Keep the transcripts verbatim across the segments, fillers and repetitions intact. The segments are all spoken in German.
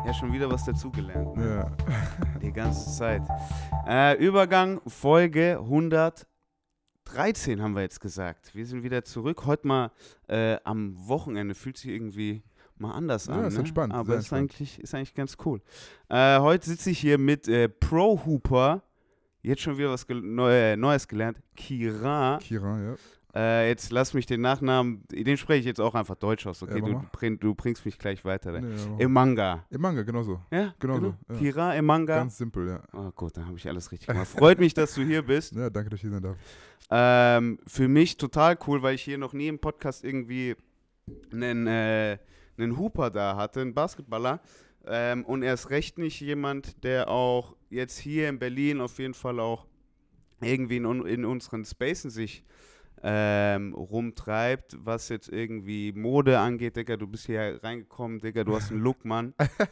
Ja, schon wieder was dazugelernt. Ne? Ja. Die ganze Zeit. Äh, Übergang, Folge hundertdreizehn haben wir jetzt gesagt. Wir sind wieder zurück. Heute mal äh, am Wochenende. Fühlt sich irgendwie mal anders an. Ja, ist ne? entspannt. Aber sehr ist entspannt. eigentlich, ist eigentlich ganz cool. Äh, heute sitze ich hier mit äh, Pro Hooper. Jetzt schon wieder was gel- Neu- Neues gelernt. Kira. Kira, ja. Äh, jetzt lass mich den Nachnamen, den spreche ich jetzt auch einfach deutsch aus, okay? Ja, mach du, mal. bring, du bringst mich gleich weiter. Ne? Nee, ja, mach- Emanga. Im Manga, genau so. Ja, Genau genau. so, ja. Kira Emanga. Ganz simpel, ja. Oh gut, dann habe ich alles richtig gemacht. Freut mich, dass du hier bist. Ja, danke, dass ich hier sein darf. Ähm, für mich total cool, weil ich hier noch nie im Podcast irgendwie einen, äh, einen Hooper da hatte, einen Basketballer. Ähm, und er ist recht nicht jemand, der auch jetzt hier in Berlin auf jeden Fall auch irgendwie in, un- in unseren Spacen sich ähm, rumtreibt, was jetzt irgendwie Mode angeht, Digga, du bist hier reingekommen, Digga, du hast einen Look, Mann.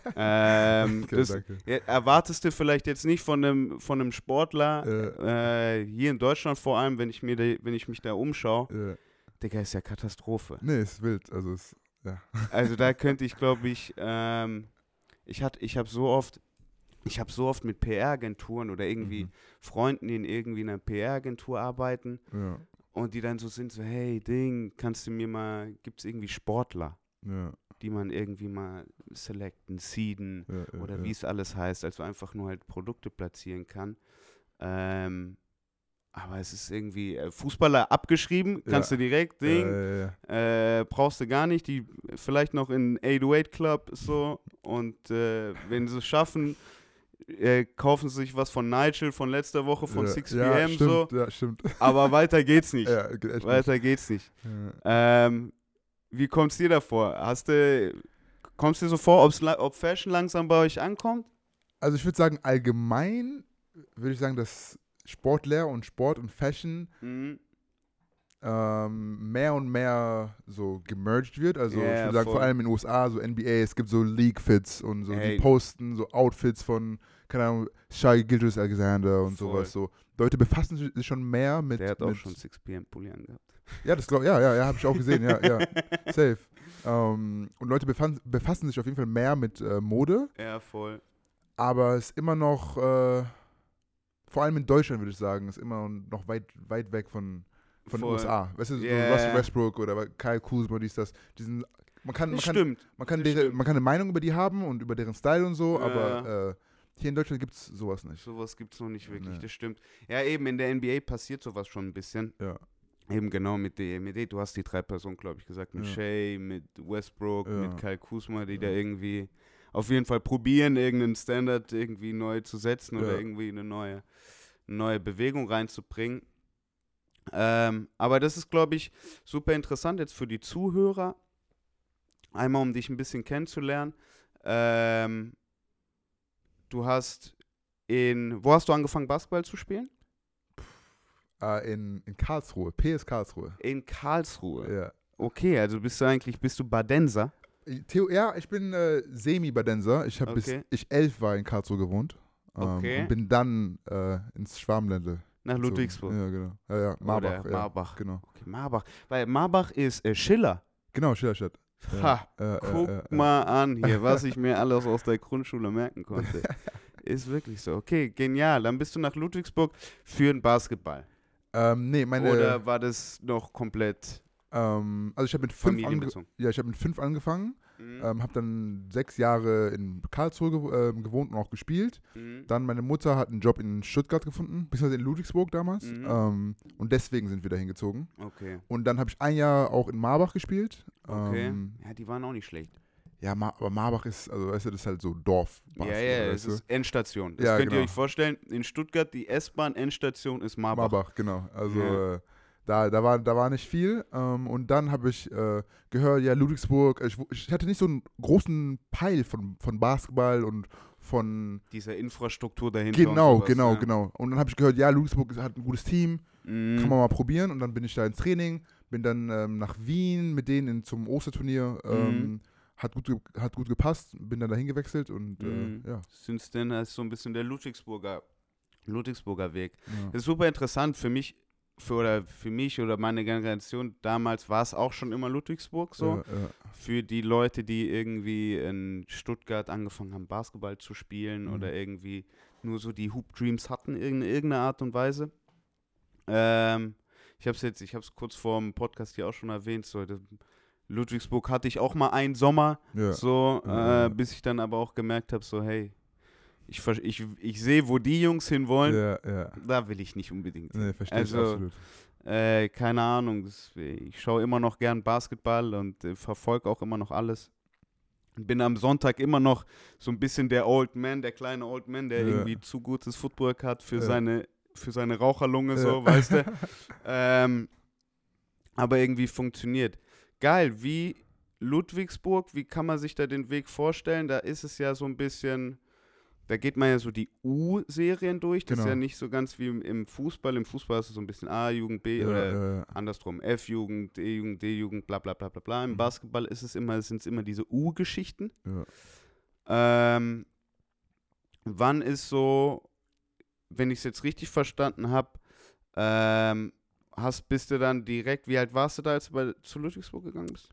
ähm, Okay, das danke. ja, erwartest du vielleicht jetzt nicht von einem, von einem Sportler, äh, hier in Deutschland vor allem, wenn ich, mir da, wenn ich mich da umschaue, Ja. Digga, ist ja Katastrophe. Nee, ist wild. Also, ist, ja. Also da könnte ich, glaube ich, ähm, ich, hat- ich habe so oft, ich habe so oft mit P R-Agenturen oder irgendwie Mhm. Freunden, die in irgendwie einer P R-Agentur arbeiten, Ja. und die dann so sind, so, hey, Ding, kannst du mir mal, gibt es irgendwie Sportler, Ja. die man irgendwie mal selecten, seeden Ja, ja, oder ja. wie es alles heißt, also einfach nur halt Produkte platzieren kann. Ähm, aber es ist irgendwie, äh, Fußballer abgeschrieben, kannst Ja. du direkt, Ja, Ding, ja, ja. äh, brauchst du gar nicht, die vielleicht noch in acht null acht Club so, und äh, wenn sie es schaffen, äh, kaufen sie sich was von Nigel von letzter Woche von ja. six ja, p m so, stimmt, Ja, stimmt. aber weiter geht's nicht. Ja, geht echt Weiter geht's nicht. nicht. Ja. Ähm, wie kommt's dir davor? Hast du, kommst dir so vor, ob's, la- ob Fashion langsam bei euch ankommt? Also, ich würde sagen, allgemein würde ich sagen, dass Sportlehrer und Sport und Fashion Mhm. ähm, mehr und mehr so gemerged wird. Also Ja, ich würde sagen, voll. vor allem in den U S A, so N B A, es gibt so League-Fits und so, Ey. die posten so Outfits von, keine Ahnung, Shai Gilgeous-Alexander und Voll. sowas. So. Leute befassen sich schon mehr mit... Der hat auch mit schon six p m Pulli angehabt. Ja, das glaube ja, ja, ja, habe ich auch gesehen, ja, ja, safe. Ähm, und Leute befan- befassen sich auf jeden Fall mehr mit äh, Mode, Ja, voll. aber es ist immer noch, äh, vor allem in Deutschland würde ich sagen, ist immer noch weit, weit weg von, von den Voll. U S A. Weißt du, so Yeah. Russell Westbrook oder Kyle Kuzma, dies, das. Die sind, man kann, man Das kann, stimmt. man kann, das deren, stimmt. man kann eine Meinung über die haben und über deren Style und so, Ja. aber äh, hier in Deutschland gibt es sowas nicht. Sowas gibt's noch nicht wirklich, Nee. das stimmt. Ja, eben in der N B A passiert sowas schon ein bisschen. Ja. Eben genau mit der, mit der, du hast die drei Personen, glaube ich, gesagt, mit Ja. Shea, mit Westbrook, Ja. mit Kyle Kuzma, die Ja. da irgendwie auf jeden Fall probieren, irgendeinen Standard irgendwie neu zu setzen oder Ja. irgendwie eine neue, neue Bewegung reinzubringen. Ähm, aber das ist, glaube ich, super interessant jetzt für die Zuhörer. Einmal, um dich ein bisschen kennenzulernen. Ähm, du hast in, wo hast du angefangen, Basketball zu spielen? Äh, in, in Karlsruhe, P S Karlsruhe. In Karlsruhe. Ja. Okay, also bist du eigentlich, bist du Badenser? Theo, ja, ich bin äh, Semi-Badenser. Ich habe Okay. bis ich elf war in Karlsruhe gewohnt. Ähm, Okay. Und bin dann äh, ins Schwarmländle. Nach gezogen. Ludwigsburg. Ja, genau. Ja, ja, Marbach. Oder ja, Marbach. Genau. Okay, Marbach. Weil Marbach ist äh, Schiller. Genau, Schillerstadt. Ja. Ha, Äh, äh, guck äh, äh. mal an hier, was ich mir alles aus der Grundschule merken konnte. Ist wirklich so. Okay, genial. Dann bist du nach Ludwigsburg für den Basketball. Ähm, nee, meine. Oder war das noch komplett Ähm, also ich habe mit fünf ange familienbezogen? ja, ich habe mit fünf angefangen, Mhm. ähm, habe dann sechs Jahre in Karlsruhe gew ähm, gewohnt und auch gespielt. Mhm. Dann meine Mutter hat einen Job in Stuttgart gefunden, beziehungsweise in Ludwigsburg damals. Mhm. Ähm, und deswegen sind wir da hingezogen. Okay, Und dann habe ich ein Jahr auch in Marbach gespielt. okay. Ähm, Ja, die waren auch nicht schlecht. ja, Ma aber Marbach ist, also weißt du, das ist halt so Dorf. Ja, ja, es ist Endstation. Das Ja, könnt ihr genau. euch vorstellen. In Stuttgart, die S-Bahn-Endstation ist Marbach. Marbach, genau. Also Ja. äh, da, da, war, da war nicht viel. Ähm, und dann habe ich äh, gehört, ja, Ludwigsburg, ich, wu- ich hatte nicht so einen großen Peil von, von Basketball und von... Diese Infrastruktur dahinter. Genau, und sowas, genau, ja. genau. Und dann habe ich gehört, ja, Ludwigsburg hat ein gutes Team, Mhm. kann man mal probieren. Und dann bin ich da ins Training, bin dann ähm, nach Wien mit denen in, zum Osterturnier. Ähm, Mhm. hat, gut, ge- hat gut gepasst, bin dann dahin gewechselt und Mhm. äh, ja. Sind denn das ist so ein bisschen der Ludwigsburger, Ludwigsburger Weg. ja. Das ist super interessant für mich. für, oder für mich oder meine Generation damals war es auch schon immer Ludwigsburg so. Ja, ja. Für die Leute, die irgendwie in Stuttgart angefangen haben, Basketball zu spielen Mhm. oder irgendwie nur so die Hoop Dreams hatten in irgendeiner Art und Weise. Ähm, ich habe es jetzt, ich habe es kurz vor dem Podcast hier auch schon erwähnt, so das, Ludwigsburg hatte ich auch mal einen Sommer, Ja. so, Ja, ja, ja. äh, bis ich dann aber auch gemerkt habe, so hey, ich, ver- ich, ich sehe, wo die Jungs hinwollen, Ja, ja. da will ich nicht unbedingt. Nee, verstehe Also, ich absolut. Äh, keine Ahnung, das, ich schaue immer noch gern Basketball und äh, verfolge auch immer noch alles. Bin am Sonntag immer noch so ein bisschen der Old Man, der kleine Old Man, der Ja. irgendwie zu gutes Footwork hat für, Ja. seine, für seine Raucherlunge, so, Ja. weißt du. ähm, aber irgendwie funktioniert. Geil, wie Ludwigsburg, wie kann man sich da den Weg vorstellen? Da ist es ja so ein bisschen, da geht man ja so die U-Serien durch. Das ist Genau. ja nicht so ganz wie im, im Fußball. Im Fußball ist es so ein bisschen A-Jugend, B Ja, oder ja, ja. andersrum. F-Jugend, E-Jugend, D-Jugend, bla bla bla bla bla. Im Mhm. Basketball ist es immer, sind es immer diese U-Geschichten. Ja. Ähm, wann ist so, wenn ich es jetzt richtig verstanden habe, ähm, hast, bist du dann direkt, wie alt warst du da, als du bei, zu Ludwigsburg gegangen bist?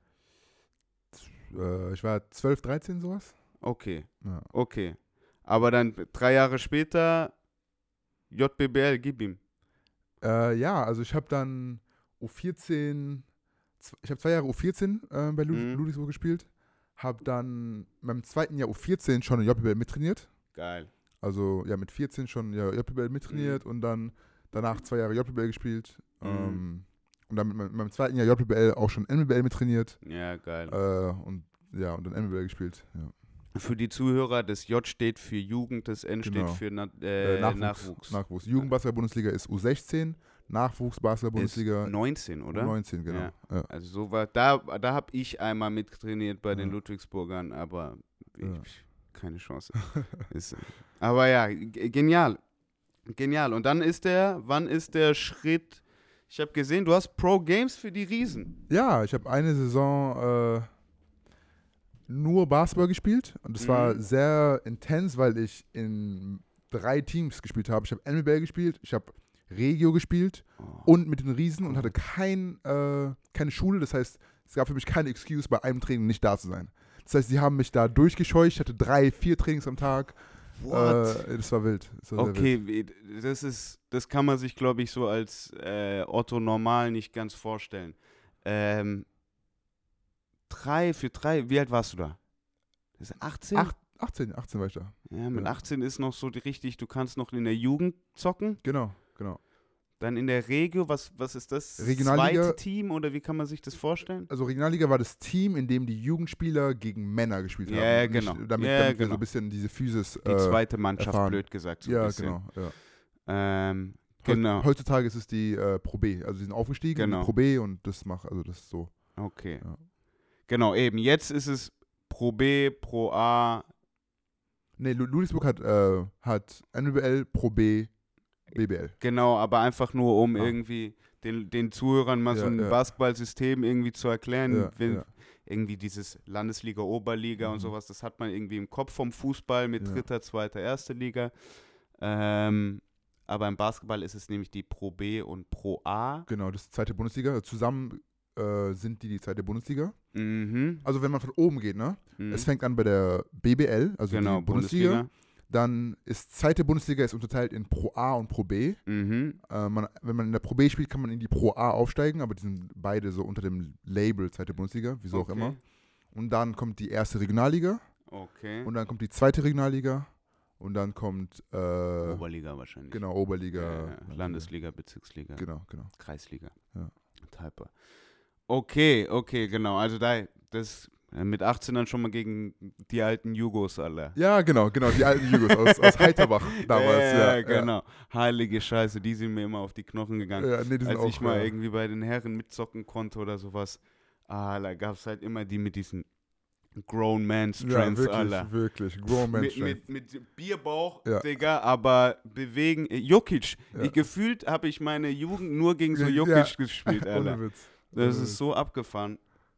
Äh, ich war zwölf, dreizehn sowas. Okay, Ja. okay. Aber dann drei Jahre später J B B L, gib ihm. Äh, ja, also ich habe dann U vierzehn, z- ich habe zwei Jahre U vierzehn äh, bei Lud Mhm. Ludwigsburg gespielt, habe dann beim zweiten Jahr U vierzehn schon in J B B L mittrainiert. Geil. Also ja, mit vierzehn schon ja, J B B L mittrainiert und dann danach zwei Jahre J B B L gespielt. Mhm. Ähm, und dann mit meinem, meinem zweiten Jahr J B B L auch schon N B B L mittrainiert. Ja, geil. Äh, und ja, und dann N B B L gespielt. Ja. Für die Zuhörer, das J steht für Jugend, das N Genau. steht für Na äh, Äh, Nachwuchs. Nachwuchs. Nachwuchs. Jugendbasketball-Bundesliga ist U sechzehn, Nachwuchs-Basketball-Bundesliga Ist neunzehn, oder? neunzehn, genau. Ja. Ja. Also so war, da, da habe ich einmal mittrainiert bei den Ja. Ludwigsburgern, aber ich, Ja. keine Chance. ist, aber ja, g- genial. Genial. Und dann ist der, wann ist der Schritt? Ich habe gesehen, du hast Pro Games für die Riesen. Ja, ich habe eine Saison äh, nur Basketball gespielt und das war Mhm. sehr intens, weil ich in drei Teams gespielt habe. Ich habe N B B L gespielt, ich habe Regio gespielt Oh. und mit den Riesen und hatte kein, äh, keine Schule. Das heißt, es gab für mich keine Excuse, bei einem Training nicht da zu sein. Das heißt, sie haben mich da durchgescheucht. Ich hatte drei, vier Trainings am Tag. What? Äh, das war wild. Das war sehr wild. Okay, wie- das ist, das kann man sich, glaube ich, so als äh, Otto normal nicht ganz vorstellen. Ähm, drei für drei, wie alt warst du da? Das ist achtzehn? Acht, achtzehn, achtzehn war ich da. Ja, mit ja. achtzehn ist noch so die, richtig, du kannst noch in der Jugend zocken, Genau, genau. dann in der Regio, was, was ist das? Das Regionalliga- zweite Team oder wie kann man sich das vorstellen? Also Regionalliga war das Team, in dem die Jugendspieler gegen Männer gespielt Ja, haben. ja, Nicht- genau. Damit, Ja, damit wir so genau. ein bisschen diese Physis Die äh, zweite Mannschaft, erfahren. blöd gesagt, so ein Ja, bisschen. genau. Ja. Ähm, Heut- genau, Heutzutage ist es die äh, Pro B. Also die sind aufgestiegen in Genau. die Pro B und das macht, also das ist so. okay. Ja. Genau, eben, jetzt ist es Pro B, Pro A, Nee, Lu- Ludwigsburg hat, äh, hat N B B L, Pro B, B B L. genau, aber einfach nur, um Ah. irgendwie den, den Zuhörern mal so Ja, ein ja. Basketballsystem irgendwie zu erklären. Ja, wenn, ja. Irgendwie dieses Landesliga, Oberliga und Mhm. sowas, das hat man irgendwie im Kopf vom Fußball mit Ja. dritter, zweiter, erster Liga. Ähm, aber im Basketball ist es nämlich die Pro B und Pro A. Genau, das ist zweite Bundesliga. Zusammen äh, sind die die zweite Bundesliga. Mhm. Also wenn man von oben geht, ne? mhm. Es fängt an bei der B B L, also genau, die Bundesliga. Bundesliga. Dann ist zweite Bundesliga ist unterteilt in Pro A und Pro B. Mhm. Äh, man, wenn man in der Pro B spielt, kann man in die Pro A aufsteigen, aber die sind beide so unter dem Label zweite Bundesliga, wieso Okay. auch immer. Und dann kommt die erste Regionalliga Okay. und dann kommt die zweite Regionalliga und dann kommt äh, Oberliga wahrscheinlich. genau Oberliga, Ja, ja. Landesliga, Bezirksliga, Genau, genau. Kreisliga. Ja. Typer. Okay, okay, genau. Also da, das äh, mit achtzehn dann schon mal gegen die alten Jugos alle. Ja, genau, genau, die alten Jugos aus, aus Heiterbach damals. ja, Ja, genau. Heilige Scheiße, die sind mir immer auf die Knochen gegangen. Ja, nee, die sind Als auch, ich mal ja. irgendwie bei den Herren mitzocken konnte oder sowas, ah, da gab es halt immer die mit diesen Grown Man Ja, Strengths, wirklich, Alter. wirklich. Grown Man Mit, Strength. mit, mit Bierbauch, Ja. Digga, aber bewegen. äh, Jokic. Ja. Ich, gefühlt habe ich meine Jugend nur gegen so Ja. Jokic gespielt, Ohne Alter. Witz. Das Ohne ist Witz. so abgefahren.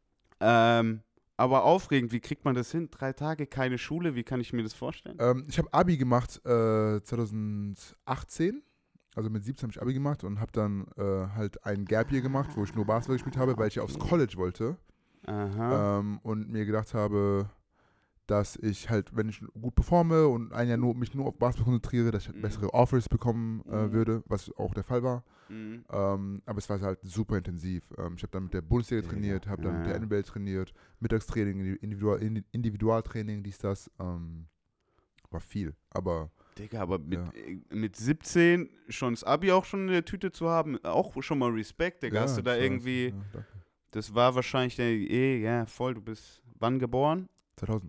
Ähm, aber aufregend, wie kriegt man das hin? Drei Tage, keine Schule, wie kann ich mir das vorstellen? Ähm, ich habe Abi gemacht äh, zwanzig achtzehn also mit siebzehn habe ich Abi gemacht und habe dann äh, halt ein Gap Year gemacht, wo ich nur Basketball gespielt habe, weil ich ja aufs College wollte. Aha. Ähm, und mir gedacht habe, dass ich halt, wenn ich gut performe und ein Jahr nur, mich nur auf Basketball konzentriere, dass ich halt Mhm. bessere Offers bekommen äh, Mhm. würde, was auch der Fall war. Mhm. Ähm, aber es war halt super intensiv. Ähm, ich habe dann mit der Bundesliga Ja, trainiert, habe dann mit der ja. N B L trainiert, Mittagstraining, Individual, Individualtraining, dies, das. Ähm, war viel, aber Digga, aber mit, ja. äh, mit siebzehn schon das Abi auch schon in der Tüte zu haben, auch schon mal Respekt, Digga. Ja, Hast du da das war- irgendwie, ja, danke. das war wahrscheinlich der, eh, ja, voll, du bist wann geboren? zweitausend.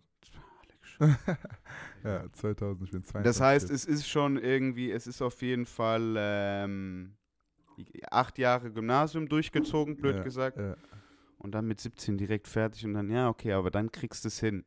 Ja, zweitausend, ich bin zweiundzwanzig. Das heißt, jetzt. es ist schon irgendwie, es ist auf jeden Fall ähm, acht Jahre Gymnasium durchgezogen, blöd ja, gesagt. Ja. Und dann mit siebzehn direkt fertig und dann, ja, okay, aber dann kriegst du es hin.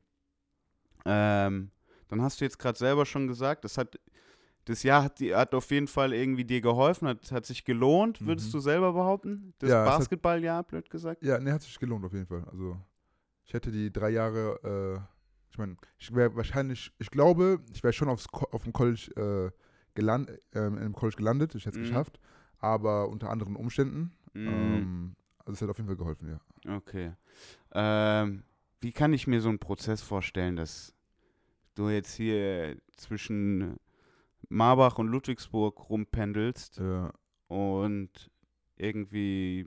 Ähm, dann hast du jetzt gerade selber schon gesagt, das hat, das Jahr hat, die, hat auf jeden Fall irgendwie dir geholfen, hat, hat sich gelohnt, würdest Mhm. du selber behaupten? Das Ja, es hat- Basketballjahr, blöd gesagt? Ja, ne, hat sich gelohnt auf jeden Fall. Also, ich hätte die drei Jahre, äh, ich meine, ich wäre wahrscheinlich, ich glaube, ich wäre schon aufs, Co- auf dem College äh, gelandet, ähm, in dem College gelandet, ich hätte es Mhm. geschafft, aber unter anderen Umständen. Mhm. Ähm, also, es hat auf jeden Fall geholfen, ja. Okay. Ähm, wie kann ich mir so einen Prozess vorstellen, dass du jetzt hier zwischen Marbach und Ludwigsburg rumpendelst Ja, und irgendwie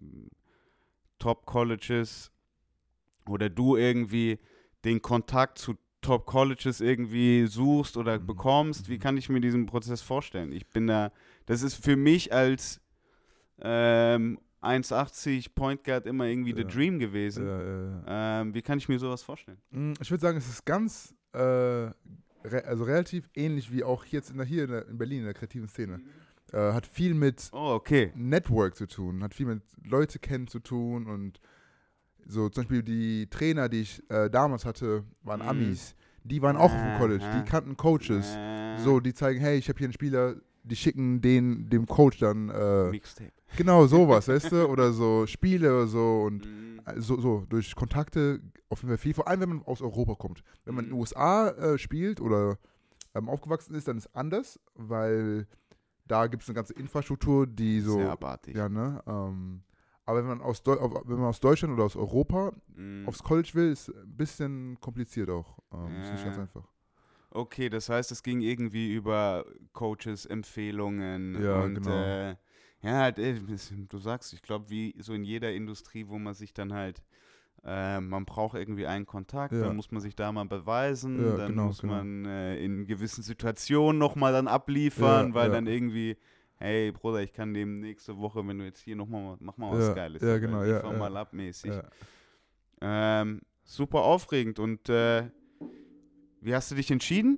Top-Colleges oder du irgendwie den Kontakt zu Top-Colleges irgendwie suchst oder Mhm. bekommst? Wie Mhm. kann ich mir diesen Prozess vorstellen? Ich bin da, das ist für mich als ähm, eins achtzig Point Guard immer irgendwie the Ja. dream gewesen. ja, ja, ja. Ähm, wie kann ich mir sowas vorstellen? Mm, Ich würde sagen, es ist ganz, äh, re also relativ ähnlich wie auch jetzt in der, hier in, der, in Berlin in der kreativen Szene. Äh, hat viel mit Oh, okay. Network zu tun, hat viel mit Leute kennen zu tun und so zum Beispiel die Trainer, die ich äh, damals hatte, waren Mhm. Amis. Die waren auch auf dem College, Aha. die kannten Coaches. Äh, So, die zeigen, hey, ich habe hier einen Spieler, die schicken den dem Coach dann äh, Mixtape. genau sowas, weißt du, oder so Spiele oder so und Mhm. äh, so, so durch Kontakte auf jeden Fall viel, vor allem wenn man aus Europa kommt. Wenn man in den Mhm. U S A äh, spielt oder ähm, aufgewachsen ist, dann ist anders, weil da gibt es eine ganze Infrastruktur, die so Sehr abartig. ja, ne? Ähm, aber wenn man, aus Deu auf, wenn man aus Deutschland oder aus Europa Mhm. aufs College will, ist ein bisschen kompliziert auch. Ähm, Ist nicht ganz Ja. einfach. Okay, das heißt, es ging irgendwie über Coaches, Empfehlungen Ja, und genau. äh, ja, halt, äh, es- du sagst, ich glaube, wie so in jeder Industrie, wo man sich dann halt, äh, man braucht irgendwie einen Kontakt, Ja. dann muss man sich da mal beweisen, Ja, dann genau, muss genau. man äh, in gewissen Situationen nochmal dann abliefern, Ja, weil ja. dann irgendwie, hey Bruder, ich kann dem nächste Woche, wenn du jetzt hier nochmal, mach mal was Ja, Geiles, ja, oder genau, ja, liefer ja. mal ab mäßig. Ja. Ähm, super aufregend und äh, wie hast du dich entschieden?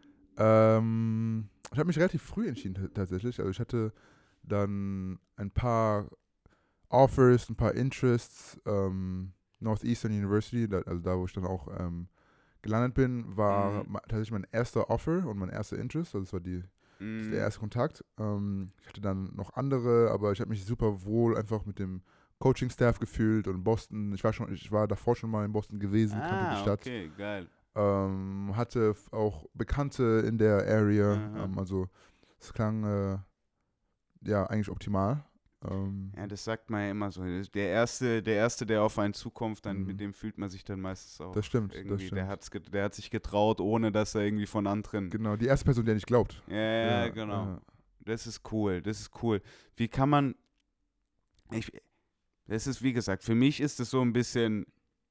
Ähm, ich habe mich relativ früh entschieden t- tatsächlich. Also ich hatte dann ein paar Offers, ein paar Interests. Ähm, Northeastern University, da, also da, wo ich dann auch ähm, gelandet bin, war Mhm. ma- tatsächlich mein erster Offer und mein erster Interest. Also das war die, das ist der Mm, erste Kontakt. Ähm, ich hatte dann noch andere, aber ich habe mich super wohl einfach mit dem Coaching-Staff gefühlt und Boston. Ich war schon, ich war davor schon mal in Boston gewesen, kannte die Ah, Stadt. okay, geil. Ähm, hatte f- auch Bekannte in der Area. Aha. Ähm, also es klang äh, ja eigentlich optimal. Ähm, Ja, das sagt man ja immer so. Der erste, der erste, der auf einen zukommt, dann Mhm. mit dem fühlt man sich dann meistens auch. das stimmt, irgendwie. das Der stimmt. hat's, ge- der hat sich getraut, ohne dass er irgendwie von anderen. Genau, die erste Person, die nicht glaubt. Ja, ja, genau. ja. Das ist cool. Das ist cool. Wie kann man? Ich, das ist wie gesagt, für mich ist es so ein bisschen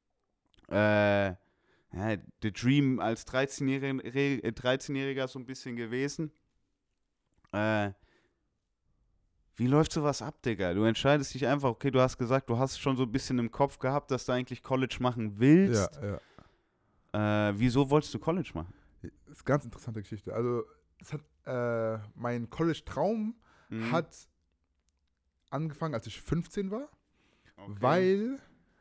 äh, ja, the Dream als dreizehnjähriger, äh, dreizehnjähriger so ein bisschen gewesen. Äh, Wie läuft sowas ab, Digga? Du entscheidest dich einfach, okay, du hast gesagt, du hast schon so ein bisschen im Kopf gehabt, dass du eigentlich College machen Ja, willst. ja. Äh, wieso wolltest du College machen? Das ist eine ganz interessante Geschichte. Also, es hat, äh, mein College-Traum Mhm. hat angefangen, als ich fünfzehn war, Okay. weil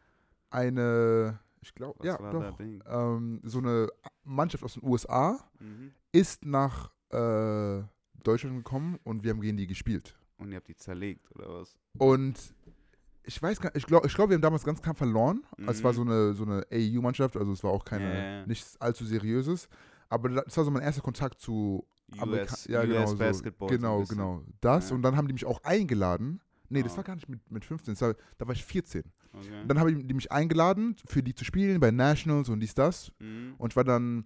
eine, ich glaube, Was ja, war doch, da Ding? ähm, so eine Mannschaft aus den U S A Mhm. ist nach äh, Deutschland gekommen und wir haben gegen die gespielt. Und ihr habt die zerlegt, oder was? Und ich weiß gar ich glaube, ich glaub, wir haben damals ganz knapp verloren. Mhm. Es war so eine, so eine A E U-Mannschaft, also es war auch keine, Ja, ja. nichts allzu Seriöses. Aber das war so mein erster Kontakt zu Amerika- U S, ja, U genau, S so. Basketball. so ein Genau, bisschen. genau. Das Ja. und dann haben die mich auch eingeladen. Nee, das Ah. war gar nicht mit, mit fünfzehn, das war, da war ich vierzehn. Okay. Und dann haben die mich eingeladen, für die zu spielen bei Nationals und dies, das. Mhm. Und ich war dann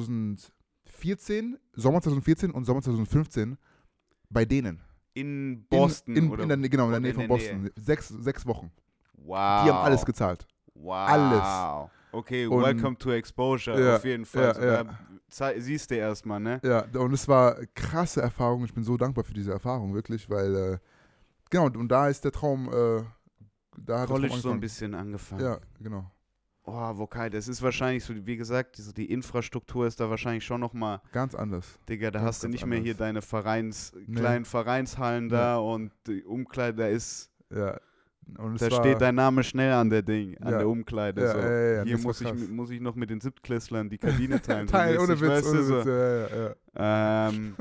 zweitausendvierzehn, Sommer zweitausendvierzehn und Sommer zweitausendfünfzehn bei denen. In Boston in, in, oder in der, genau, in der oder Nähe von Boston. Sechs, sechs Wochen. Wow. Die haben alles gezahlt. Wow. Alles. Okay, Und- welcome to Exposure, Ja, auf jeden Fall. ja, so, ja. Da zei- siehst du erstmal, ne? Ja, und es war eine krasse Erfahrung. Ich bin so dankbar für diese Erfahrung, wirklich, weil, äh, genau, und da ist der Traum, äh, da hat College der Traum so ein angefangen. bisschen angefangen. Ja, genau. Oh, Vokal, das ist wahrscheinlich so, wie gesagt, so die Infrastruktur ist da wahrscheinlich schon nochmal, Ganz anders. Digga, da Ganz, hast du ganz nicht mehr hier anders. deine Vereins, Nee. kleinen Vereinshallen Nee. da und die Umkleide, da ist, Ja. Und es da war, steht dein Name schnell an der Ding, an Ja. der Umkleide. Ja, so. ja, ja, ja, Hier das war muss ich, krass. mit- muss ich noch mit den Siebtklässlern die Kabine teilen. so Teil, ohne mäßig, Witz, weißt ohne du, so. Witz, ja, ja, ja. Ähm,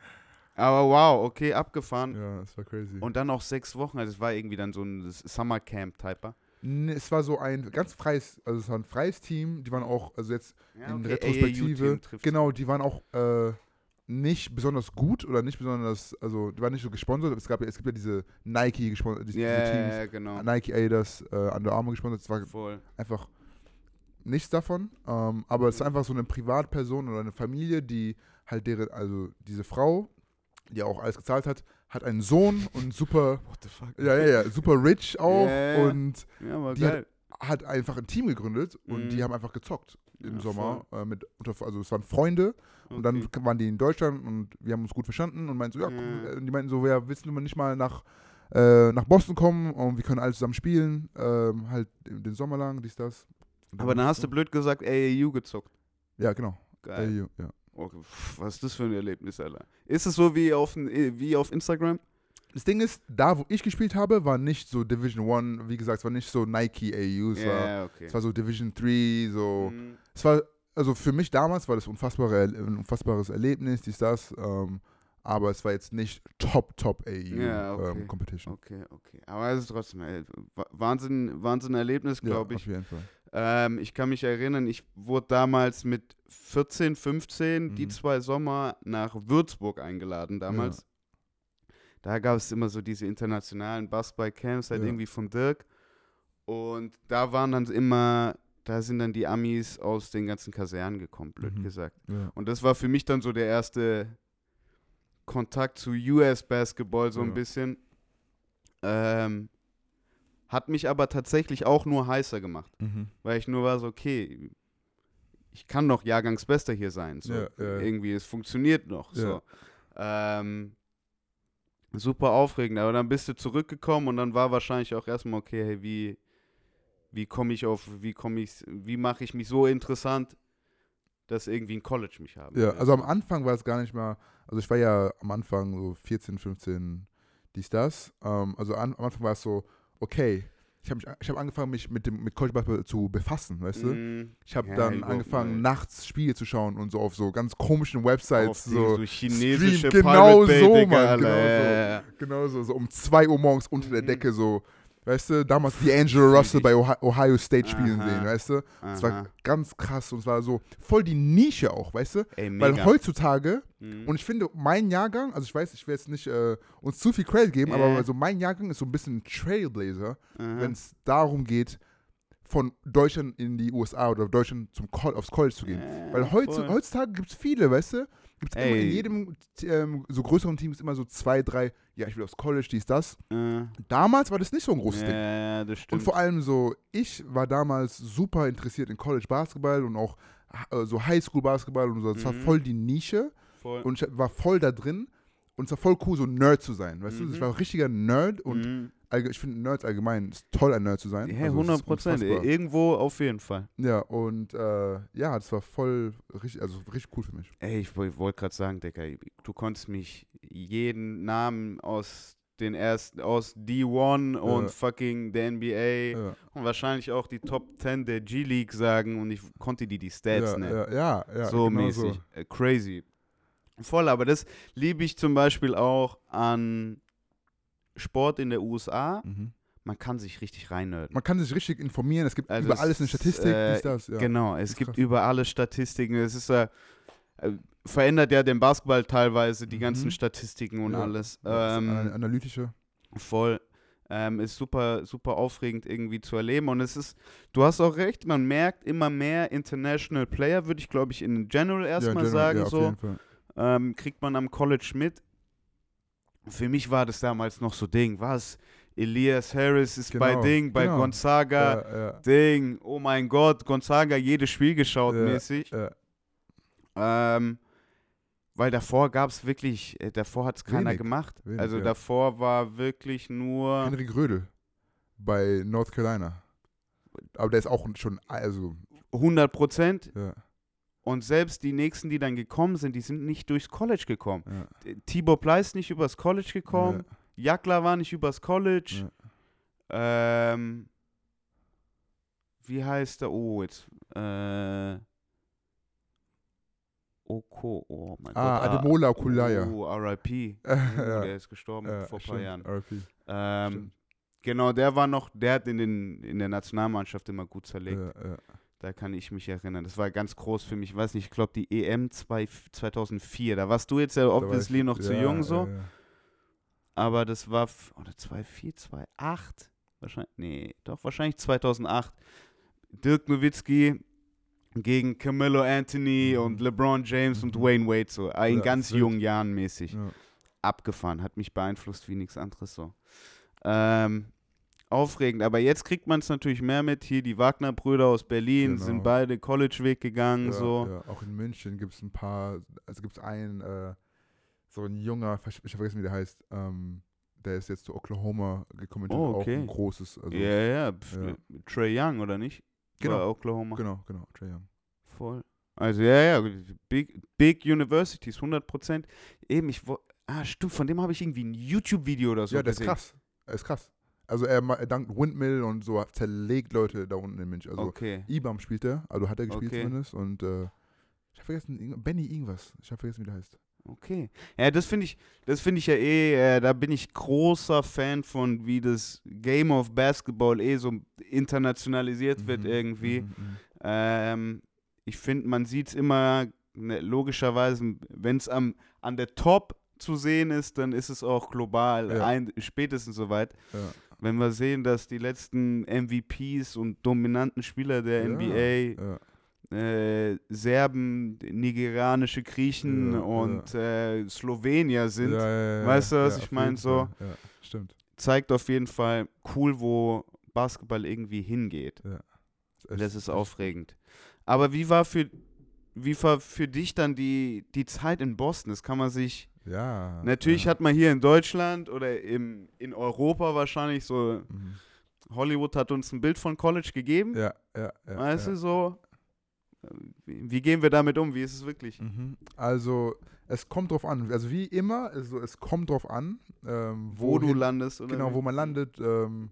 aber wow, okay, abgefahren. Ja, das war crazy. Und dann auch sechs Wochen, also es war irgendwie dann so ein Summer Camp-Typer. Nee, es war so ein ganz freies, also es war ein freies Team, die waren auch, also jetzt Ja, in okay, Retrospektive, A A U-Team trifft's. genau, die waren auch äh, nicht besonders gut oder nicht besonders, also die waren nicht so gesponsert. Es gab ja, es gibt ja diese Nike gesponsert, diese, Ja, diese ja, Teams, ja, genau. Nike, Adidas, äh, Under Armour gesponsert. Es war Voll. einfach nichts davon, ähm, aber es ist einfach so eine Privatperson oder eine Familie, die halt deren, also diese Frau, die auch alles gezahlt hat, hat einen Sohn und super, What the fuck? ja, ja, ja, super rich auch Ja, ja. und Ja, aber die geil. hat einfach ein Team gegründet und Mhm. die haben einfach gezockt im Ja, Sommer. Äh, mit, unter, also es waren Freunde und dann Okay. waren die in Deutschland und wir haben uns gut verstanden und meinten so, ja, Ja. komm, äh, die meinten so, ja, willst du mal nicht mal nach, äh, nach Boston kommen und wir können alle zusammen spielen, ähm, halt den Sommer lang, dies, das. Und Aber dann hast so. du blöd gesagt A A U gezockt. Ja, genau. Geil. A U, ja. Okay, pff, was ist das für ein Erlebnis, Alter? Ist es so wie auf, wie auf Instagram? Das Ding ist, da wo ich gespielt habe, war nicht so Division One, wie gesagt, es war nicht so Nike A U, es, war, Ja, okay. es war so Division drei, so. Mhm. Es war, also für mich damals war das unfassbare, ein unfassbares Erlebnis, dies, das, ähm, aber es war jetzt nicht Top, Top A U Ja, okay. ähm, Competition. Okay, okay. Aber es ist trotzdem ey, Wa- Wahnsinn, Wahnsinn Erlebnis, glaube ja, ich. auf jeden Fall. Ähm, ich kann mich erinnern, ich wurde damals mit vierzehn, fünfzehn, die Mhm. zwei Sommer nach Würzburg eingeladen damals. Da gab es immer so diese internationalen Basketball-Camps, halt Ja. irgendwie von Dirk. Und da waren dann immer, da sind dann die Amis aus den ganzen Kasernen gekommen, blöd Mhm. gesagt. Ja. Und das war für mich dann so der erste Kontakt zu U S-Basketball, so ein Ja. bisschen. Ähm, hat mich aber tatsächlich auch nur heißer gemacht. Mhm. Weil ich nur war so, okay, ich kann noch Jahrgangsbester hier sein. So. Ja, ja, ja. Irgendwie, es funktioniert noch. Ja. So. Ähm, super aufregend. Aber dann bist du zurückgekommen und dann war wahrscheinlich auch erstmal, okay, hey, wie, wie komme ich auf, wie komme ich, wie mache ich mich so interessant, dass irgendwie ein College mich haben Ja, will. also am Anfang war es gar nicht mal, also ich war ja am Anfang so vierzehn, fünfzehn, dies, das. Ähm, also an, am Anfang war es so, okay, ich habe ich hab angefangen, mich mit dem mit College Basketball zu befassen, weißt du? Mm, Ich habe ja, dann überhaupt angefangen, nicht. nachts Spiele zu schauen und so auf so ganz komischen Websites. auf die, so, so chinesische Stream, genau Pirate Bay, so, Digga, Mann, Alter. genau Ja, so. ja, ja. Genau so, so um zwei Uhr morgens unter der Mhm. Decke so, weißt du, damals D'Angelo Russell bei Ohio, Ohio State spielen Aha. sehen, weißt du? Es war Aha. ganz krass und es war so voll die Nische auch, weißt du? Ey, mega. Weil heutzutage, Mhm. und ich finde, mein Jahrgang, also ich weiß, ich will jetzt nicht äh, uns zu viel Credit geben, Ja. aber also mein Jahrgang ist so ein bisschen ein Trailblazer, Aha. wenn es darum geht, von Deutschland in die U S A oder Deutschland zum Col- aufs College zu gehen. Ja, Weil heutz, voll. heutzutage gibt es viele, weißt du? Gibt's immer in Ey. jedem ähm, so größeren Team ist immer so zwei, drei, ja, ich will aufs College, dies, das. Äh, Damals war das nicht so ein großes ja, Ding. ja, das stimmt. Und vor allem so, ich war damals super interessiert in College Basketball und auch äh, so Highschool Basketball und so. Das war Mhm. voll die Nische Voll. und ich war voll da drin. Und es war voll cool, so ein Nerd zu sein, weißt Mhm. du? Ich war ein richtiger Nerd und Mhm. allge- ich finde Nerds allgemein ist toll, ein Nerd zu sein. Ja, Also es ist hundert Prozent. unfassbar. Irgendwo auf jeden Fall. Ja, und äh, ja, das war voll, richtig, also richtig cool für mich. Ey, ich woll- wollte gerade sagen, Digga, du konntest mich jeden Namen aus den ersten, aus D eins und Ja. fucking der N B A Ja, und wahrscheinlich auch die Top zehn der G-League sagen und ich konnte die die Stats ja, nennen. ja, ja, ja, so genau mäßig. So. Äh, crazy. Voll, aber das liebe ich zum Beispiel auch an Sport in der U S A. Mhm. Man kann sich richtig reinnörden. Man kann sich richtig informieren, es gibt Also über es alles eine ist, Statistik, äh, dies, das, ja. Genau, es ist gibt krass. über alle Statistiken. Es ist äh, äh, verändert ja den Basketball teilweise, die Mhm. ganzen Statistiken und Ja. alles. Ja, Ähm, das analytische. Voll. Ähm, ist super, super aufregend irgendwie zu erleben. Und es ist, du hast auch recht, man merkt immer mehr International Player, würde ich glaube ich in general erstmal ja, sagen, ja, auf so. jeden Fall. Ähm, kriegt man am College mit. Für mich war das damals noch so Ding, was? Elias Harris ist bei Genau, Ding, bei genau. Gonzaga, Ja, ja, Ding, oh mein Gott, Gonzaga jedes Spiel geschaut Ja, mäßig. ja. Ähm, weil davor gab es wirklich, äh, davor hat es keiner Wenig, gemacht. wenig, also ja. davor war wirklich nur Henrik Rödel bei North Carolina. Aber der ist auch schon, also, hundert Prozent. ja, Und selbst die nächsten, die dann gekommen sind, die sind nicht durchs College gekommen. ja. T- Tibor Pleiss nicht übers College gekommen. Jakla war nicht übers College. Ähm, wie heißt der? Oh, jetzt. Äh, Oko. Oh mein Ah, Gott. Ademola Okulaya. Oh, R I P. Oh, Ja. der ist gestorben Ja, vor ein paar stimmt, Jahren. R I P. Ähm, Stimmt. genau, der war noch, der hat in, den, in der Nationalmannschaft immer gut zerlegt. Ja, ja. Da kann ich mich erinnern. Das war ganz groß für mich. Ich weiß nicht, ich glaube die E M zwei, zweitausendvier. Da warst du jetzt ja Da war obviously ich- noch zu ja, jung so. Ja, ja. Aber das war, f- oder zweitausendvier, zweitausendacht? Wahrscheinlich, nee, doch, wahrscheinlich zweitausendacht. Dirk Nowitzki gegen Carmelo Anthony Mhm. und LeBron James und Mhm. Dwayne Wade so. äh, In Ja, ganz wild. jungen Jahren mäßig. Ja. Abgefahren, hat mich beeinflusst wie nichts anderes so. Ähm, aufregend, aber jetzt kriegt man es natürlich mehr mit. Hier die Wagner-Brüder aus Berlin Genau. sind beide College-Weg gegangen. Ja, so. ja. Auch in München gibt es ein paar, also gibt es einen, äh, so ein junger, ich ich vergessen, wie der heißt, ähm, der ist jetzt zu Oklahoma gekommen, der Oh, ist auch okay. ein großes, also, Ja, ja, pf, ja. Trey Young, oder nicht? Genau. War Oklahoma. genau, genau, Trae Young. Voll. Also, ja, ja, Big, Big Universities, hundert Prozent. Eben, ich wo, ah, stimmt, von dem habe ich irgendwie ein YouTube-Video oder so Ja, der ist gesehen. krass, er ist krass. Also er, ma- er dankt Windmill und so, zerlegt Leute da unten in München. Also Okay. I B A M spielt er, also hat er gespielt Okay. zumindest und äh, ich habe vergessen, irgend- Benny irgendwas, ich habe vergessen, wie der heißt. Okay. Ja, das finde ich, das finde ich ja eh, äh, da bin ich großer Fan von, wie das Game of Basketball eh so internationalisiert wird Mhm, irgendwie. mhm, mhm. Ähm, ich finde, man sieht es immer, ne, logischerweise, wenn es am an der Top zu sehen ist, dann ist es auch global, Ja. ein, spätestens soweit. Ja. Wenn wir sehen, dass die letzten M V Ps und dominanten Spieler der N B A Ja, äh, Serben, nigerianische Griechen Ja, und äh, Slowenier sind, ja, ja, ja, weißt du, was ja, ich auf mein, jeden so? Fall. Ja, stimmt. zeigt auf jeden Fall cool, wo Basketball irgendwie hingeht. echt- Das ist echt aufregend. Aber wie war für, wie war für dich dann die, die Zeit in Boston? Das kann man sich, Ja. natürlich ja. hat man hier in Deutschland oder im, in Europa wahrscheinlich so, Mhm. Hollywood hat uns ein Bild von College gegeben, Ja, ja, ja. weißt ja. du, so. Wie, wie gehen wir damit um? Wie ist es wirklich? Mhm. Also, es kommt drauf an. Also, wie immer, also, es kommt drauf an, ähm, Wo du wohin- landest? Oder Genau, wie? wo man landet. Ähm,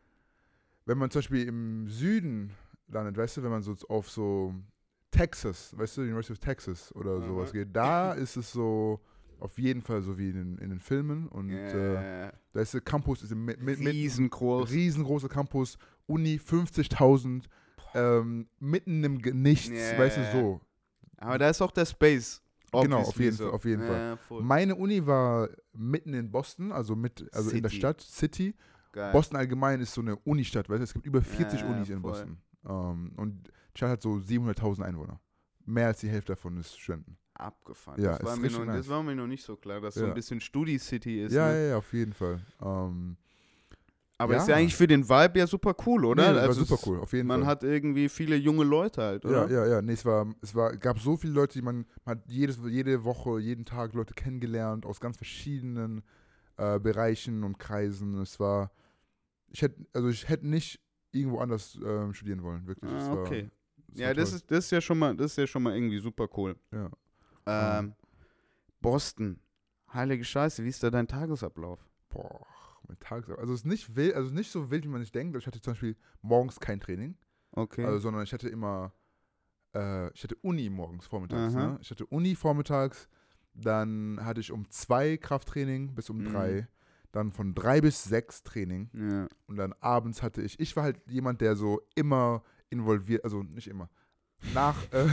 wenn man zum Beispiel im Süden landet, weißt du, wenn man so auf so Texas, weißt du, University of Texas oder Aha. sowas geht, da ist es so auf jeden Fall so wie in den, in den Filmen und äh, Äh, da ist der Campus ist mit, mit, mit riesengroß. riesengroßer Campus, Uni fünfzigtausend, ähm, mitten im Ge- Nichts, Ja, weißt du, ja, ja. so. Aber da ist auch der Space. Genau, auf obviously jeden so. Fall, auf jeden Fall. Ja, voll. Meine Uni war mitten in Boston, also mit, also in der City. Stadt, City. Geil. Boston allgemein ist so eine Unistadt, weißt du, es gibt über vierzig Ja, Unis in voll. Boston. Ähm, und die Stadt hat so siebenhunderttausend Einwohner. Mehr als die Hälfte davon ist Studenten. Abgefahren. Ja, das, war ist mir richtig noch, nice. das war mir noch nicht so klar, dass so Ja. ein bisschen Studi-City ist. Ja, ne? ja, ja, auf jeden Fall. Ähm, Aber ja. ist ja eigentlich für den Vibe ja super cool, oder? nee, das war Also super es- cool, auf jeden Man Fall. hat irgendwie viele junge Leute halt, oder? Ja, ja, ja. Nee, es war, es war, gab so viele Leute, die man, man hat jedes, jede Woche, jeden Tag Leute kennengelernt aus ganz verschiedenen äh, Bereichen und Kreisen. Es war, ich hätte, also ich hätte nicht irgendwo anders ähm, studieren wollen, wirklich. Es Ah, war, okay. es Ja, war das toll. ist, das ist ja schon mal, das ist ja schon mal irgendwie super cool. Ja. Ähm, Boston. Heilige Scheiße, wie ist da dein Tagesablauf? Boah, mein Tagesablauf. Also es ist nicht wild, also nicht so wild, wie man sich denkt. Ich hatte zum Beispiel morgens kein Training, Okay. also, sondern ich hatte immer, äh, ich hatte Uni morgens, vormittags. Aha. Ne? Ich hatte Uni vormittags, dann hatte ich um zwei Krafttraining bis um Mhm. drei, dann von drei bis sechs Training ja. und dann abends hatte ich, ich war halt jemand, der so immer involviert, also nicht immer, nach, äh,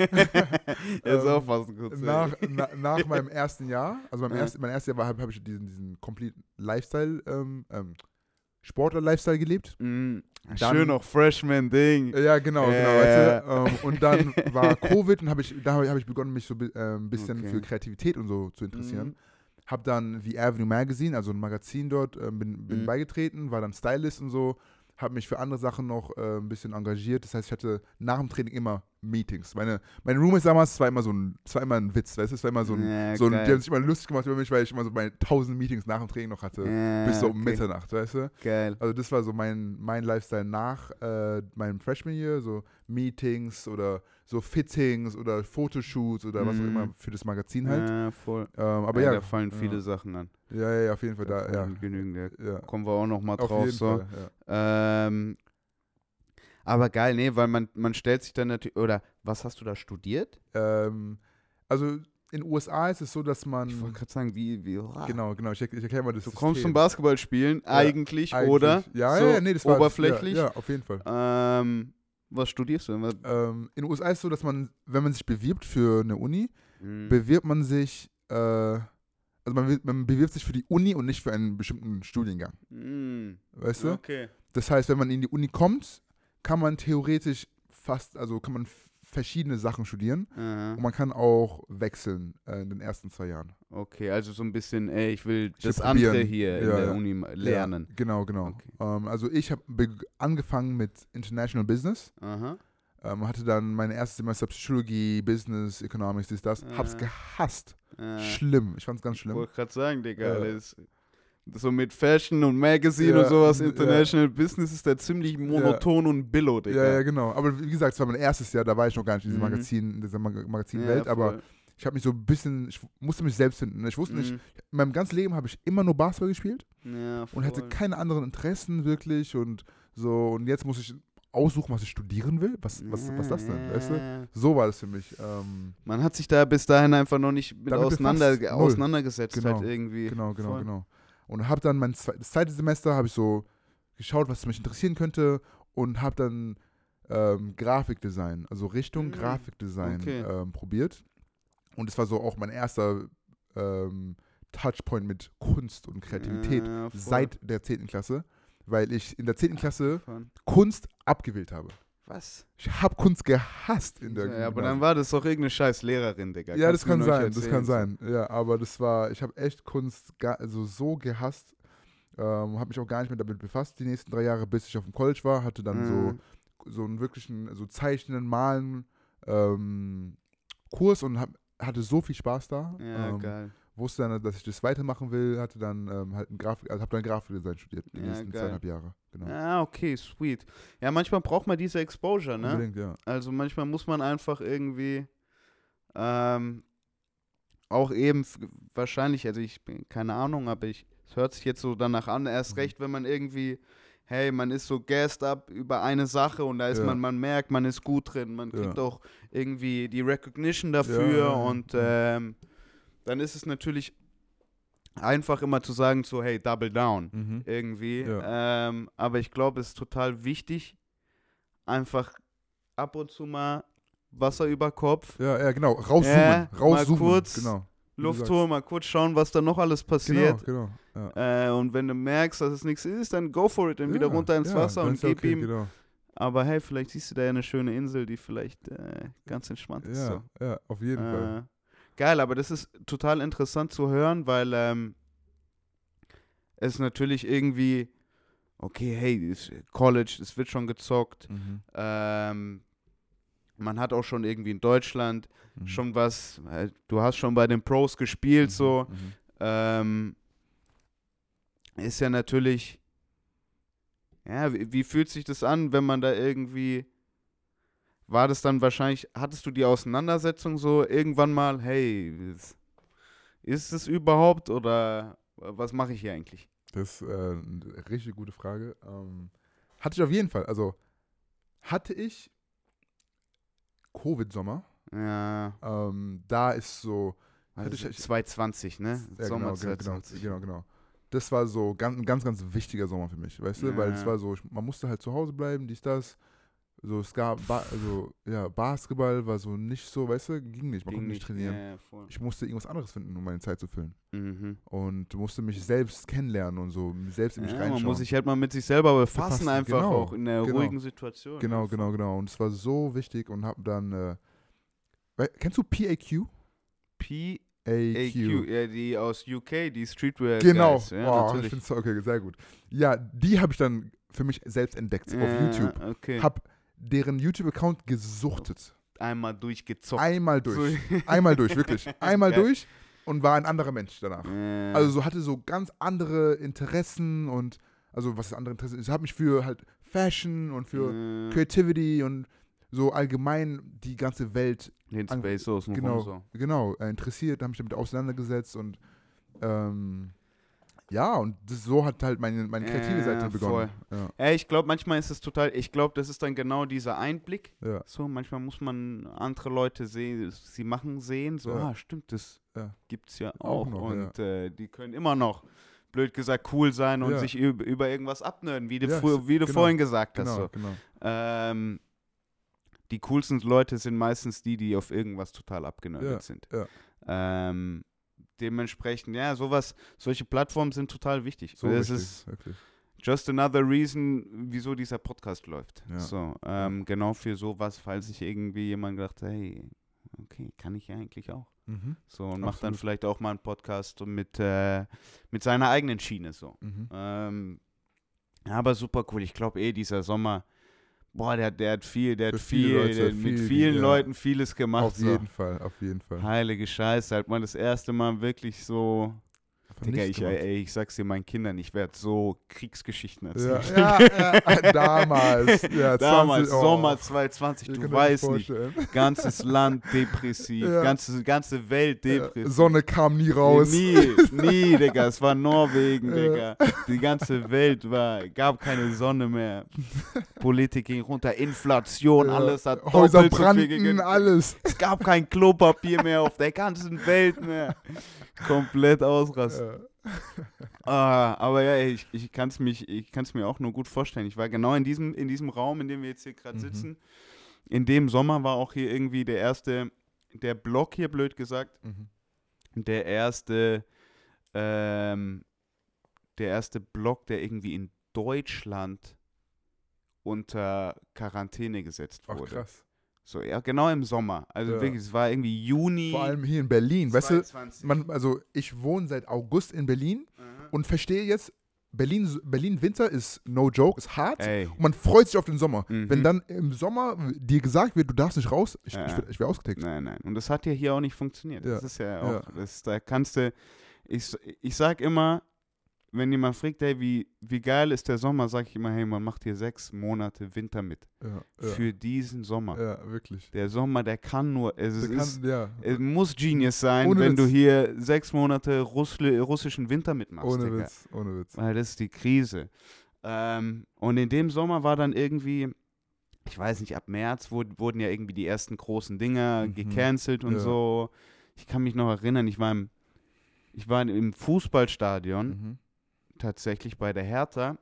Er ist ähm, auch fast ein kurz. nach, na, nach meinem ersten Jahr, also mein, Ja. erst, mein erstes Jahr war, habe hab ich diesen, diesen complete Lifestyle, ähm, ähm, Sportler-Lifestyle gelebt. Mm, Dann- schön noch Freshman-Ding. Ja, genau, genau, Ja. weißt du? Ähm, und dann war Covid und hab ich, da habe hab ich begonnen, mich so bi- äh, ein bisschen Okay. für Kreativität und so zu interessieren. Mhm. Hab dann The Avenue Magazine, also ein Magazin dort, ähm, bin, bin Mhm. beigetreten, war dann Stylist und so, habe mich für andere Sachen noch äh, ein bisschen engagiert. Das heißt, ich hatte nach dem Training immer Meetings. Meine, meine Roommates damals, es war immer so ein, es war immer ein Witz, weißt du, es war immer so ein, Ja, so ein geil. die haben sich immer lustig gemacht über mich, weil ich immer so meine tausend Meetings nach dem Training noch hatte, Ja, bis so um okay. Mitternacht, weißt du. Geil. Also das war so mein, mein Lifestyle nach äh, meinem Freshman Year, so Meetings oder so Fittings oder Fotoshoots oder was auch Mhm. immer für das Magazin halt. Ja, voll. Ähm, aber ja, ja, da fallen ja. viele Sachen an. Ja, ja, ja, auf jeden Fall Da da, ja. fallen genügend. Da ja. kommen wir auch noch mal Auf drauf. jeden So. Fall, ja. Ähm, aber geil, nee, weil man, man stellt sich dann natürlich, oder was hast du da studiert? Ähm, also in den U S A ist es so, dass man, Ich wollte gerade sagen, wie, wie genau, genau, ich, erk- ich erkläre mal das du System. kommst zum Basketballspielen, eigentlich, Eigentlich. oder? Ja, so ja, ja, nee, das war oberflächlich. Ja, ja, auf jeden Fall. Ähm, was studierst du? Was, Ähm, in den U S A ist es so, dass man, wenn man sich bewirbt für eine Uni, Mhm. bewirbt man sich, äh, also man, will- man bewirbt sich für die Uni und nicht für einen bestimmten Studiengang. Mhm. Weißt du? Okay. Das heißt, wenn man in die Uni kommt, kann man theoretisch fast, also kann man f- verschiedene Sachen studieren Aha. und man kann auch wechseln äh, in den ersten zwei Jahren. Okay, also so ein bisschen, ey, ich will Ich will das andere probieren. hier in Ja, der ja. Uni ma- lernen. Ja, genau, genau. Okay. Ähm, also ich habe angefangen mit International Business, Aha. ähm, hatte dann mein erstes Semester Psychologie, Business, Economics, dies, das. Hab's Äh. gehasst. Äh, Schlimm. Ich fand's ganz Ich schlimm. wollte gerade sagen, Digga, Ja. alles. So mit Fashion und Magazine Ja, und sowas, ja. International Business ist da ziemlich monoton und billow, Digga. Ja, ja, genau. Aber wie gesagt, es war mein erstes Jahr, da war ich noch gar nicht in dieser Mhm. Magazin, in dieser Mag Ja, Magazinwelt, aber voll. ich habe mich so ein bisschen, ich musste mich selbst finden. Ich wusste nicht, Mhm. in meinem ganzen Leben habe ich immer nur Basketball gespielt Ja, und hatte voll. keine anderen Interessen wirklich und so. Und jetzt muss ich aussuchen, was ich studieren will. Was, was, was ist das denn? Ja, Weißt du? ja. So war das für mich. Ähm, Man hat sich da bis dahin einfach noch nicht mit Damit auseinander, befasst. Null. auseinandergesetzt Genau. halt irgendwie. genau, genau, Voll. genau. Und habe dann mein zwe das zweite Semester habe ich so geschaut, was mich interessieren könnte und habe dann ähm, Grafikdesign, also Richtung Mhm. Grafikdesign Okay. ähm, probiert. Und es war so auch mein erster ähm, Touchpoint mit Kunst und Kreativität Ja, voll. seit der zehnten Klasse, weil ich in der zehnten Klasse Abgefahren. Kunst abgewählt habe. Was? Ich habe Kunst gehasst in der Ja, aber Gymnasium. dann war das doch irgendeine scheiß Lehrerin, Digga. Ja, das Kannst du mir kann noch sein, nicht das kann erzählen, sein. Ja, aber das war, ich habe echt Kunst ga, also so gehasst, ähm, habe mich auch gar nicht mehr damit befasst die nächsten drei Jahre, bis ich auf dem College war, hatte dann Mhm. so, so einen wirklichen, so Zeichnen, Malen ähm, Kurs und hab, hatte so viel Spaß da. So. Ja, ähm, geil. wusste dann, dass ich das weitermachen will, hatte dann ähm, halt ein Grafik, also habe dann Grafikdesign studiert, die Ja, nächsten geil. zweieinhalb Jahre. Genau. Ja, okay, sweet. Ja, manchmal braucht man diese Exposure, ne? Unbedingt, ja. Also manchmal muss man einfach irgendwie ähm, auch eben f- wahrscheinlich, also ich bin keine Ahnung, aber ich, es hört sich jetzt so danach an, erst Mhm. recht, wenn man irgendwie, hey, man ist so gassed up über eine Sache und da ist Ja. man, man merkt, man ist gut drin, man kriegt Ja. auch irgendwie die Recognition dafür Ja, ja, ja, und ja. ähm, dann ist es natürlich einfach immer zu sagen, so, hey, double down Mhm. irgendwie. Ja. Ähm, aber ich glaube, es ist total wichtig, einfach ab und zu mal Wasser über Kopf, Ja, ja, genau. Rauszoomen. Ja, mal Rauszoomen. kurz Genau. Wie du Luft sagst. holen, mal kurz schauen, was da noch alles passiert. Genau, genau. Ja. Äh, und wenn du merkst, dass es nichts ist, dann go for it, dann wieder Ja, runter ins ja, Wasser dann und ist ja gib okay, ihm. Genau. Aber hey, vielleicht siehst du da ja eine schöne Insel, die vielleicht äh, ganz entspannt ist. Ja, So. ja, auf jeden Fall. Äh, geil, aber das ist total interessant zu hören, weil ähm, es natürlich irgendwie, okay, hey, ist College, es wird schon gezockt. Mhm. Ähm, man hat auch schon irgendwie in Deutschland Mhm. schon was, äh, du hast schon bei den Pros gespielt, Mhm. so. Mhm. Ähm, ist ja natürlich, ja, wie, wie fühlt sich das an, wenn man da irgendwie, war das dann wahrscheinlich, hattest du die Auseinandersetzung so irgendwann mal, hey, ist, ist es überhaupt oder was mache ich hier eigentlich? Das ist äh, eine richtig gute Frage. Ähm, hatte ich auf jeden Fall. Also hatte ich Covid-Sommer. Ja, Ähm, da ist so. also hatte ich- zwanzig zwanzig, ne? Ja, Sommer genau, genau, genau, zwanzig. genau, genau. Das war so ganz, ein ganz, ganz wichtiger Sommer für mich, weißt du? Weil es Ja. war so, ich, man musste halt zu Hause bleiben, dies, das. So, es gab, ba also, ja, Basketball war so nicht so, weißt du, ging nicht, man Ging konnte nicht nicht, trainieren. ja, ja, voll. Ich musste irgendwas anderes finden, um meine Zeit zu füllen. Mhm. Und musste mich selbst kennenlernen und so, selbst in mich Ja, reinschauen. man muss sich halt mal mit sich selber befassen, Befassen, einfach genau, auch in der genau. ruhigen Situation. Genau, einfach. genau, genau. Und es war so wichtig und hab dann, äh, wei- kennst du P A Q? P A A Q, Q. ja, die aus U K, die Streetwear Genau. Guys. Ja, oh, ich natürlich. find's so, okay, sehr gut. Ja, die habe ich dann für mich selbst entdeckt auf Ja, YouTube. Okay. Hab deren YouTube-Account gesuchtet. Einmal durchgezockt. Einmal durch. So. Einmal durch, wirklich. Einmal Geil. durch und war ein anderer Mensch danach. Ja. Also so hatte so ganz andere Interessen und, also was ist andere Interessen? Ich habe mich für halt Fashion und für Ja. Creativity und so allgemein die ganze Welt Den an- Space außen genau, rum so. genau äh, interessiert, habe mich damit auseinandergesetzt und ähm, ja, und das, so hat halt meine, meine kreative Ja, Seite begonnen. Ja, ich glaube, manchmal ist es total, ich glaube, das ist dann genau dieser Einblick. Ja, ja, So, manchmal muss man andere Leute sehen, sie machen sehen, so, Ja. ah, stimmt, das ja, gibt's ja Auch auch. noch, und äh, die können immer noch, blöd gesagt, cool sein und Ja. sich über, über irgendwas abnörden, wie du, Ja, früher, wie du genau, vorhin gesagt hast. genau, So. genau. Ähm, die coolsten Leute sind meistens die, die auf irgendwas total abgenördet Ja, sind. ja. Ähm, dementsprechend, ja, sowas, solche Plattformen sind total wichtig. So das wichtig, ist wirklich. just another reason, wieso dieser Podcast läuft. Ja. So, ähm, genau für sowas, falls sich irgendwie jemand gedacht hat, hey, okay, kann ich ja eigentlich auch. Mhm. So, und macht dann Absolut. vielleicht auch mal einen Podcast mit, äh, mit seiner eigenen Schiene. So. Mhm. Ähm, ja, aber super cool. Ich glaube eh, dieser Sommer, boah, der, der hat viel, der Für hat viele viel, Leute der, hat mit viel, vielen ja. Leuten vieles gemacht. Auf so. jeden Fall, auf jeden Fall. Heilige Scheiße, halt mal das erste Mal wirklich so. Einfach Digga, nichts ich, gemacht. ey, ich sag's dir meinen Kindern, ich werde so Kriegsgeschichten Ja, erzählen. ja, ja, damals. Ja, Damals, zwanzig, oh, Sommer zwanzig zwanzig, ihr du könnt euch weißt nicht. vorstellen. Ganzes Land depressiv, Ja. ganze, ganze Welt Ja, depressiv. Sonne kam nie raus. Nie, nie, Digga, es war Norwegen, Ja. Digga. Die ganze Welt war, gab keine Sonne mehr. Politik ging runter, Inflation, Ja, alles hat Häuser doppelt so viel brannten, gegeben. alles. Es gab kein Klopapier mehr auf der ganzen Welt mehr. Komplett ausrasten. Ja. Ah, aber ja, ich, ich kann es mir auch nur gut vorstellen. Ich war genau in diesem, in diesem Raum, in dem wir jetzt hier gerade Mhm. sitzen. In dem Sommer war auch hier irgendwie der erste, der Block hier, blöd gesagt, Mhm. der erste, ähm, der erste Block, der irgendwie in Deutschland unter Quarantäne gesetzt Ach, wurde. krass. So, ja, genau im Sommer. Also Ja. wirklich, es war irgendwie Juni. Vor allem hier in Berlin, weißt du, zweiundzwanzig. man, also ich wohne seit August in Berlin Aha. und verstehe jetzt, Berlin, Berlin Winter ist no joke, ist hart. Ey. Und man freut sich auf den Sommer. Mhm. Wenn dann im Sommer dir gesagt wird, du darfst nicht raus, ich, Ja. ich, ich wäre ausgetickt. Nein, nein. Und das hat ja hier auch nicht funktioniert. Ja. Das ist ja auch, Ja. das, da kannst du, ich, ich sag immer, wenn jemand fragt, hey, wie, wie geil ist der Sommer, sag ich immer, hey, man macht hier sechs Monate Winter mit. Ja, ja, Für diesen Sommer. ja, wirklich. Der Sommer, der kann nur, es, Der ist, kann, ja, es muss Genius sein, Ohne wenn Witz. du hier sechs Monate Russl russischen Winter mitmachst, ohne Digga. Witz, ohne Witz. Weil das ist die Krise. Ähm, und in dem Sommer war dann irgendwie, ich weiß nicht, ab März wurd, wurden ja irgendwie die ersten großen Dinger Mhm. gecancelt und Ja. so. Ich kann mich noch erinnern, ich war im, ich war im Fußballstadion, Mhm. tatsächlich bei der Hertha,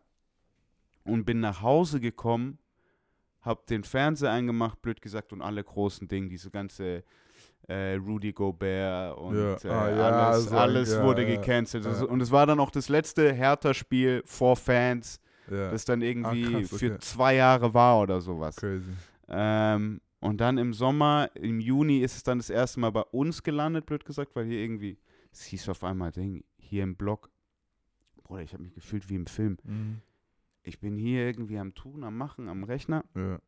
und bin nach Hause gekommen, hab den Fernseher eingemacht, blöd gesagt, und alle großen Dinge, diese ganze äh, Rudy Gobert und Ja. äh, Ah, ja, alles, so, alles ja, wurde ja, gecancelt. ja. Und es war dann auch das letzte Hertha-Spiel vor Fans, Ja, das dann irgendwie Ah, krass, okay. für zwei Jahre war oder sowas. crazy. Ähm, und dann im Sommer, im Juni, ist es dann das erste Mal bei uns gelandet, blöd gesagt, weil hier irgendwie, es hieß auf einmal, Ding, hier im Block, Bruder, ich habe mich gefühlt wie im Film. Mhm. Ich bin hier irgendwie am Tun, am Machen, am Rechner. Ja.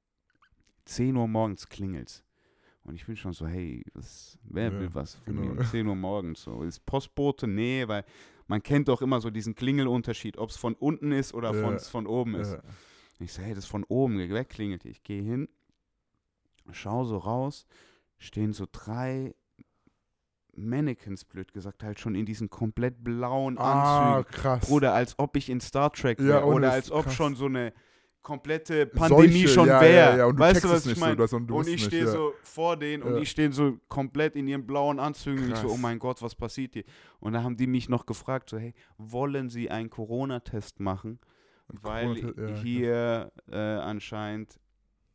zehn Uhr morgens klingelt's. Und ich bin schon so, hey, was, wer Ja, will was von genau. mir um zehn Uhr morgens? So, ist Postbote? Nee, weil man kennt doch immer so diesen Klingelunterschied, ob es von unten ist oder Ja, von, von oben ist. Ja. Ich so, hey, das ist von oben, wer klingelt? Ich gehe hin, schau so raus, stehen so drei Mannequins, blöd gesagt, halt schon in diesen komplett blauen Ah, Anzügen. krass. Bruder, als ob ich in Star Trek Ja, wäre. ohne Oder Witz, als ob krass. schon so eine komplette Pandemie Seuche, schon ja, wäre. ja, ja, und du Weißt du, checkst was es ich nicht so, meine? du hast- und du und wusst ich nicht, stehe ja. so vor denen und Ja. die stehen so komplett in ihren blauen Anzügen. Und ich so, Krass. oh mein Gott, was passiert hier? Und da haben die mich noch gefragt, so, hey, wollen Sie einen Corona-Test machen? Weil Corona-Test, ja, hier äh, anscheinend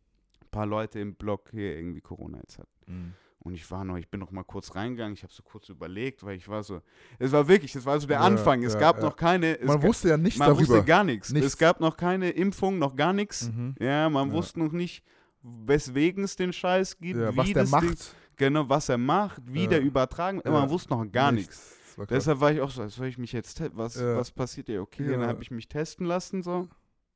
ein paar Leute im Block hier irgendwie Corona jetzt hatten. Mhm. Und ich war noch, ich bin noch mal kurz reingegangen, ich habe so kurz überlegt, weil ich war so, es war wirklich, es war so der Ja, Anfang, es ja, gab ja. noch keine, es Man ga- wusste ja nichts man darüber. wusste gar nichts. Nichts. Es gab noch keine Impfung, noch gar nichts. Mhm. Ja, man Ja. wusste noch nicht, weswegen es den Scheiß gibt, Ja, wie was der das macht. Ding, genau, was er macht, wie Ja. der übertragen, Ja. man wusste noch gar nichts. Das war krass. Deshalb war ich auch so, soll ich mich jetzt, te- was, Ja. was passiert hier? Okay, Ja. dann habe ich mich testen lassen so.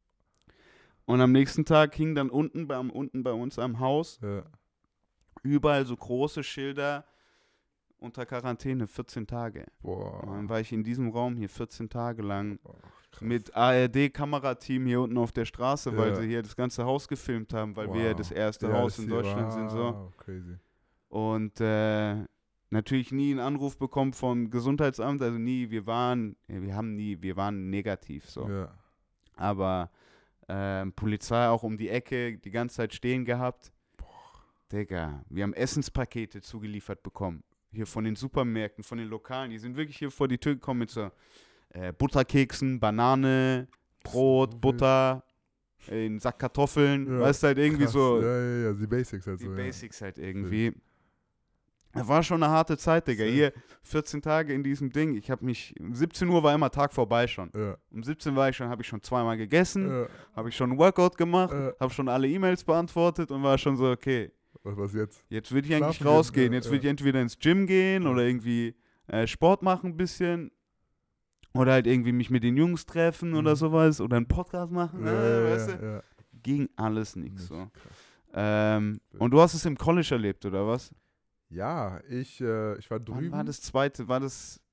Und am nächsten Tag hing dann unten bei, unten bei uns am Haus Ja. überall so große Schilder unter Quarantäne, vierzehn Tage. Boah. Und dann war ich in diesem Raum hier vierzehn Tage lang Boah, krass. mit A R D-Kamerateam hier unten auf der Straße, weil Ja. sie hier das ganze Haus gefilmt haben, weil wir ja Wow. das erste Ja, Haus das in hier- Deutschland sind. So. Wow, crazy. Und äh, natürlich nie einen Anruf bekommen vom Gesundheitsamt, also nie, wir waren, ja, wir haben nie, wir waren negativ so. Ja. Aber ähm, Polizei auch um die Ecke die ganze Zeit stehen gehabt. Digga, wir haben Essenspakete zugeliefert bekommen. Hier von den Supermärkten, von den Lokalen. Die sind wirklich hier vor die Tür gekommen mit so äh, Butterkeksen, Banane, Brot, So wild. Butter, äh, einen Sack Kartoffeln. Ja, Weißt du, halt irgendwie Krass. so Ja, ja, ja, die Basics halt die so. Basics halt irgendwie. Das war schon eine harte Zeit, Digga. Safe. Hier vierzehn Tage in diesem Ding. Ich habe mich, um siebzehn Uhr war immer Tag vorbei schon. Ja. Ja. Um siebzehn war ich schon, habe ich schon zweimal gegessen, Ja. habe ich schon ein Workout gemacht, Ja. habe schon alle E-Mails beantwortet und war schon so, okay, Was war's jetzt? jetzt würde ich eigentlich Schlafen gehen, rausgehen. ja, Jetzt ja. würde ich entweder ins Gym gehen oder irgendwie äh, Sport machen ein bisschen. Oder halt irgendwie mich mit den Jungs treffen oder Mhm. sowas. Oder einen Podcast machen. Ja, äh, ja, weißt du? ja, ja. Ging alles nichts Nicht so. krass. Ähm, und du hast es im College erlebt, oder was? Ja, ich, äh, ich war drüben. Wann war das zweite? War das.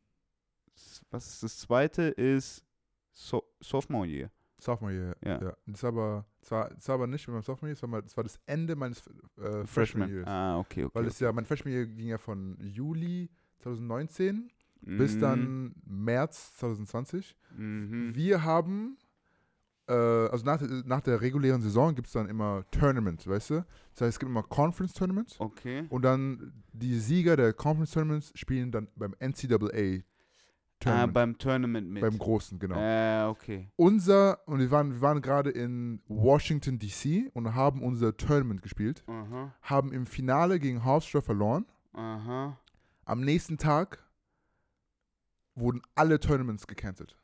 Was ist das zweite? Ist so Sophomore Year. Sophomore Year. Ja. Ja. Das war aber, das war, das war aber nicht mit meinem Sophomore Year, das war, mal, das war das Ende meines äh, Freshman Freshman. Years. Ah, okay, okay. Weil okay. es ja, mein Freshman Year ging ja von Juli zwanzig neunzehn bis Mhm. dann März zwanzig zwanzig. Mhm. Wir haben, äh, also nach, nach der regulären Saison gibt es dann immer Tournaments, weißt du? Das heißt, es gibt immer Conference Tournaments Okay. und dann die Sieger der Conference Tournaments spielen dann beim N C A A Ah, Tournament, beim Tournament mit. beim großen, genau. Äh, okay. Unser, und wir waren, wir waren gerade in Washington, D C und haben unser Tournament gespielt, Aha. haben im Finale gegen Hofstra verloren. Aha. Am nächsten Tag wurden alle Tournaments gecancelt.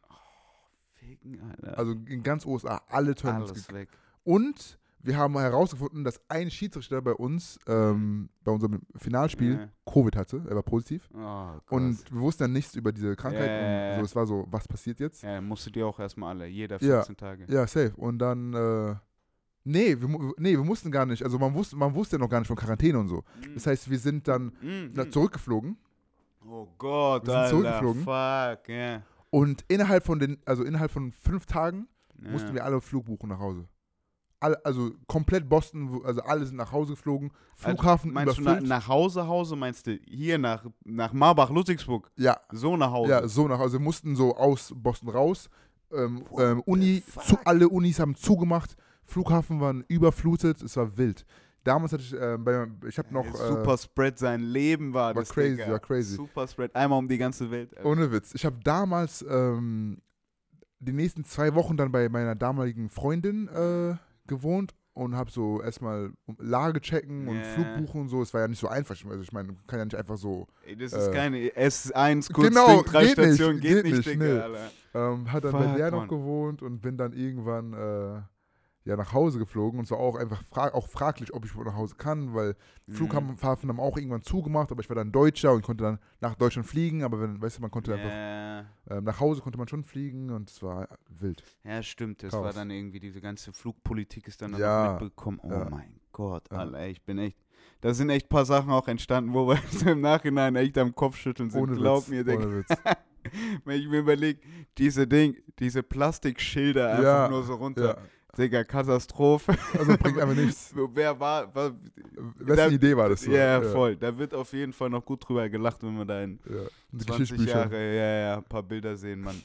Ficken, Alter. Also in ganz U S A alle Tournaments Alles gecancelt. weg. Und wir haben herausgefunden, dass ein Schiedsrichter bei uns, ähm, bei unserem Finalspiel, Ja. Covid hatte. Er war positiv. Oh, krass. Und wir wussten dann nichts über diese Krankheit. Ja. Und so, es war so, was passiert jetzt? Ja, musstet ihr auch erstmal alle, jeder Ja. vierzehn Tage. Ja, safe. Und dann, äh, nee, wir, mu- nee, wir mussten gar nicht. Also man wusste, man wusste ja noch gar nicht von Quarantäne und so. Mhm. Das heißt, wir sind dann Mhm. na, zurückgeflogen. Oh Gott, Wir sind Alter. zurückgeflogen. Fuck, ja. Und innerhalb von den, also innerhalb von fünf Tagen ja. mussten wir alle Flug buchen nach Hause. Alle, also komplett Boston, wo- also alle sind nach Hause geflogen. Flughafen also, meinst du na, überfüllt. nach Hause, Hause? Meinst du hier nach, nach Marbach, Ludwigsburg? ja, So nach Hause? ja, so nach Hause. Wir mussten so aus Boston raus. Ähm, What ähm, Uni, the zu, fuck? alle Unis haben zugemacht. Flughafen waren überflutet. Es war wild. Damals hatte ich, äh, bei, ich habe noch, Ey, äh, Super Spread, sein Leben war, war das, crazy, Digga. war crazy. Super Spread, einmal um die ganze Welt. Alter. ohne Witz. Ich habe damals ähm, die nächsten zwei Wochen dann bei meiner damaligen Freundin äh, gewohnt und habe so erstmal Lage checken und Ja. Flug buchen und so. Es war ja nicht so einfach. Also ich meine, man kann ja nicht einfach so. Ey, das ist äh, keine S eins kurz Genau, Ding, drei geht nicht, Stationen, geht, geht nicht, nicht, Digga, nee. Alter. Ähm, hat dann bei Fuck, der noch Mann. gewohnt und bin dann irgendwann äh, ja, nach Hause geflogen. Und es war auch einfach fra auch fraglich, ob ich wohl nach Hause kann, weil Mhm. Flughafen haben auch irgendwann zugemacht, aber ich war dann Deutscher und konnte dann nach Deutschland fliegen. Aber wenn, weißt du, man konnte einfach Ja, ähm, nach Hause konnte man schon fliegen und es war wild. ja, stimmt. Das Chaos. war dann irgendwie, diese ganze Flugpolitik ist dann Ja, noch mitbekommen. Oh ja. mein Gott, Ja. Alter, ey, ich bin echt. Da sind echt ein paar Sachen auch entstanden, wo wir so im Nachhinein echt am Kopfschütteln sind. Ohne Glaub Witz. mir, Digga. Ohne Witz. Wenn ich mir überlege, diese Ding, diese Plastikschilder einfach Ja, nur so runter. Ja. Digga, Katastrophe. Also bringt einfach nichts. Wer war, war Wessen Da- Idee war das so? ja, voll. Da wird auf jeden Fall noch gut drüber gelacht, wenn wir da in Ja. Die zwanzig Geschichtsbücher. Jahre, ja, ja, ein paar Bilder sehen, Mann.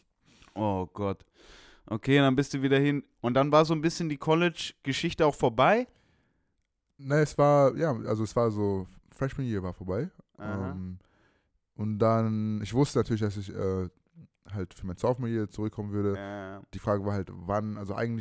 Oh Gott. Okay, dann bist du wieder hin. Und dann war so ein bisschen die College-Geschichte auch vorbei. Ne, es war, ja, also es war so, Freshman Year war vorbei. Aha. Ähm, und dann, ich wusste natürlich, dass ich äh, halt für mein Sophomore Year zurückkommen würde. Ja. Die Frage war halt, wann, also eigentlich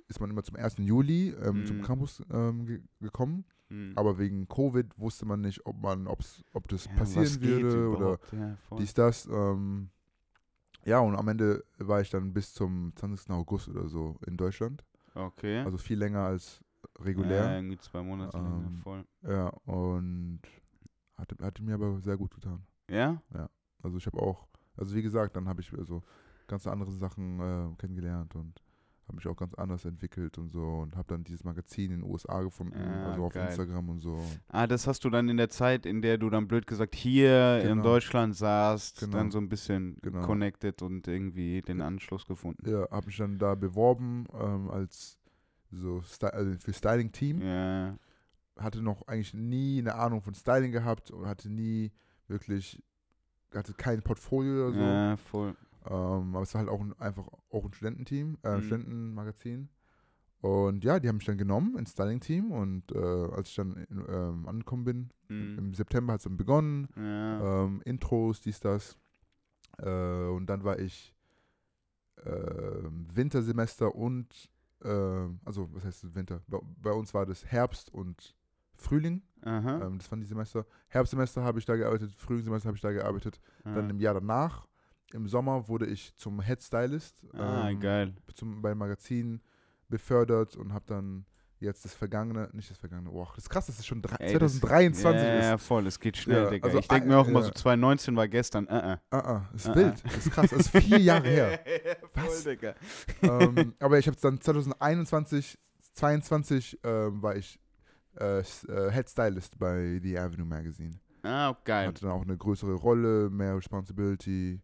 ist man immer zum ersten Juli ähm, Mhm. zum Campus ähm, ge gekommen. Hm. Aber wegen Covid wusste man nicht, ob man, ob's, ob das Ja, passieren was geht würde oder überhaupt? Ja, voll. dies, das. Ähm, ja, und am Ende war ich dann bis zum zwanzigsten August oder so in Deutschland. Okay. Also viel länger als Ja, regulär. irgendwie zwei Monate länger, Ähm, voll. Ja, und hatte, hatte mir aber sehr gut getan. Ja? Also ich habe auch, also wie gesagt, dann habe ich also ganz andere Sachen äh, kennengelernt und habe mich auch ganz anders entwickelt und so und habe dann dieses Magazin in den U S A gefunden, Ja, also auf geil. Instagram und so. Ah, das hast du dann in der Zeit, in der du dann blöd gesagt hier in Genau. Deutschland saßt, Genau. dann so ein bisschen Genau. connected und irgendwie den Anschluss gefunden. Ja, habe mich dann da beworben ähm, als so Sty also für Styling-Team. Ja, Hatte noch eigentlich nie eine Ahnung von Styling gehabt und hatte nie wirklich, hatte kein Portfolio oder so. ja, voll. Ähm, aber es war halt auch ein, einfach auch ein Studententeam, äh, Mhm. Studentenmagazin. Und ja, die haben mich dann genommen ins Styling-Team und äh, als ich dann in, ähm, angekommen bin, Mhm. im September hat es dann begonnen, Ja. ähm, Intros, dies, das. Äh, und dann war ich äh, Wintersemester und, äh, also was heißt Winter? Bei, bei uns war das Herbst und Frühling, Aha. ähm, das waren die Semester. Herbstsemester habe ich da gearbeitet, Frühlingssemester habe ich da gearbeitet. Dann Ja. im Jahr danach, im Sommer, wurde ich zum Head Stylist Ah, ähm, geil. zum, beim Magazin befördert und habe dann jetzt das vergangene, nicht das vergangene, oh, das ist krass, dass es schon drei, Ey, das- zwanzig dreiundzwanzig ja, ist. Ja, voll, es geht schnell, Ja, Digga. also, ich denke äh, mir auch immer ja. so, zwanzig neunzehn war gestern, äh, äh. Ah, ah, ist Ah, wild, ah. ist krass, das ist vier Jahre her. voll, Was? Digga. ähm, aber ich habe dann zwanzig einundzwanzig, zweiundzwanzig ähm, war ich äh, S- äh, Head Stylist bei The Avenue Magazine. Ah, geil. Hatte dann auch eine größere Rolle, mehr Responsibility.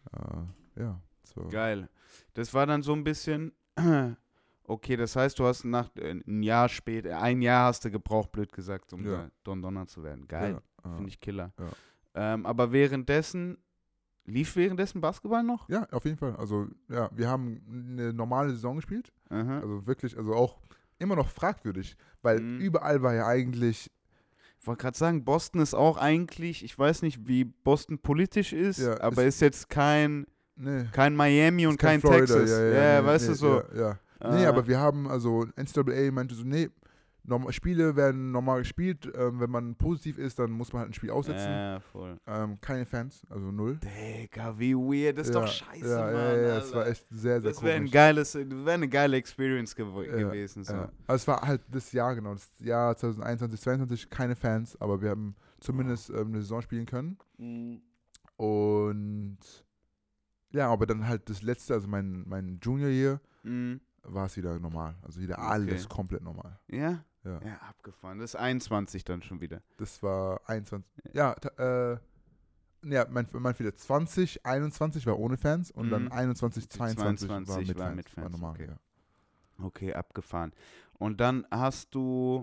Äh, ja, so. Geil. Das war dann so ein bisschen, okay, das heißt, du hast nach, äh, ein Jahr später, ein Jahr hast du gebraucht, blöd gesagt, um Ja. da Don Donner zu werden. Geil, Ja, äh, finde ich Killer. ja. Ähm, aber währenddessen, lief währenddessen Basketball noch? Ja, auf jeden Fall. Also, ja, wir haben eine normale Saison gespielt. Aha. Also wirklich, also auch immer noch fragwürdig, weil Mhm. überall war ja eigentlich, Ich wollte gerade sagen, Boston ist auch eigentlich, ich weiß nicht, wie Boston politisch ist, Ja, aber ist- ist jetzt kein, ne, kein Miami und ist kein kein Florida, Texas. ja, ja, Ja, nee, weißt nee, du so. Ja, ja. Nee, Äh, aber wir haben, also N C A A meinte so, nee, norm Spiele werden normal gespielt, ähm, wenn man positiv ist, dann muss man halt ein Spiel aussetzen. Ja, voll. Ähm, keine Fans, also null. Digga, wie weird, das ist ja, doch scheiße, ja, Mann. Ja, ja, ja, es Alter. war echt sehr, sehr Das wäre ein komisch. geiles, wäre eine geile Experience gew Ja, gewesen. So. Ja. Also es war halt das Jahr, genau, das Jahr zwanzig einundzwanzig, zweiundzwanzig, keine Fans, aber wir haben zumindest ähm, eine Saison spielen können. Mhm. Und ja, aber dann halt das letzte, also mein, mein Junior Year, Mhm. war es wieder normal. Also wieder Okay. alles komplett normal. Ja? Ja. Ja, abgefahren. Das ist einundzwanzig dann schon wieder. Das war einundzwanzig. Ja, ta- äh, ja, mein, mein Fehler. zwanzig, einundzwanzig war ohne Fans und dann Mhm. einundzwanzig, zweiundzwanzig war zweiundzwanzig mit war Fans. mit Fans, War normal, okay. ja. Okay, abgefahren. Und dann hast du,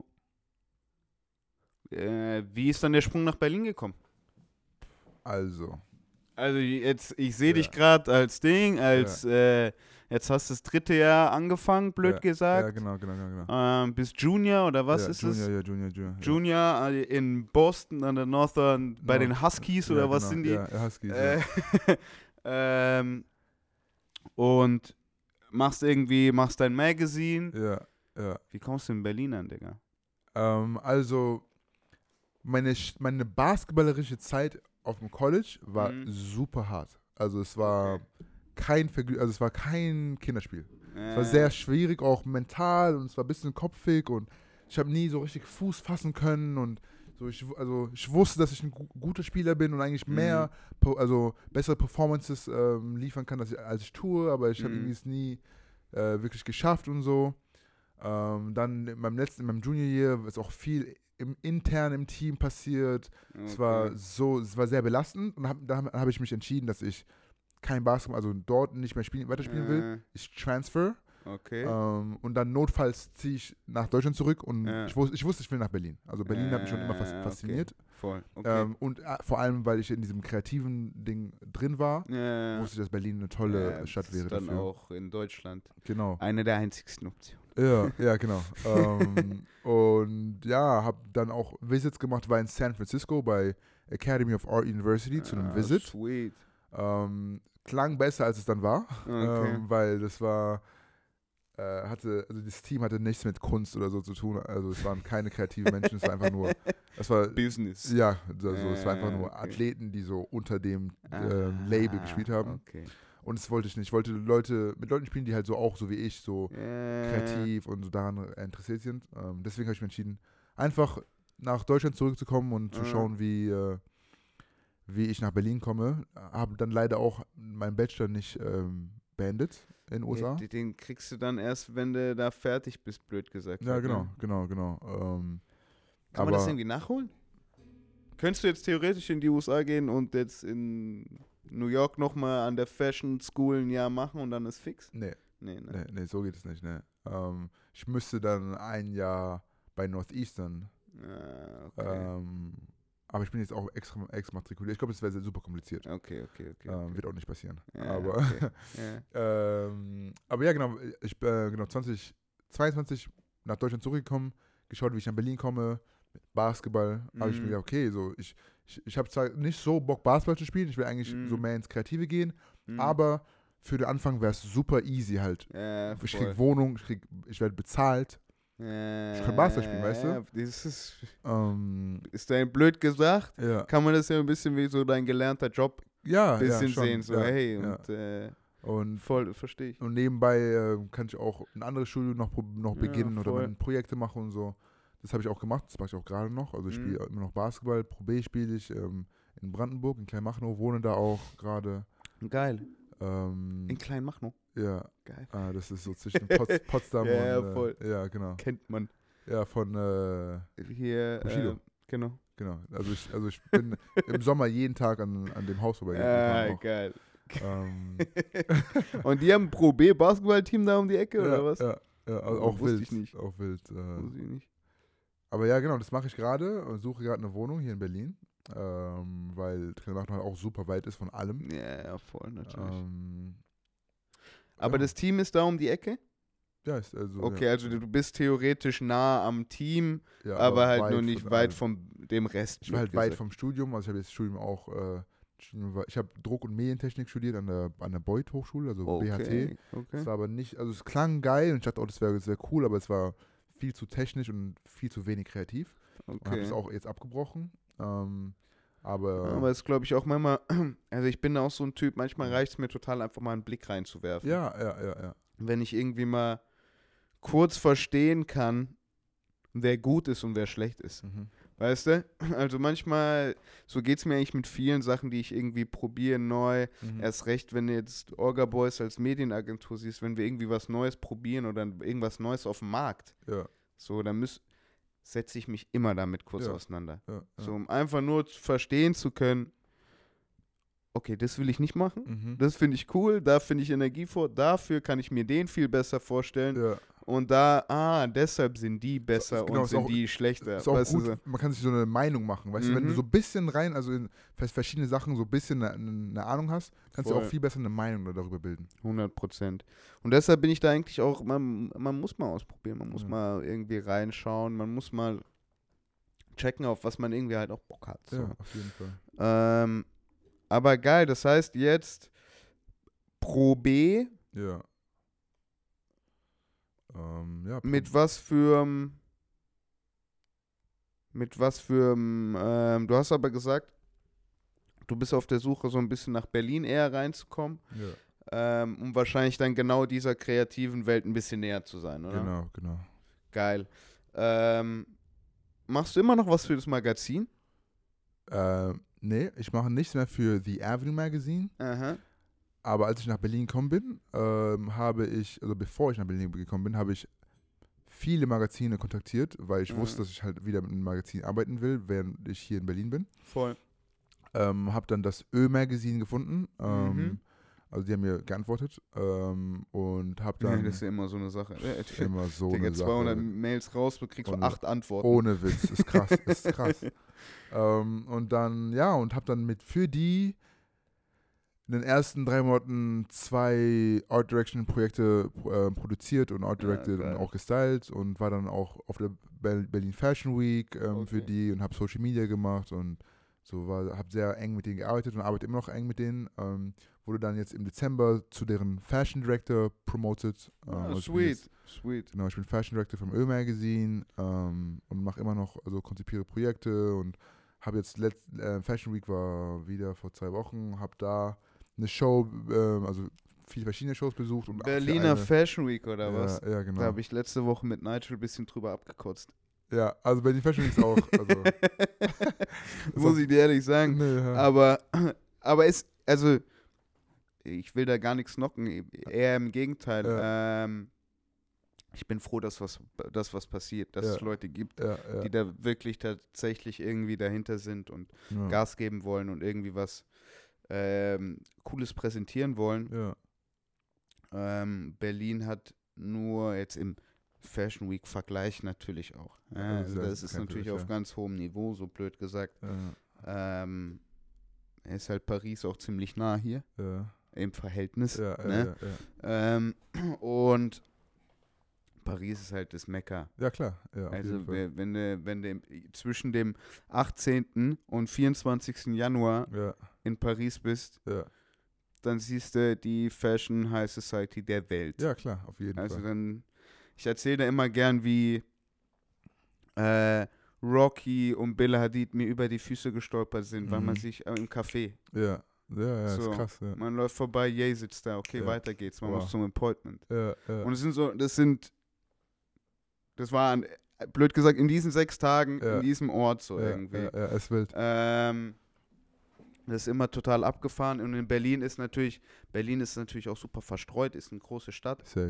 äh, wie ist dann der Sprung nach Berlin gekommen? Also, Also jetzt, ich sehe Ja. dich gerade als Ding, als, äh, jetzt hast du das dritte Jahr angefangen, blöd ja, gesagt. Ja, genau, genau, genau. genau. Ähm, bist Junior oder was ja, ist Junior, es? Ja, Junior, Junior. ja. Junior äh, in Boston an der Northern, bei North- den Huskies ja, oder was genau, sind die? Ja, ja, Huskies, Äh, ja. ähm, und machst irgendwie, machst dein Magazine. ja, ja. Wie kommst du in Berlin an, Digga? Ähm, also, meine, Sch- meine basketballerische Zeit auf dem College war Mhm. super hart. Also es war Okay. kein Vergnü also es war kein Kinderspiel. Äh, Es war sehr schwierig, auch mental, und es war ein bisschen kopfig und ich habe nie so richtig Fuß fassen können und so ich, also ich wusste, dass ich ein gu guter Spieler bin und eigentlich mehr, po also bessere Performances ähm, liefern kann, als ich, als ich tue, aber ich habe Mhm. irgendwie es nie äh, wirklich geschafft und so. Ähm, dann in meinem letzten, in meinem Junior Year ist auch viel im, intern im Team passiert. Es war okay. so, es war sehr belastend und hab, da habe ich mich entschieden, dass ich kein Basketball, also dort nicht mehr spielen, weiterspielen will. Äh, Ich transfer okay. ähm, und dann notfalls ziehe ich nach Deutschland zurück und Ja. ich, wus ich wusste, ich will nach Berlin. Also Berlin hat mich schon immer fas Äh, fasziniert. Okay. Voll. Okay. Ähm, und äh, vor allem, weil ich in diesem kreativen Ding drin war, ja. wusste ich, dass Berlin eine tolle ja, Stadt das wäre ist dann dafür. auch in Deutschland Genau. eine der einzigsten Optionen. Ja, ja, genau. ähm, und ja, habe dann auch Visits gemacht, war in San Francisco bei Academy of Art University zu einem Ah, Visit. Sweet. Ähm, klang besser, als es dann war, Okay. ähm, weil das war, äh, hatte, also das Team hatte nichts mit Kunst oder so zu tun. Also es waren keine kreativen Menschen, es war einfach nur, es war Business. Ja, also es war einfach Ah, nur okay. Athleten, die so unter dem Ah, ähm, Label gespielt haben. Okay. Und das wollte ich nicht. Ich wollte Leute, mit Leuten spielen, die halt so auch, so wie ich, so Äh, kreativ und so daran interessiert sind. Ähm, deswegen habe ich mich entschieden, einfach nach Deutschland zurückzukommen und zu Ah. schauen, wie, äh, wie ich nach Berlin komme. Habe dann leider auch meinen Bachelor nicht ähm, beendet in den U S A. ja, den- den kriegst du dann erst, wenn du da fertig bist, blöd gesagt. Ja, halt, genau, Ne? genau, genau. Ähm, Kann aber man das irgendwie nachholen? Könntest du jetzt theoretisch in die U S A gehen und jetzt in New York nochmal an der Fashion School ein Jahr machen und dann ist fix? nee, Nee, ne? nee, nee, so geht es nicht. Nee. Ähm, ich müsste dann ein Jahr bei Northeastern. Ah, okay. Ähm, aber ich bin jetzt auch extra exmatrikuliert. Ich glaube, das wäre super kompliziert. okay, okay, okay. Ähm, okay. Wird auch nicht passieren. Ja, aber, okay. Ja. ähm, aber ja, genau. Ich bin äh, genau zwanzig zweiundzwanzig nach Deutschland zurückgekommen, geschaut, wie ich nach Berlin komme. Mit Basketball habe ich mir Mhm. gedacht, okay, so ich, ich, ich habe zwar nicht so Bock, Basketball zu spielen. Ich will eigentlich Mhm. so mehr ins Kreative gehen. Mhm. Aber für den Anfang wäre es super easy halt. ja, Ich voll. krieg Wohnung, ich, krieg, ich werde bezahlt. Ja, kann Basketball spielen, weißt du? ja, Das ist, Ähm, ist dein blöd gesagt, ja, kann man das ja ein bisschen wie so dein gelernter Job ja, ein bisschen ja, schon, sehen. So, ja, hey, ja. und äh, Und, voll, verstehe ich. und nebenbei äh, kann ich auch ein anderes Studium noch, prob- noch Ja, beginnen oder voll. meine Projekte machen und so. Das habe ich auch gemacht, das mache ich auch gerade noch. Also ich Mhm. spiele immer noch Basketball, Pro B spiele ich ähm, in Brandenburg, in Kleinmachnow, wohne da auch gerade. Geil. Ähm, In Kleinmachnow. ja, Geil. äh, das ist so zwischen Pots Potsdam Ja, und, äh, voll. ja, genau. Kennt man. Ja, von, äh, Hier, Bushido. äh, genau. genau. Also ich, also ich bin im Sommer jeden Tag an, an dem Haus Ah, vorbeigefahren. auch. geil. Ähm, Und die haben ein Pro B Basketballteam da um die Ecke, oder ja, was? ja, ja, also Oh, auch wusste wild. ich nicht. Auch wild. Äh, Wusste ich nicht. aber ja, genau, das mache ich gerade und suche gerade eine Wohnung hier in Berlin, ähm, weil Kleinmachnow halt auch super weit ist von allem. Ja, ja, voll, natürlich. Ähm, Aber ja, das Team ist da um die Ecke? ja, ist also, Okay, ja, also du bist theoretisch nah am Team, ja, aber, halt weit nur nicht von weit allem. von dem Rest. Ich war halt blöd weit gesagt. vom Studium, also ich habe jetzt das Studium auch, äh, Studium war- ich habe Druck- und Medientechnik studiert an der, an der Beuth Hochschule, also B H T. Okay, okay. Es war aber nicht, also es klang geil und ich dachte auch, das wäre sehr cool, aber es war viel zu technisch und viel zu wenig kreativ. Und habe okay. es auch jetzt abgebrochen. Ähm, aber, Aber es glaube ich auch manchmal, also ich bin da auch so ein Typ, manchmal Mhm. reicht es mir total einfach mal einen Blick reinzuwerfen. ja, ja, ja, ja. Wenn ich irgendwie mal kurz verstehen kann, wer gut ist und wer schlecht ist. Mhm. Weißt du? Also manchmal, so geht es mir eigentlich mit vielen Sachen, die ich irgendwie probiere, neu. Mhm. Erst recht, wenn du jetzt Orga Boys als Medienagentur siehst, wenn wir irgendwie was Neues probieren oder irgendwas Neues auf dem Markt, Ja, so, dann müß, setze ich mich immer damit kurz Ja. auseinander. ja, ja. So, um einfach nur zu verstehen zu können, okay, das will ich nicht machen. Mhm. Das finde ich cool, da finde ich Energie vor, dafür kann ich mir den viel besser vorstellen. ja. Und da, ah, deshalb sind die besser genau, und ist sind auch- die schlechter. Ist auch weißt du, gut, so. man kann sich so eine Meinung machen, weißt du, wenn du Mhm. so ein bisschen rein, also in vers- verschiedene Sachen so ein bisschen eine, eine Ahnung hast, kannst du Voll. auch viel besser eine Meinung darüber bilden. hundert Prozent. Und deshalb bin ich da eigentlich auch, man, man muss mal ausprobieren, man muss Ja. mal irgendwie reinschauen, man muss mal checken, auf was man irgendwie halt auch Bock hat. So. Ja, auf jeden Fall. Ähm, aber geil, das heißt jetzt Pro B, Ja. Ähm, ja, mit was für mit was für ähm, du hast aber gesagt, du bist auf der Suche so ein bisschen nach Berlin eher reinzukommen, ja, ähm, um wahrscheinlich dann genau dieser kreativen Welt ein bisschen näher zu sein, oder? genau, genau. Geil. Ähm, machst du immer noch was für das Magazin? Äh, nee, ich mache nichts mehr für The Avenue Magazine, Aha. aber als ich nach Berlin gekommen bin, ähm, habe ich, also bevor ich nach Berlin gekommen bin, habe ich viele Magazine kontaktiert, weil ich Mhm. wusste, dass ich halt wieder mit einem Magazin arbeiten will, während ich hier in Berlin bin. Voll. Ähm, habe dann das Ö-Magazin gefunden, ähm, Mhm. also die haben mir geantwortet ähm, und habe dann das ist ja immer so eine Sache. Äh, immer so Digga, eine zweihundert Sache. Mails raus, du kriegst Ohne- so acht Antworten. Ohne Witz, ist krass, ist krass. ähm, und dann, ja, und habe dann mit für die in den ersten drei Monaten zwei Art Direction Projekte äh, produziert und Art Ja, directed geil. und auch gestylt und war dann auch auf der Ber- Berlin Fashion Week ähm, für Okay. die und habe Social Media gemacht und So war, habe sehr eng mit denen gearbeitet und arbeite immer noch eng mit denen. Ähm, wurde dann jetzt im Dezember zu deren Fashion Director promoted. Ähm, Ah, also ich bin sweet, jetzt, sweet. genau, ich bin Fashion Director vom Ö Magazine ähm, und mache immer noch, also konzipiere Projekte und habe jetzt, letzt, äh, Fashion Week war wieder vor zwei Wochen, habe da eine Show, ähm, also viele verschiedene Shows besucht. Und Berliner eine, Fashion Week oder ja, was? Ja, genau. Da habe ich letzte Woche mit Nigel ein bisschen drüber abgekotzt. Ja, also Berlin Fashion Week ist auch, also muss ich dir ehrlich sagen. Nee, ja. Aber, aber es, also, ich will da gar nichts knocken, eher im Gegenteil. Ja. Ähm, ich bin froh, dass was, dass was passiert, dass Ja. es Leute gibt, ja, ja. die da wirklich tatsächlich irgendwie dahinter sind und ja. Gas geben wollen und irgendwie was ähm, Cooles präsentieren wollen. Ja. Ähm, Berlin hat nur jetzt im Fashion Week Vergleich natürlich auch. Ja, Ja, das also ist- das ist kein natürlich Vergleich, auf ja. ganz hohem Niveau, so blöd gesagt. Ja. Ähm, ist halt Paris auch ziemlich nah hier Ja. im Verhältnis. Ja, ja, ne? ja, ja. Ähm, und Paris ist halt das Mekka. Ja, klar. Ja, auf jeden Also Fall. wer- wenn du, wenn du zwischen dem achtzehnten und vierundzwanzigsten Januar Ja, in Paris bist, ja. dann siehst du die Fashion High Society der Welt. Ja, klar, auf jeden Also Fall. dann, ich erzähle da immer gern, wie äh, Rocky und Bella Hadid mir über die Füße gestolpert sind, weil man Mhm. sich äh, im Café, Ja, ja, ja, So. ist krass. Ja, man läuft vorbei, Jay sitzt da, okay, Ja. weiter geht's, man Wow. muss zum Appointment. ja, ja. Und es sind so, das sind, das waren, äh, blöd gesagt, in diesen sechs Tagen, Ja. in diesem Ort so ja, irgendwie. Ja, ja, ist wild. Ähm, das ist immer total abgefahren und in Berlin ist natürlich, Berlin ist natürlich auch super verstreut, ist eine große Stadt. Safe.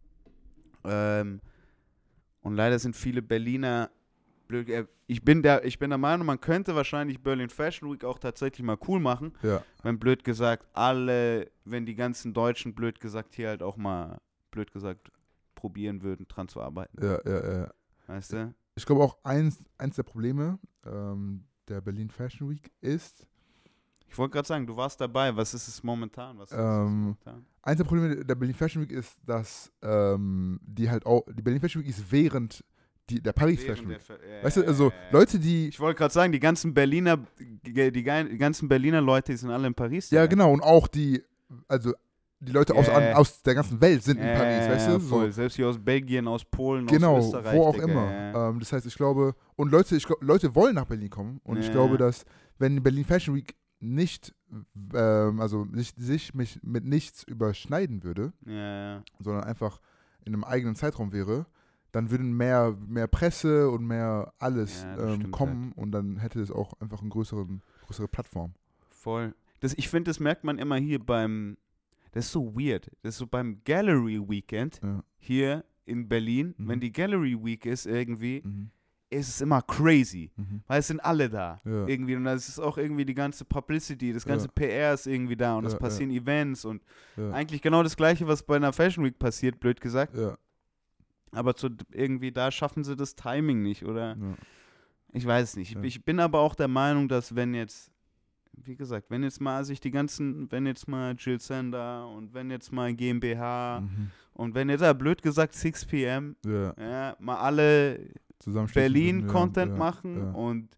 Ähm, und leider sind viele Berliner blöd. äh, Ich bin der, ich bin der Meinung, man könnte wahrscheinlich Berlin Fashion Week auch tatsächlich mal cool machen, Ja, wenn blöd gesagt alle, wenn die ganzen Deutschen blöd gesagt hier halt auch mal blöd gesagt probieren würden, dran zu arbeiten. ja, ja, ja. Weißt du? Ich glaube auch eins, eins der Probleme ähm, der Berlin Fashion Week ist, Ich wollte gerade sagen, du warst dabei. Was ist es momentan? Was ist es Ähm, momentan? eins der Probleme der Berlin Fashion Week ist, dass ähm, die halt auch, die Berlin Fashion Week ist während die, der Paris Während Fashion der Week. Ver- ja, Weißt du, ja, also ja, ja. Leute, die, Ich wollte gerade sagen, die ganzen Berliner, die, die ganzen Berliner Leute, die sind alle in Paris. ja Digga. genau, und auch die, also die Leute aus, Ja. an, aus der ganzen Welt sind in Ja, Paris, ja, weißt ja, du? voll. So, Selbst hier aus Belgien, aus Polen, genau, aus Österreich. wo auch Digga, immer. Ja. Ähm, das heißt, ich glaube, und Leute, ich glaub, Leute wollen nach Berlin kommen und ich Ja. glaube, dass wenn die Berlin Fashion Week nicht, ähm, also nicht, sich mich mit nichts überschneiden würde, Ja, ja. sondern einfach in einem eigenen Zeitraum wäre, dann würden mehr, mehr Presse und mehr alles Ja, das ähm, stimmt kommen und dann hätte es auch einfach eine größere, größere Plattform. Voll. Das, ich finde, das merkt man immer hier beim, das ist so weird, das ist so beim Gallery Weekend Ja. hier in Berlin, Mhm. wenn die Gallery Week ist irgendwie, Mhm. ist es immer crazy, Mhm. weil es sind alle da Ja. irgendwie und das ist auch irgendwie die ganze Publicity, das ganze Ja. P R ist irgendwie da und es Ja, passieren Events und Ja. eigentlich genau das Gleiche, was bei einer Fashion Week passiert, blöd gesagt, Ja. aber zu, irgendwie da schaffen sie das Timing nicht, oder? Ja. Ich weiß es nicht. Ja. Ich bin aber auch der Meinung, dass wenn jetzt, wie gesagt, wenn jetzt mal sich die ganzen, wenn jetzt mal Jill Sander und wenn jetzt mal GmbH Mhm. und wenn jetzt, ja, blöd gesagt, six p m, Ja. ja, mal alle Zusammenschließen Berlin würden, ja, Content ja, machen ja. und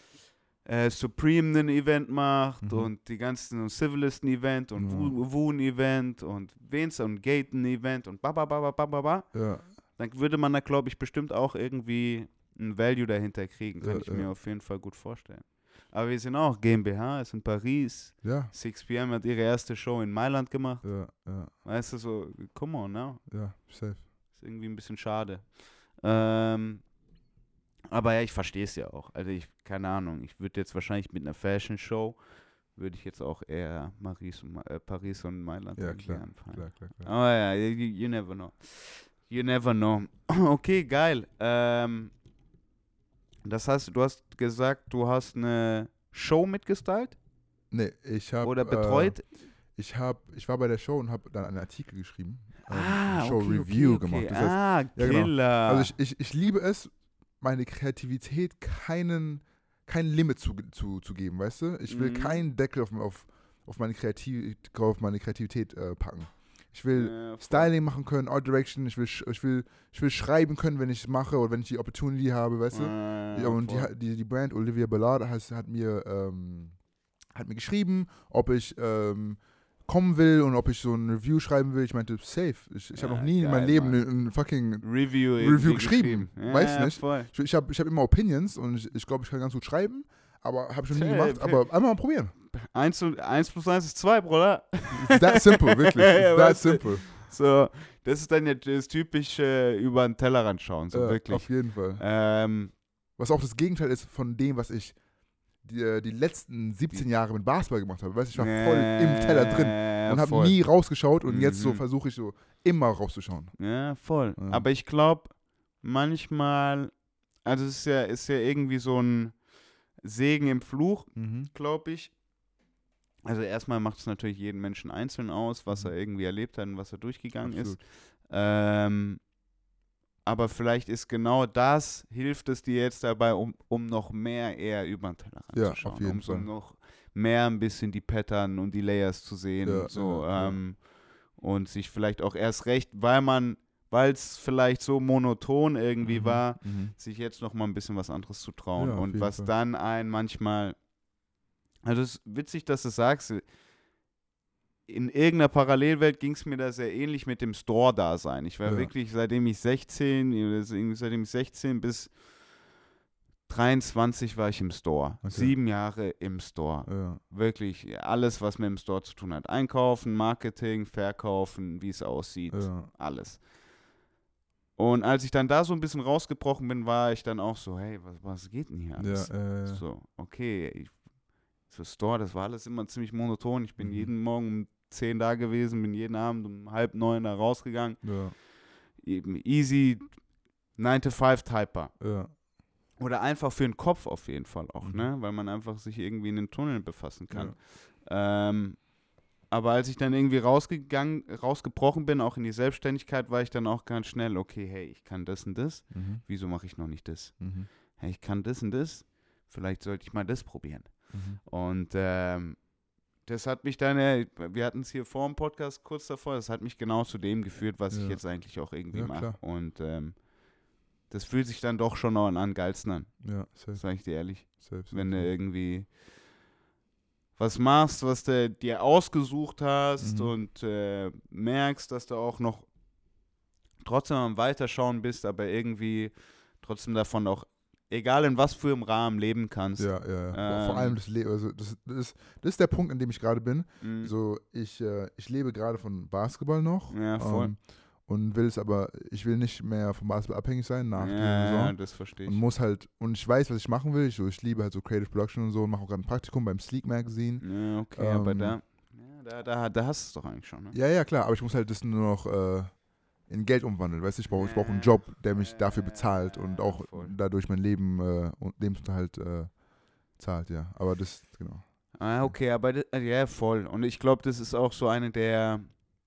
äh, Supreme ein Event macht Mhm. und die ganzen und Civilist ein Event und Ja. Wu- Wu ein Event und Vens und Gate ein Event und ba ba ba ba ba ba ba, Ja. dann würde man da, glaube ich, bestimmt auch irgendwie ein Value dahinter kriegen. Kann Ja, ich ja. mir auf jeden Fall gut vorstellen. Aber wir sind auch GmbH, ist in Paris. Ja. six p m hat ihre erste Show in Mailand gemacht. Ja. Ja. Weißt du, so, come on now. Ja. Safe. Ist irgendwie ein bisschen schade. Ähm, aber ja, ich verstehe es ja auch. Also ich, keine Ahnung, ich würde jetzt wahrscheinlich mit einer Fashion Show, würde ich jetzt auch eher Paris und, Ma- äh, Paris und Mailand Ja, irgendwie klar. anfangen. Klar, klar, klar. Aber ja, you, you never know. You never know. Okay, geil. Ähm, das heißt, du hast gesagt, du hast eine Show mitgestylt Nee, ich habe oder betreut? Äh, ich habe, ich war bei der Show und habe dann einen Artikel geschrieben. ähm, ah, eine Show okay, Review okay, okay. gemacht. Das heißt, ah, ja, genau. Killer. also ich, ich, ich liebe es, meine Kreativität keinen, kein Limit zu, zu, zu geben, weißt du? Ich will Mhm. keinen Deckel auf, auf, auf, meine, Kreativ, auf meine Kreativität äh, packen. Ich will Ja, voll. Styling machen können, Art Direction, ich will, sch- ich will, ich will schreiben können, wenn ich es mache oder wenn ich die Opportunity habe, weißt du? Ja, Ja, und voll. die, die, die Brand Olivia Ballard hat, hat mir ähm, hat mir geschrieben, ob ich ähm, kommen will und ob ich so ein Review schreiben will. Ich meinte, safe. Ich, ich habe Ja, noch nie in meinem geil, Leben Mann. ein, ein fucking Review, Review irgendwie geschrieben. geschrieben. Weiß Ja, nicht. voll. Ich, ich habe ich hab immer Opinions und ich, ich glaube, ich kann ganz gut schreiben, aber habe ich noch nie Safe, gemacht. Aber einmal mal probieren. Eins, und, eins plus eins ist zwei, Bruder. It's that simple, wirklich. It's Ja, that weißt du. simple. So, das ist dann ja das typische über den Tellerrand schauen, so Ja, wirklich. auf jeden Fall. Ähm, Was auch das Gegenteil ist von dem, was ich die, die letzten siebzehn Jahre mit Basketball gemacht habe. Weißt du, ich war voll im Teller drin ja, und habe voll. nie rausgeschaut und jetzt so Mhm. versuche ich so immer rauszuschauen. Ja, voll. Ja. Aber ich glaube, manchmal, also es ist ja, ist ja irgendwie so ein Segen im Fluch, Mhm. glaube ich. Also erstmal macht es natürlich jeden Menschen einzeln aus, was Mhm. er irgendwie erlebt hat und was er durchgegangen Absolut. ist. Ähm, aber vielleicht ist genau das, hilft es dir jetzt dabei, um, um noch mehr eher über den Tellerrand Ja, zu schauen. auf jeden um so Fall. noch mehr ein bisschen die Pattern und die Layers zu sehen Ja, und so. ja, ja. ähm, Und sich vielleicht auch erst recht, weil man, weil es vielleicht so monoton irgendwie Mhm. war, Mhm. sich jetzt noch mal ein bisschen was anderes zu trauen. Ja, auf und jeden was Fall. dann einen manchmal, also es ist witzig, dass du sagst, in irgendeiner Parallelwelt ging es mir da sehr ähnlich mit dem Store-Dasein. Ich war Ja. wirklich, seitdem ich sechzehn, oder irgendwie seitdem ich sechzehn bis dreiundzwanzig war ich im Store. Okay. Sieben Jahre im Store. Ja. Wirklich alles, was mit dem Store zu tun hat. Einkaufen, Marketing, Verkaufen, wie es aussieht, Ja. alles. Und als ich dann da so ein bisschen rausgebrochen bin, war ich dann auch so, hey, was, was geht denn hier Ja, alles? äh, So, okay, ich, so Store, das war alles immer ziemlich monoton. Ich bin Mhm. jeden Morgen um zehn da gewesen, bin jeden Abend um halb neun da rausgegangen. ja, Eben easy nine to five Typer. ja. Oder einfach für den Kopf auf jeden Fall auch, Mhm. ne? Weil man einfach sich irgendwie in den Tunneln befassen kann. Ähm, aber als ich dann irgendwie rausgegangen, rausgebrochen bin, auch in die Selbstständigkeit, war ich dann auch ganz schnell, okay, hey, ich kann das und das, Mhm. wieso mache ich noch nicht das? Mhm. Hey, ich kann das und das, vielleicht sollte ich mal das probieren. Mhm. Und ähm, das hat mich dann, äh, wir hatten es hier vor dem Podcast kurz davor, das hat mich genau zu dem geführt, was ich Ja. jetzt eigentlich auch irgendwie Ja, mache. klar. Und ähm, das fühlt sich dann doch schon noch an geilsten an, Ja, safe, sag ich dir ehrlich. safe, safe. Wenn du safe. irgendwie was machst, was du dir ausgesucht hast Mhm. und äh, merkst, dass du auch noch trotzdem am Weiterschauen bist, aber irgendwie trotzdem davon auch, egal in was für einem Rahmen, leben kannst. Ja, ja, ja. Vor- Vor Ähm, allem das Leben, also das, das, ist, das ist der Punkt, an dem ich gerade bin. Mhm. So, ich, äh, ich lebe gerade von Basketball noch. Ja, voll. ähm, und will es aber, ich will nicht mehr vom Basketball abhängig sein nach dieser ja, Saison. das verstehe Und ich. muss halt, und ich weiß, was ich machen will. Ich, so, ich liebe halt so Creative Production und so und mache auch gerade ein Praktikum beim Sleek Magazine. Ja, okay, aber ähm, da, ja, da, da, da hast du es doch eigentlich schon, ne? Ja, ja, klar, aber ich muss halt das nur noch äh, in Geld umwandeln. Weißt du, ich brauche ich brauch einen Ja, Job, der mich ja, dafür bezahlt und auch voll. dadurch mein Leben äh, und Lebensunterhalt äh, zahlt, ja. Aber das, genau. Ah, okay, aber das, ja, voll. Und ich glaube, das ist auch so eine der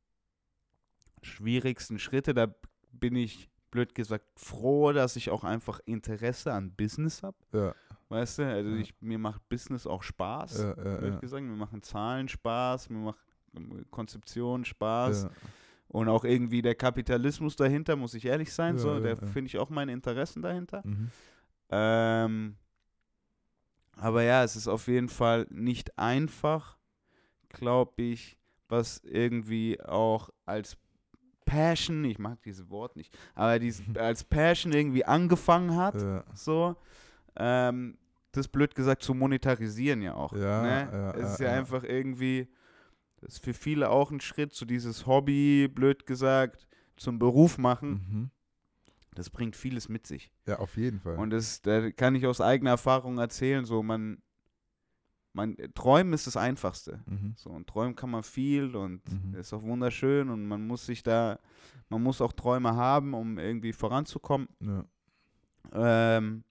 schwierigsten Schritte. Da bin ich, blöd gesagt, froh, dass ich auch einfach Interesse an Business habe. Ja, Weißt du, also Ja. ich, mir macht Business auch Spaß. ja, ja, Blöd ja, gesagt, mir machen Zahlen Spaß, mir macht ähm, Konzeption Spaß. ja, Und auch irgendwie der Kapitalismus dahinter, muss ich ehrlich sein. Ja, so, ja, da ja. finde ich auch meine Interessen dahinter. mhm. Ähm, aber ja, es ist auf jeden Fall nicht einfach, glaube ich, was irgendwie auch als Passion, ich mag dieses Wort nicht, aber dies, als Passion irgendwie angefangen hat, ja, so, ähm, das blöd gesagt zu monetarisieren ja auch. Ja, ne? ja, Es ist ja, ja, ja. einfach irgendwie, das ist für viele auch ein Schritt, so dieses Hobby, blöd gesagt, zum Beruf machen, Mhm. das bringt vieles mit sich. Ja, auf jeden Fall. Und das, da kann ich aus eigener Erfahrung erzählen, so man, man, Träumen ist das Einfachste. mhm. So, und träumen kann man viel und Mhm. ist auch wunderschön und man muss sich da, man muss auch Träume haben, um irgendwie voranzukommen. Ja, Ähm,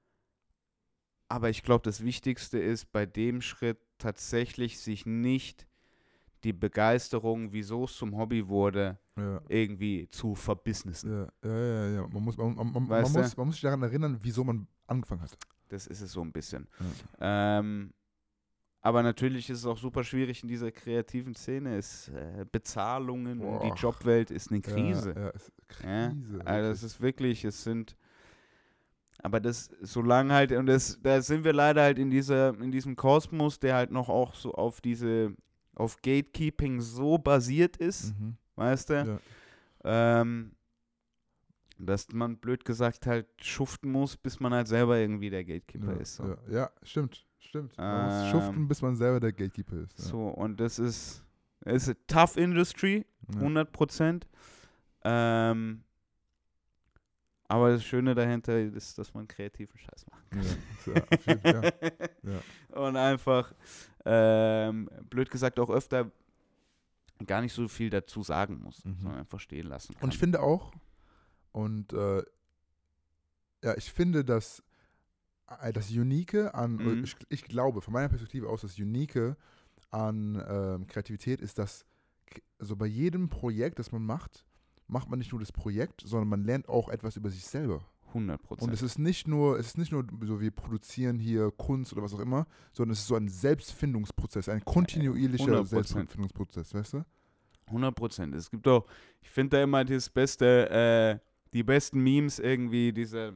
aber ich glaube, das Wichtigste ist bei dem Schritt tatsächlich sich nicht die Begeisterung, wieso es zum Hobby wurde, ja. irgendwie zu verbusinessen. Ja, ja, ja, ja. Man muss, man, man, man, man, Weißt du? muss, man muss sich daran erinnern, wieso man angefangen hat. Das ist es so ein bisschen. Ja. Ähm, aber natürlich ist es auch super schwierig in dieser kreativen Szene. Es, äh, Bezahlungen und die Boah. Jobwelt ist eine Krise. Ja, ja, ist Ja, Krise. also es wirklich. ist wirklich, es sind, aber das, solange halt, und das, da sind wir leider halt in dieser, in diesem Kosmos, der halt noch auch so auf diese, auf Gatekeeping so basiert ist, Mhm. weißt du, Ja. ähm, dass man blöd gesagt halt schuften muss, bis man halt selber irgendwie der Gatekeeper Ja, ist. So. ja, ja, stimmt, stimmt. Man muss Ähm, schuften, bis man selber der Gatekeeper ist. Ja. So, und das ist, ist a tough Industry, Ja. hundert Prozent. Ähm, aber das Schöne dahinter ist, dass man kreativen Scheiß machen kann. Ja, ja, auf jeden Fall, ja. Ja. Und einfach, ähm, blöd gesagt, auch öfter gar nicht so viel dazu sagen muss, Mhm. sondern einfach stehen lassen kann. Und ich finde auch, und äh, ja, ich finde, dass äh, das Unique an, Mhm. ich, ich glaube, von meiner Perspektive aus, das Unique an ähm, Kreativität ist, dass k- also bei jedem Projekt, das man macht, macht man nicht nur das Projekt, sondern man lernt auch etwas über sich selber. hundert Und Prozent. es ist nicht nur, es ist nicht nur so, wir produzieren hier Kunst oder was auch immer, sondern es ist so ein Selbstfindungsprozess, ein kontinuierlicher hundert Prozent. Selbstfindungsprozess, weißt du? hundert Prozent. Es gibt auch, ich finde da immer das beste, äh, die besten Memes irgendwie, diese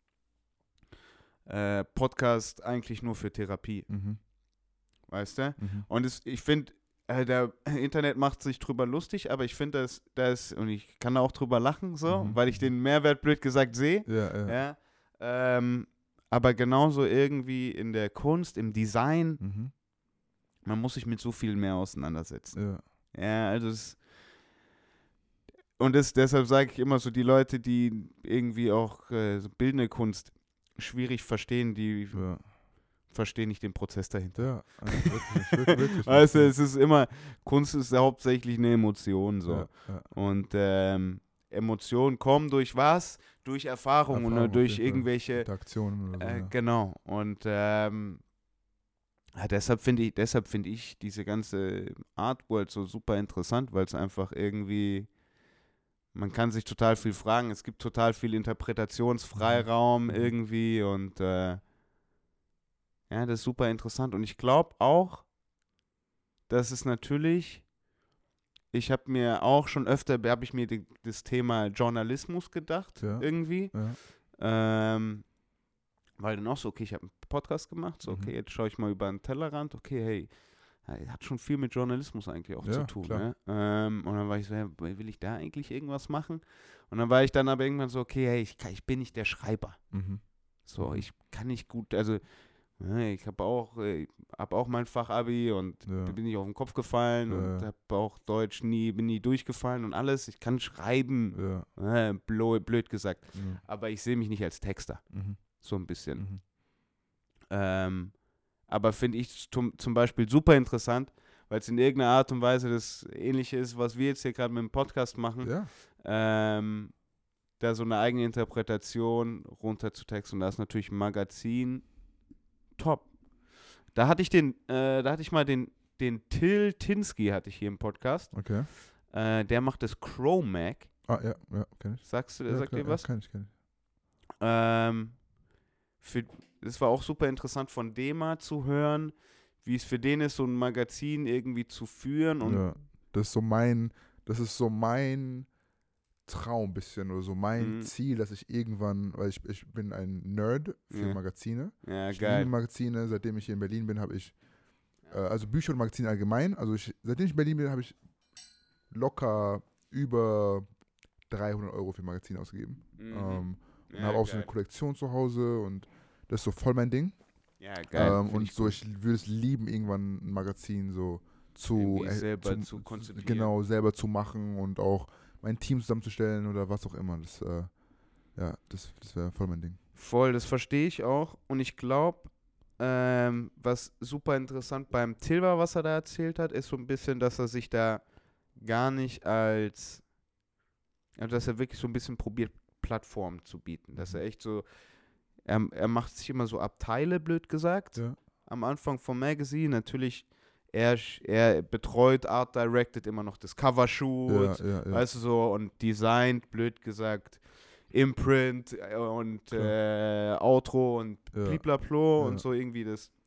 äh, Podcast eigentlich nur für Therapie, Mhm. weißt du? Mhm. Und es, ich finde, äh, der Internet macht sich drüber lustig, aber ich finde das, das, und ich kann da auch drüber lachen, so, Mhm. weil ich den Mehrwert blöd gesagt sehe. Ja, ja. Ja. Ähm, aber genauso irgendwie in der Kunst, im Design, Mhm. man muss sich mit so viel mehr auseinandersetzen. Ja. Ja, also es, und das, deshalb sage ich immer so, die Leute, die irgendwie auch äh, so bildende Kunst schwierig verstehen, die Ja. verstehen nicht den Prozess dahinter. Ja, also wirklich, nicht, wirklich, wirklich Weißt du, nicht. es ist immer, Kunst ist ja hauptsächlich eine Emotion so. Ja, ja. Und ähm, Emotionen kommen durch was? Durch Erfahrung, Erfahrung oder auf durch jeden Fall. irgendwelche, Interaktionen oder so, äh, ja. genau. Und ähm, ja, deshalb finde ich, deshalb finde ich diese ganze Artworld so super interessant, weil es einfach irgendwie, man kann sich total viel fragen, es gibt total viel Interpretationsfreiraum Mhm. irgendwie und äh, ja, das ist super interessant. Und ich glaube auch, dass es natürlich, ich habe mir auch schon öfter, habe ich mir die, das Thema Journalismus gedacht, Ja. irgendwie. Ja. Ähm, weil dann auch so, okay, ich habe einen Podcast gemacht, so, Mhm. okay, jetzt schaue ich mal über den Tellerrand, okay, hey, ja, hat schon viel mit Journalismus eigentlich auch Ja, zu tun, klar. ne? Ähm, und dann war ich so, ja, will ich da eigentlich irgendwas machen? Und dann war ich dann aber irgendwann so, okay, hey, ich, kann, ich bin nicht der Schreiber. Mhm. So, Mhm. ich kann nicht gut, also ne, ich habe auch, äh, hab auch mein Fachabi und Ja. bin nicht auf den Kopf gefallen Ja, und ja. habe auch Deutsch nie, bin nie durchgefallen und alles. Ich kann schreiben, Ja. äh, blöd, blöd gesagt. Ja. Aber ich sehe mich nicht als Texter, Mhm. so ein bisschen. Mhm. Ähm, aber finde ich zum, zum Beispiel super interessant, weil es in irgendeiner Art und Weise das Ähnliche ist, was wir jetzt hier gerade mit dem Podcast machen. Ja. Ähm, da so eine eigene Interpretation runterzutexten. Und da ist natürlich ein Magazin top. Da hatte ich den, äh, da hatte ich mal den, den Till Tinsky hatte ich hier im Podcast. Okay. Äh, der macht das Cro-Mac. Ah, ja, ja, kenn ich. Sagst du, Ja, sagt klar, dir was? Ja, kenn ich, kenn ich. Ähm, für, das war auch super interessant von dem mal zu hören, wie es für den ist, so ein Magazin irgendwie zu führen. Und Ja. Das ist so mein, das ist so mein Traum bisschen oder so mein Mhm. Ziel, dass ich irgendwann, weil ich, ich bin ein Nerd für Ja. Magazine. ja, Ich liebe geil. Magazine. Seitdem ich hier in Berlin bin, habe ich, äh, also Bücher und Magazine allgemein, also ich, seitdem ich in Berlin bin, habe ich locker über dreihundert Euro für Magazine ausgegeben. Mhm. Ähm, und ja, habe auch so geil. eine Kollektion zu Hause und das ist so voll mein Ding. Ja, geil. ähm, Find und ich so, gut. ich würde es lieben, irgendwann ein Magazin so zu, Irgendwie äh, selber zu konzipieren. genau, selber zu machen und auch mein Team zusammenzustellen oder was auch immer. Das, äh, ja, das, das wäre voll mein Ding. Voll, das verstehe ich auch. Und ich glaube, ähm, was super interessant beim Till war, was er da erzählt hat, ist so ein bisschen, dass er sich da gar nicht als, also dass er wirklich so ein bisschen probiert, Plattformen zu bieten. Dass er echt so, er, er macht sich immer so Abteile, blöd gesagt, Ja. am Anfang vom Magazine. Natürlich, er, er betreut, art directed immer noch das Covershoot, Ja, ja, ja. weißt du so, und designt, blöd gesagt, Imprint äh, und Klar. äh, Outro und Ja. bliblablo Ja. und so irgendwie das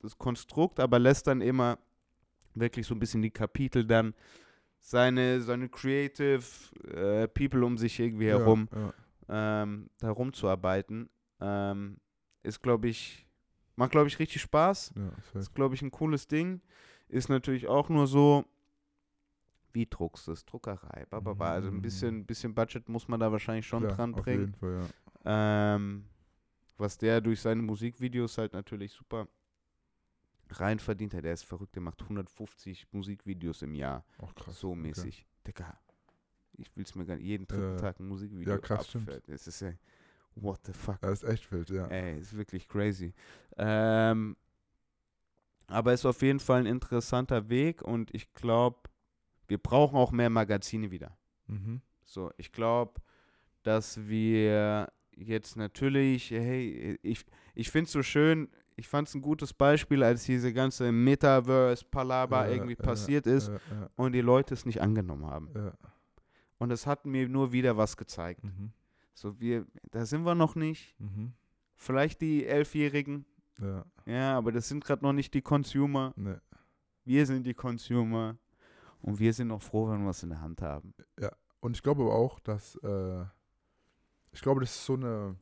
das Konstrukt, aber lässt dann immer wirklich so ein bisschen die Kapitel dann seine, seine Creative äh, People um sich irgendwie Ja, herum ja. ähm, herumzuarbeiten. Ähm, ist, glaube ich, macht, glaube ich, richtig Spaß. Ja, safe. Ist, glaube ich, ein cooles Ding. Ist natürlich auch nur so, wie druckst du es? Druckerei, bababa. Also ein bisschen, bisschen Budget muss man da wahrscheinlich schon Klar, dran auf bringen. jeden Fall, ja. Ähm, was der durch seine Musikvideos halt natürlich super rein verdient hat. Der ist verrückt, der macht hundertfünfzig Musikvideos im Jahr. Auch krass. So okay. mäßig. Digga, ich will es mir gar nicht, jeden dritten Äh, Tag ein Musikvideo ja, krass, stimmt. abfällt. Es ist ja, what the fuck. Das ist echt wild, ja. Ey, ist wirklich crazy. Ähm, aber ist auf jeden Fall ein interessanter Weg und ich glaube, wir brauchen auch mehr Magazine wieder. Mhm. So, ich glaube, dass wir jetzt natürlich, hey, ich, ich finde es so schön, ich fand es ein gutes Beispiel, als diese ganze Metaverse-Palaber Ja, irgendwie ja, passiert ist ja, ja, und die Leute es nicht angenommen haben. ja. Und es hat mir nur wieder was gezeigt. Mhm. So, wir, da sind wir noch nicht. Mhm. Vielleicht die Elfjährigen, Ja. ja, aber das sind gerade noch nicht die Consumer. Ne. Wir sind die Consumer und wir sind noch froh, wenn wir es in der Hand haben. Und ich glaube aber auch, dass äh, ich glaube, das ist so eine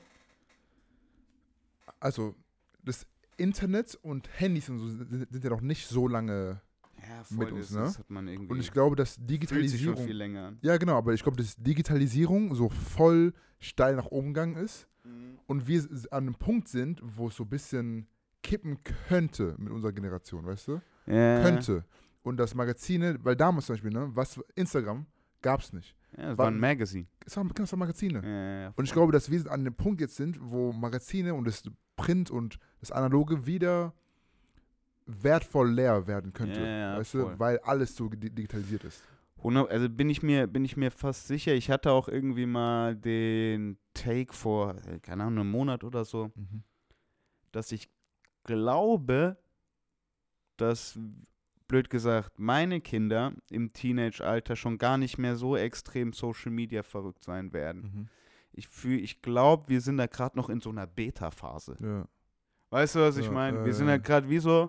also das Internet und Handys und so sind, sind ja noch nicht so lange Ja, mit uns, das, ne? das hat man irgendwie. Und ich glaube, dass fühlt sich schon Digitalisierung viel länger an. ja genau, aber ich glaube, dass Digitalisierung so voll steil nach oben gegangen ist Mhm. und wir s- an einem Punkt sind, wo es so ein bisschen kippen könnte mit unserer Generation, weißt du? Ja. Könnte. Und das Magazine, weil damals zum Beispiel, ne, was Instagram gab es nicht. Ja, es War- war ein Magazine. Es waren das waren Magazine. Ja, ja, Und ich voll. glaube, dass wir an dem Punkt jetzt sind, wo Magazine und das Print und das Analoge wieder wertvoll leer werden könnte. Ja, ja, weißt voll. du? Weil alles so di- digitalisiert ist. hundert Also bin ich mir, bin ich mir fast sicher. Ich hatte auch irgendwie mal den Take vor, äh, keine Ahnung, einem Monat oder so, Mhm. dass ich glaube, dass, blöd gesagt, meine Kinder im Teenage-Alter schon gar nicht mehr so extrem Social Media verrückt sein werden. Mhm. Ich fühl, ich glaube, wir sind da gerade noch in so einer Beta-Phase. Ja. Weißt du, was ich Ja, meine? äh, Wir sind ja gerade wie so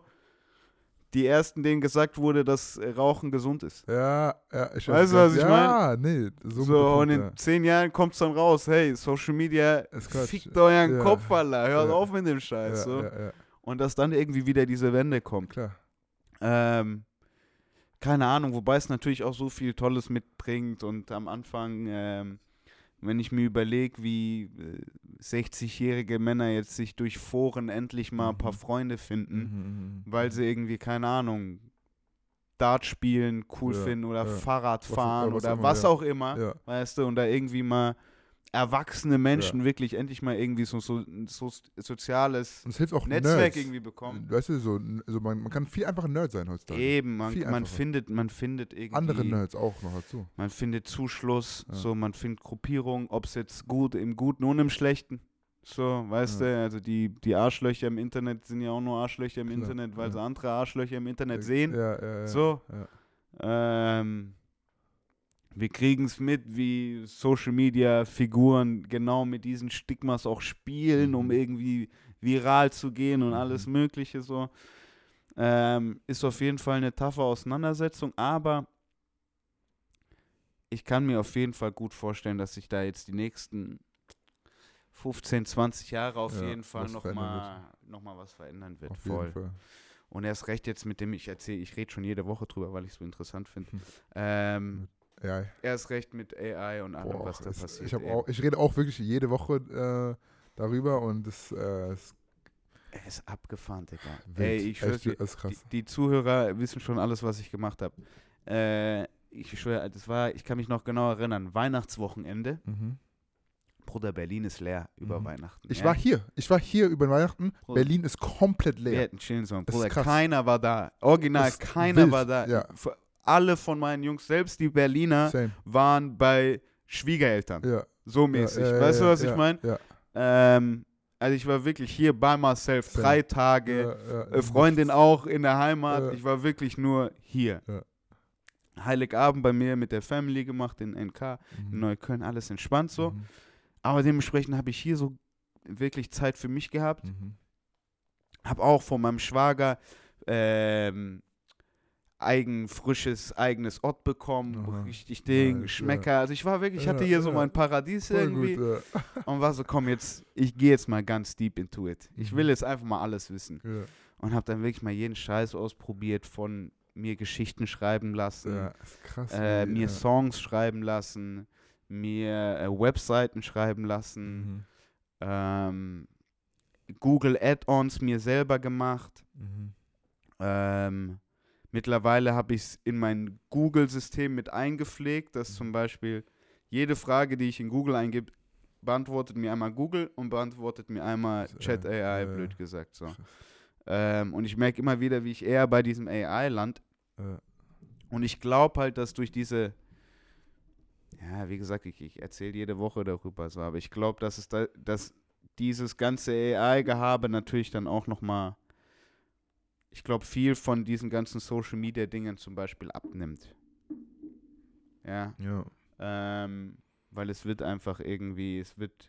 die Ersten, denen gesagt wurde, dass äh, Rauchen gesund ist. Ja, ja, ich Weißt du, was ich Ja, nee, so, So, ein guter und Punkt, in ja. zehn Jahren kommt es dann raus, hey, Social Media Ist Quatsch. fickt euren Ja. Kopf, Alter, hört Ja. auf mit dem Scheiß. Ja, so. ja, ja, Und dass dann irgendwie wieder diese Wende kommt. klar. Ähm, keine Ahnung, wobei es natürlich auch so viel Tolles mitbringt und am Anfang, ähm, wenn ich mir überlege, wie äh, sechzigjährige Männer jetzt sich durch Foren endlich mal ein paar Mhm. Freunde finden, Mhm, mhm, weil sie irgendwie, keine Ahnung, Dart spielen cool Ja, finden oder ja. Fahrrad Was- fahren was oder immer, was ja. auch immer, Ja. weißt du, und da irgendwie mal erwachsene Menschen wirklich endlich mal irgendwie so, so ein so soziales Und es hilft auch Netzwerk Nerds. irgendwie bekommen. Weißt du, so, so man, man kann viel einfach ein Nerd sein heutzutage. Eben, man, Viel man einfacher. findet, man findet irgendwie Andere Nerds auch noch dazu. Man findet Zuschluss, Ja. so, man findet Gruppierungen, ob es jetzt gut, im Guten und im Schlechten. So, weißt Ja. du, also die, die Arschlöcher im Internet sind ja auch nur Arschlöcher im Klar, Internet, weil ja. sie andere Arschlöcher im Internet sehen. Ja, ja, ja. So. Ja. Ähm, wir kriegen es mit, wie Social Media Figuren genau mit diesen Stigmas auch spielen, Mhm. um irgendwie viral zu gehen und Mhm. alles Mögliche so. Ähm, ist auf jeden Fall eine taffe Auseinandersetzung, aber ich kann mir auf jeden Fall gut vorstellen, dass sich da jetzt die nächsten fünfzehn, zwanzig Jahre auf Ja, jeden Fall was verändern nochmal noch mal was verändern wird. Auf Voll. jeden Fall. Und erst recht jetzt mit dem ich erzähle, ich rede schon jede Woche drüber, weil ich es so interessant finde. Hm. Ähm, Ja, erst recht mit A I und allem, boah, was da es, passiert. ich, hab ey. auch, ich rede auch wirklich jede Woche äh, darüber und es äh, ist Er ist abgefahren, Digga. wild. Ey, ich schwöre, Echt, die, ist krass. die, die Zuhörer wissen schon alles, was ich gemacht habe. Äh, ich schwöre, das war, ich kann mich noch genau erinnern, Weihnachtswochenende. Mhm. Bruder, Berlin ist leer über Mhm. Weihnachten. Ich ja? war hier. Ich war hier über Weihnachten. Bruder. Berlin ist komplett Wir leer. hätten chillen sollen. Das ist Bruder, krass. keiner war da. Original, Das ist keiner wild, war da. ja. F- Alle von meinen Jungs, selbst die Berliner, Same. waren bei Schwiegereltern. Ja. So mäßig. Ja, ja, weißt ja, du, was ja, ich meine? Ja. Ähm, also ich war wirklich hier bei myself, Same. drei Tage. Ja, ja, Äh, Freundin nichts. auch in der Heimat. Ja. Ich war wirklich nur hier. Ja. Heiligabend bei mir mit der Family gemacht in N K, in Mhm. Neukölln, alles entspannt so. Mhm. Aber dementsprechend habe ich hier so wirklich Zeit für mich gehabt. Mhm. Habe auch von meinem Schwager ähm, eigen, frisches, eigenes Ott bekommen, Aha. richtig Ding, Nice, Schmecker. ja. Also ich war wirklich, ich hatte Ja, hier so ja. mein Paradies Voll irgendwie gut, ja. und war so, komm jetzt, ich gehe jetzt mal ganz deep into it. Ich Mhm. will jetzt einfach mal alles wissen. Ja, Und habe dann wirklich mal jeden Scheiß ausprobiert, von mir Geschichten schreiben lassen, ja, ist krass. äh, wie, mir ja. Songs schreiben lassen, mir äh, Webseiten schreiben lassen, Mhm. ähm, Google Add-ons mir selber gemacht. Mhm. Ähm, mittlerweile habe ich es in mein Google-System mit eingepflegt, dass Mhm. zum Beispiel jede Frage, die ich in Google eingebe, beantwortet mir einmal Google und beantwortet mir einmal Das, äh, Chat A I, äh, blöd gesagt. So. Krass. Ähm, und ich merke immer wieder, wie ich eher bei diesem A I land. Ja. Und ich glaube halt, dass durch diese, ja, wie gesagt, ich, ich erzähle jede Woche darüber, so, aber ich glaube, dass es da, dass dieses ganze A I-Gehabe natürlich dann auch nochmal, ich glaube, viel von diesen ganzen Social-Media-Dingen zum Beispiel abnimmt. Ja, Ja. ähm, weil es wird einfach irgendwie, es wird,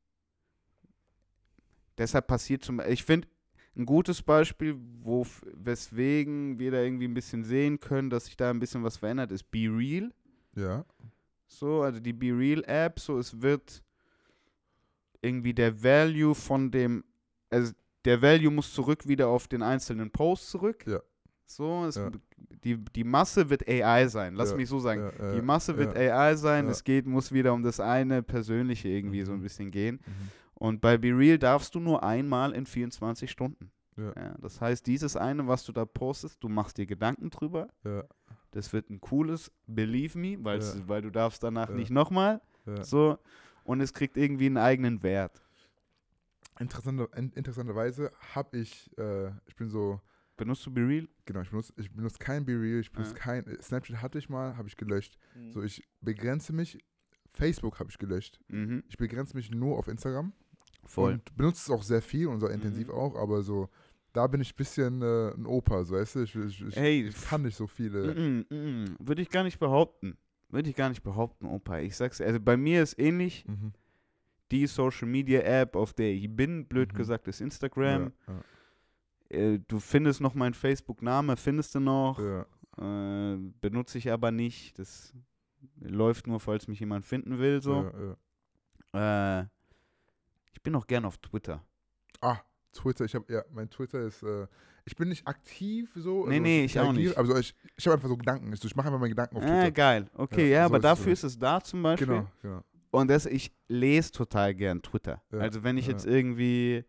deshalb passiert zum Beispiel, ich finde, ein gutes Beispiel, wo, weswegen wir da irgendwie ein bisschen sehen können, dass sich da ein bisschen was verändert, ist Be Real. Ja. So, also die Be Real App, so es wird irgendwie der Value von dem, also der Value muss zurück wieder auf den einzelnen Post zurück. Ja. So, es, Ja. die, die Masse wird A I sein, lass Ja. mich so sagen. Ja, ja, Die Masse wird ja. A I sein, Ja. es geht, muss wieder um das eine Persönliche irgendwie Mhm. so ein bisschen gehen. Mhm. Und bei Be Real darfst du nur einmal in vierundzwanzig Stunden. Ja. Ja, das heißt, dieses eine, was du da postest, du machst dir Gedanken drüber. Ja. Das wird ein cooles, believe me, weil Ja. weil du darfst danach Ja. nicht nochmal. Ja. So, und es kriegt irgendwie einen eigenen Wert. Interessante, in, interessanterweise habe ich, äh, ich bin so, Benutzt du Be Real? genau, ich benutze, ich benutze kein Be Real, ich benutze Ja. kein, Snapchat hatte ich mal, habe ich gelöscht. Mhm. So, ich begrenze mich, Facebook habe ich gelöscht. Mhm. Ich begrenze mich nur auf Instagram. Voll. Und benutze es auch sehr viel und sehr intensiv Mhm. auch, aber so, da bin ich ein bisschen äh, ein Opa, so, weißt du? Ich, ich, ich, Hey, ich kann nicht so viele. Mm -mm, mm. Würde ich gar nicht behaupten. Würde ich gar nicht behaupten, Opa. Ich sag's, also bei mir ist ähnlich Mhm. die Social Media App, auf der ich bin, blöd Mhm. gesagt, ist Instagram. Ja, ja, Äh, du findest noch meinen Facebook-Name, findest du noch. ja. Äh, benutze ich aber nicht. Das läuft nur, falls mich jemand finden will. So. Ja, ja. Äh, ich bin auch gern auf Twitter. Ah, Twitter, ich habe, ja, mein Twitter ist, äh, ich bin nicht aktiv so. Nee, nee, ich auch reagiere, nicht. Also ich, ich habe einfach so Gedanken, ich, so, ich mache einfach meine Gedanken auf Ah, Twitter. geil. Okay, Ja, ja, so aber ist es dafür für ist es da zum Beispiel. Genau, genau. Und das, ich lese total gern Twitter. Ja, Also wenn ich ja. jetzt irgendwie,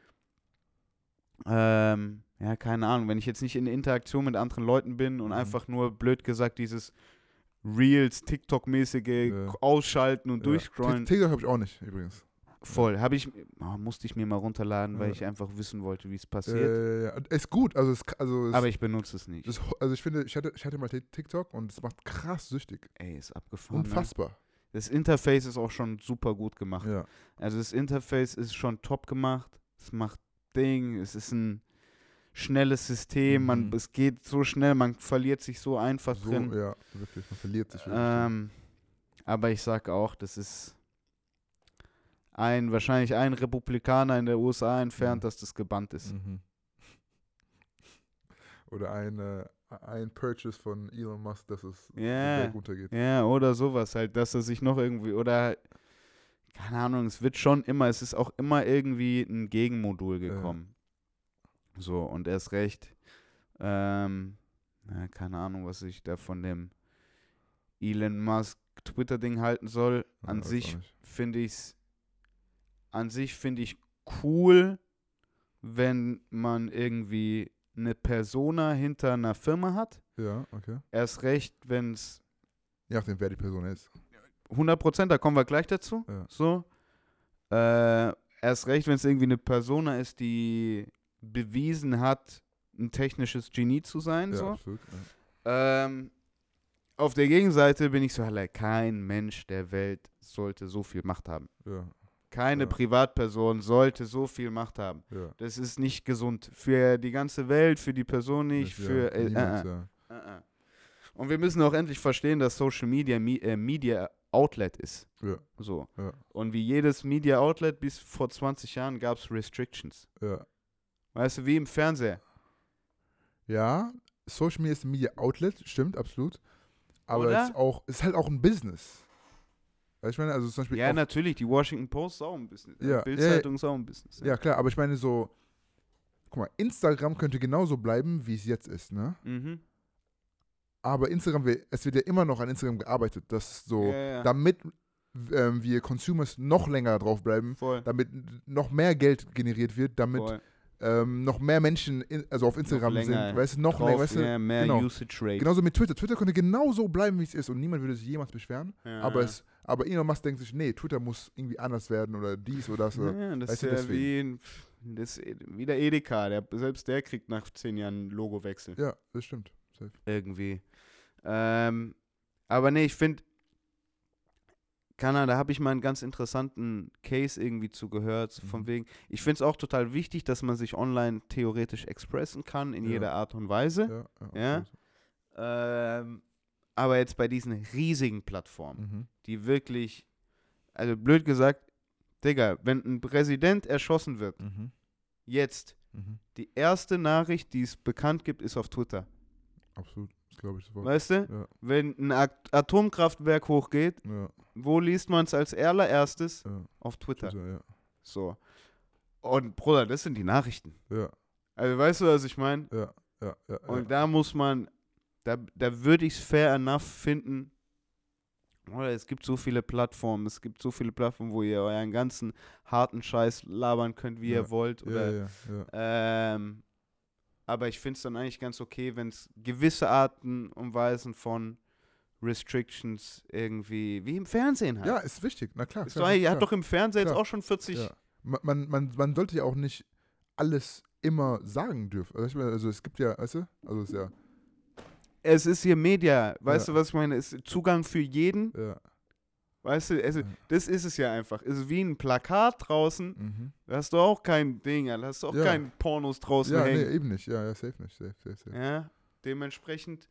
ähm, ja, keine Ahnung, wenn ich jetzt nicht in Interaktion mit anderen Leuten bin und Mhm. einfach nur, blöd gesagt, dieses Reels, TikTok-mäßige Ja. ausschalten und Ja. durchscrollen, TikTok habe ich auch nicht, übrigens. voll. Habe ich, oh, musste ich mir mal runterladen, weil Ja. ich einfach wissen wollte, wie es passiert. Äh, ja, ist gut, also es, also es, Aber ich benutze es nicht. das, also ich finde, ich hatte, ich hatte mal TikTok und es macht krass süchtig. Ey, ist abgefahren. Ne? Unfassbar. Das Interface ist auch schon super gut gemacht. Ja. Also das Interface ist schon top gemacht. Es macht Ding, es ist ein schnelles System, man, Mhm. es geht so schnell, man verliert sich so einfach So, drin. ja, wirklich, man verliert sich wirklich. Ähm, aber ich sag auch, das ist ein, wahrscheinlich ein Republikaner in der U S A entfernt, Mhm. dass das gebannt ist. Mhm. Oder ein, äh, ein Purchase von Elon Musk, dass es Ja. berg runtergeht. Ja, oder sowas halt, dass er sich noch irgendwie, oder keine Ahnung, es wird schon immer, es ist auch immer irgendwie ein Gegenmodul Ja. gekommen. So, und erst recht, ähm, ja, keine Ahnung, was ich da von dem Elon Musk Twitter-Ding halten soll. Ja, An weiß auch sich nicht. finde ich's, an sich finde ich cool, wenn man irgendwie eine Persona hinter einer Firma hat. Ja, okay. Erst recht, wenn es Je nachdem, wer die Person ist. hundert Prozent, da kommen wir gleich dazu. Ja. So. Äh, erst recht, wenn es irgendwie eine Persona ist, die bewiesen hat, ein technisches Genie zu sein. Ja, So. absolut. Ja. Ähm, auf der Gegenseite bin ich so, Alter, kein Mensch der Welt sollte so viel Macht haben. Ja, Keine Ja. Privatperson sollte so viel Macht haben. ja. Das ist nicht gesund. Für die ganze Welt, für die Person nicht, ja, für... Äh, niemand, äh, äh. ja. Uh-uh. Und wir müssen auch endlich verstehen, dass Social Media Mi- äh, Media Outlet ist. Ja, So. ja, Und wie jedes Media Outlet bis vor zwanzig Jahren gab es Restrictions. ja. Weißt du, wie im Fernseher. Ja, Social Media ist ein Media Outlet, stimmt, absolut. Aber Oder? es ist, auch, es ist halt auch ein Business. Weißt du, ich meine, also zum Beispiel Ja, auf, natürlich, die Washington Post ist auch ein Business. Ja, Bild-Zeitung ja, ist auch ein Business. ja klar, aber ich meine so, guck mal, Instagram könnte genauso bleiben, wie es jetzt ist, ne? Mhm. Aber Instagram, wir- es wird ja immer noch an Instagram gearbeitet, dass so, Ja, ja. damit ähm, wir Consumers noch länger drauf bleiben, Voll. damit noch mehr Geld generiert wird, damit Voll. ähm, noch mehr Menschen in, also auf Instagram Noch länger sind, weißt du, noch drauf, länger, weißt du, ja, mehr genau. Usage Rate. Genauso mit Twitter. Twitter könnte genauso bleiben, wie es ist und niemand würde sich jemals beschweren. Ja. Aber, es, aber Elon Musk denkt sich, nee, Twitter muss irgendwie anders werden oder dies oder das. Oder, Ja, das weißt ist du, ja deswegen. wie, ein, das ist wie der Edeka. Der, selbst der kriegt nach zehn Jahren ein Logowechsel. Ja, das stimmt. Safe. Irgendwie. Ähm, aber nee, ich finde, Kana, da habe ich mal einen ganz interessanten Case irgendwie zugehört, Mhm. von wegen, ich finde es auch total wichtig, dass man sich online theoretisch expressen kann, in Ja. jeder Art und Weise. Ja, ja, Ja? absolut. Ähm, aber jetzt bei diesen riesigen Plattformen, Mhm. die wirklich, also blöd gesagt, Digga, wenn ein Präsident erschossen wird, Mhm. jetzt, Mhm. die erste Nachricht, die es bekannt gibt, ist auf Twitter. Absolut. Das glaube ich sofort. Weißt du? Ja, Wenn ein At- Atomkraftwerk hochgeht, ja, wo liest man es als allererstes? ja. Auf Twitter. Twitter, ja. So. Und Bruder, das sind die Nachrichten. Ja, Also weißt du, was ich meine? ja, ja, ja. Und ja. da muss man, da, da würde ich es fair enough finden. Oder es gibt so viele Plattformen, es gibt so viele Plattformen, wo ihr euren ganzen harten Scheiß labern könnt, wie Ja, ihr wollt. Oder, ja, ja, ja. Ähm, aber ich finde es dann eigentlich ganz okay, wenn es gewisse Arten und Weisen von Restrictions irgendwie, wie im Fernsehen halt. Ja, ist wichtig, na klar. Ist klar, doch, eigentlich- klar. hat doch im Fernsehen jetzt Klar. auch schon vierzig. Ja. Man, man, man, man sollte ja auch nicht alles immer sagen dürfen. Also, ich meine, also es gibt ja, weißt du, also es ist ja, Es ist hier Media, weißt Ja. du, was ich meine? Es ist Zugang für jeden, ja. weißt du, also, Ja. das ist es ja einfach. Es ist wie ein Plakat draußen, Mhm. da hast du auch kein Ding, da hast du auch Ja. kein Pornos draußen Ja, nee, hängen. eben nicht. Ja, ja, safe nicht. Safe, safe, safe. Ja, dementsprechend,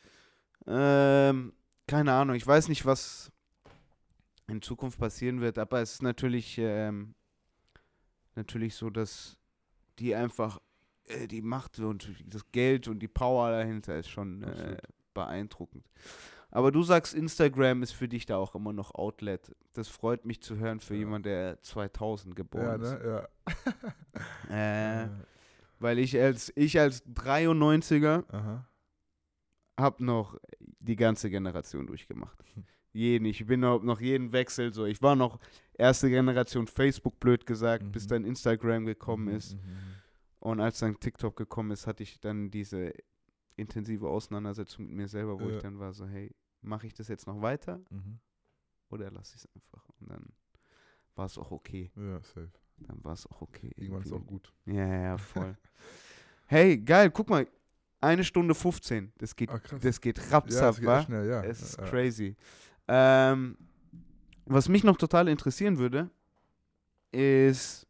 ähm, keine Ahnung, ich weiß nicht, was in Zukunft passieren wird, aber es ist natürlich, ähm, natürlich so, dass die einfach, äh, die Macht und das Geld und die Power dahinter ist schon äh, Absolut. beeindruckend. Aber du sagst, Instagram ist für dich da auch immer noch Outlet. Das freut mich zu hören für Ja. jemanden, der zweitausend geboren Ja, ist. ne? Ja. Äh, Äh, weil ich als, ich als dreiundneunziger Aha. habe noch die ganze Generation durchgemacht. Jeden, ich bin noch, noch jeden Wechsel so. Ich war noch erste Generation Facebook, blöd gesagt, Mhm. bis dann Instagram gekommen Mhm, ist. mhm, mhm. Und als dann TikTok gekommen ist, hatte ich dann diese intensive Auseinandersetzung mit mir selber, wo Ja. ich dann war so, hey, mache ich das jetzt noch weiter Mhm. oder lasse ich es einfach? Und dann war es auch okay. Ja, safe. Dann war es auch okay. Irgendwann ist es auch irgendwie. gut. Ja, ja, ja, voll. Hey, geil, guck mal, eine Stunde fünfzehn. Das geht, Ah, krass. das geht Ja, rapsap, es geht wa? echt schnell, ja. Es ist ja. crazy. Ähm, was mich noch total interessieren würde, ist,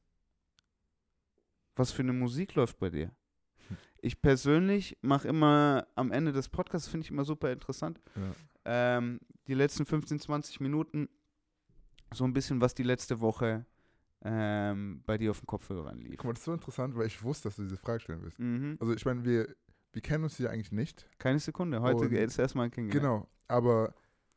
was für eine Musik läuft bei dir? Hm. Ich persönlich mache immer am Ende des Podcasts, finde ich immer super interessant, Ja. ähm, die letzten fünfzehn, zwanzig Minuten so ein bisschen, was die letzte Woche ähm, bei dir auf den Kopfhörern lief. Guck mal, das ist so interessant, weil ich wusste, dass du diese Frage stellen wirst. Mhm. Also ich meine, wir, wir kennen uns ja eigentlich nicht. Keine Sekunde, heute Und- ist erstmal kennengelernt. Genau, aber,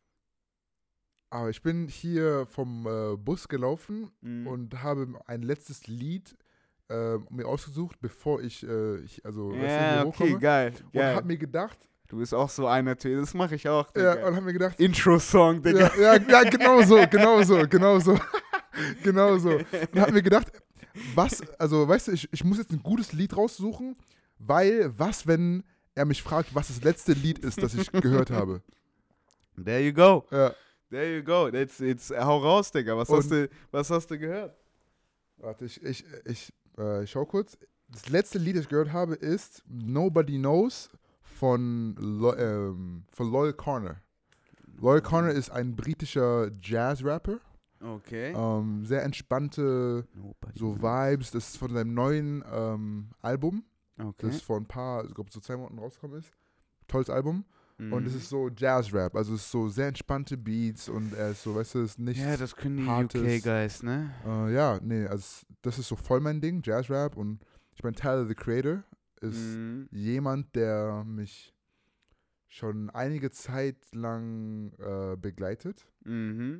aber ich bin hier vom äh, Bus gelaufen Mhm. und habe ein letztes Lied äh, mir ausgesucht, bevor ich, äh, ich also weißt du, Ja, hier okay, hochkomme. geil. Und geil. habe mir gedacht, Du bist auch so einer Typ, das mache ich auch, Digga. ja, und habe mir gedacht, Intro-Song, Digga. ja, ja, ja, genau so, genau so, genau so, genau so. Und habe mir gedacht, was, also weißt du, ich, ich muss jetzt ein gutes Lied raussuchen, weil was, wenn er mich fragt, was das letzte Lied ist, das ich gehört habe. There you go. Ja, There you go. Jetzt, jetzt hau raus, Digga. Was, Und- hast du, was hast du gehört? warte, ich, ich, ich, äh, ich schau kurz. Das letzte Lied, das ich gehört habe, ist Nobody Knows von, Lo ähm, von Loyal Corner. Loyal Corner ist ein britischer Jazz-Rapper. Okay. Ähm, sehr entspannte Nobody so knows. Vibes. Das ist von seinem neuen ähm, Album, Okay. das vor ein paar, ich glaube, so zwei Monaten rausgekommen ist. Tolles Album. Und es Mhm. ist so Jazz-Rap. Also es ist so sehr entspannte Beats und er ist so, weißt du, es ist nichts. Ja, das können die Hartes. U K-Guys, ne? Äh, ja, nee, also das ist so voll mein Ding, Jazz-Rap. Und ich meine, Tyler, the Creator, ist Mhm. jemand, der mich schon einige Zeit lang äh, begleitet. Mhm.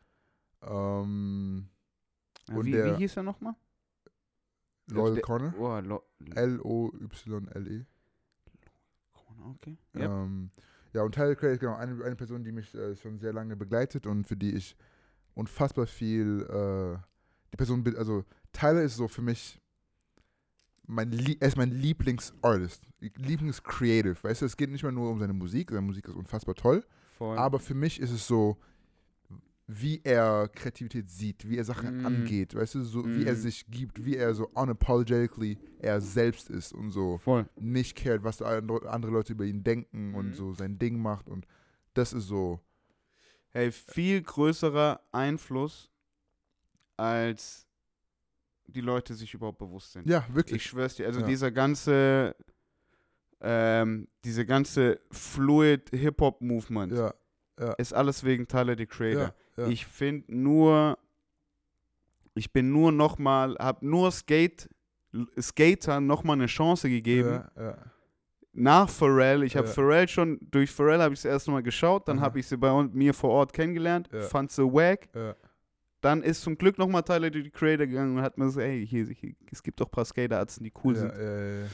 Ähm, Ja, und wie, der wie hieß er nochmal? Loyal Der- Connor, Oh, Lo L O Y L E. okay. Yep. Ähm, ja, und Tyler, the Creator ist genau eine, eine Person, die mich äh, schon sehr lange begleitet und für die ich unfassbar viel, äh, die Person, be- also Tyler ist so für mich mein, Lie er ist mein Lieblingsartist, Lieblingscreative, weißt du, es geht nicht mehr nur um seine Musik, seine Musik ist unfassbar toll, Voll. aber für mich ist es so, wie er Kreativität sieht, wie er Sachen Mm. angeht, weißt du, so wie er Mm. sich gibt, wie er so unapologetically er selbst ist und so Voll. nicht cared, was andere andere Leute über ihn denken Mhm. und so sein Ding macht und das ist so, Hey, viel größerer Einfluss, als die Leute sich überhaupt bewusst sind. ja, Ich wirklich, schwör's dir, also Ja. dieser ganze, ähm, diese ganze Fluid Hip-Hop-Movement ja, ja, ist alles wegen Tyler, the Creator. ja, ja, Ich finde nur, ich bin nur nochmal, hab nur Skate, Skater nochmal eine Chance gegeben. ja, ja, Nach Pharrell, ich habe Ja. Pharrell schon, durch Pharrell habe ich es erst mal geschaut, dann Aha. habe ich sie bei uns, mir vor Ort kennengelernt, Ja. fand sie wack. ja, Dann ist zum Glück nochmal Tyler, the Creator gegangen und hat mir gesagt, ey, hier, hier, es gibt doch ein paar Skaterärzte, die cool ja, sind. ja, ja, ja.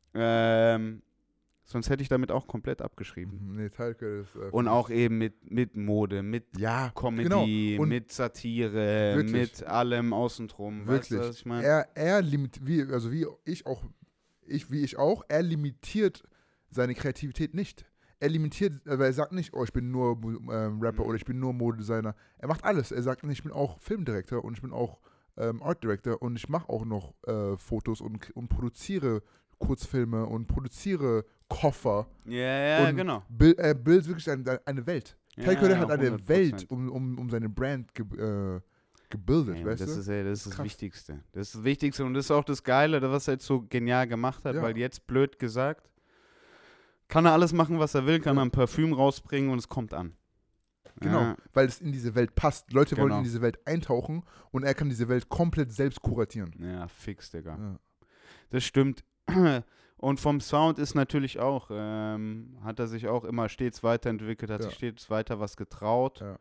Ähm, sonst hätte ich damit auch komplett abgeschrieben. Mhm, nee, Tyler Creator ist äh, Und für auch mich- eben mit, mit Mode, mit ja, Comedy, genau. Und mit Satire, Wirklich. mit allem außen drum. Weißt du, wirklich. was ich meine? Er, er limitiert, wie, also wie ich auch, ich, wie ich auch, er limitiert seine Kreativität nicht. Er limitiert, aber er sagt nicht, oh, ich bin nur ähm, Rapper Mhm. oder ich bin nur Modedesigner. Er macht alles. Er sagt, ich bin auch Filmdirektor und ich bin auch ähm, Art Director und ich mache auch noch äh, Fotos und, und produziere Kurzfilme und produziere Koffer. Ja, ja, und genau. Bil er bildet wirklich eine, eine Welt. Ja, Tyler Creator ja, hat eine hundert Welt Prozent. um, um, um seine Brand ge äh, gebildet, Ja, weißt das du? ist, ey, das ist das Krass. Wichtigste. Das ist das Wichtigste und das ist auch das Geile, was er jetzt so genial gemacht hat, Ja. weil jetzt blöd gesagt, kann er alles machen, was er will, kann Ja. er ein Parfüm rausbringen und es kommt an. Genau, Ja, weil es in diese Welt passt. Leute wollen Genau. in diese Welt eintauchen und er kann diese Welt komplett selbst kuratieren. ja fix, Digga. Ja, Das stimmt. Und vom Sound ist natürlich auch, ähm, hat er sich auch immer stets weiterentwickelt, hat Ja. sich stets weiter was getraut. Ja.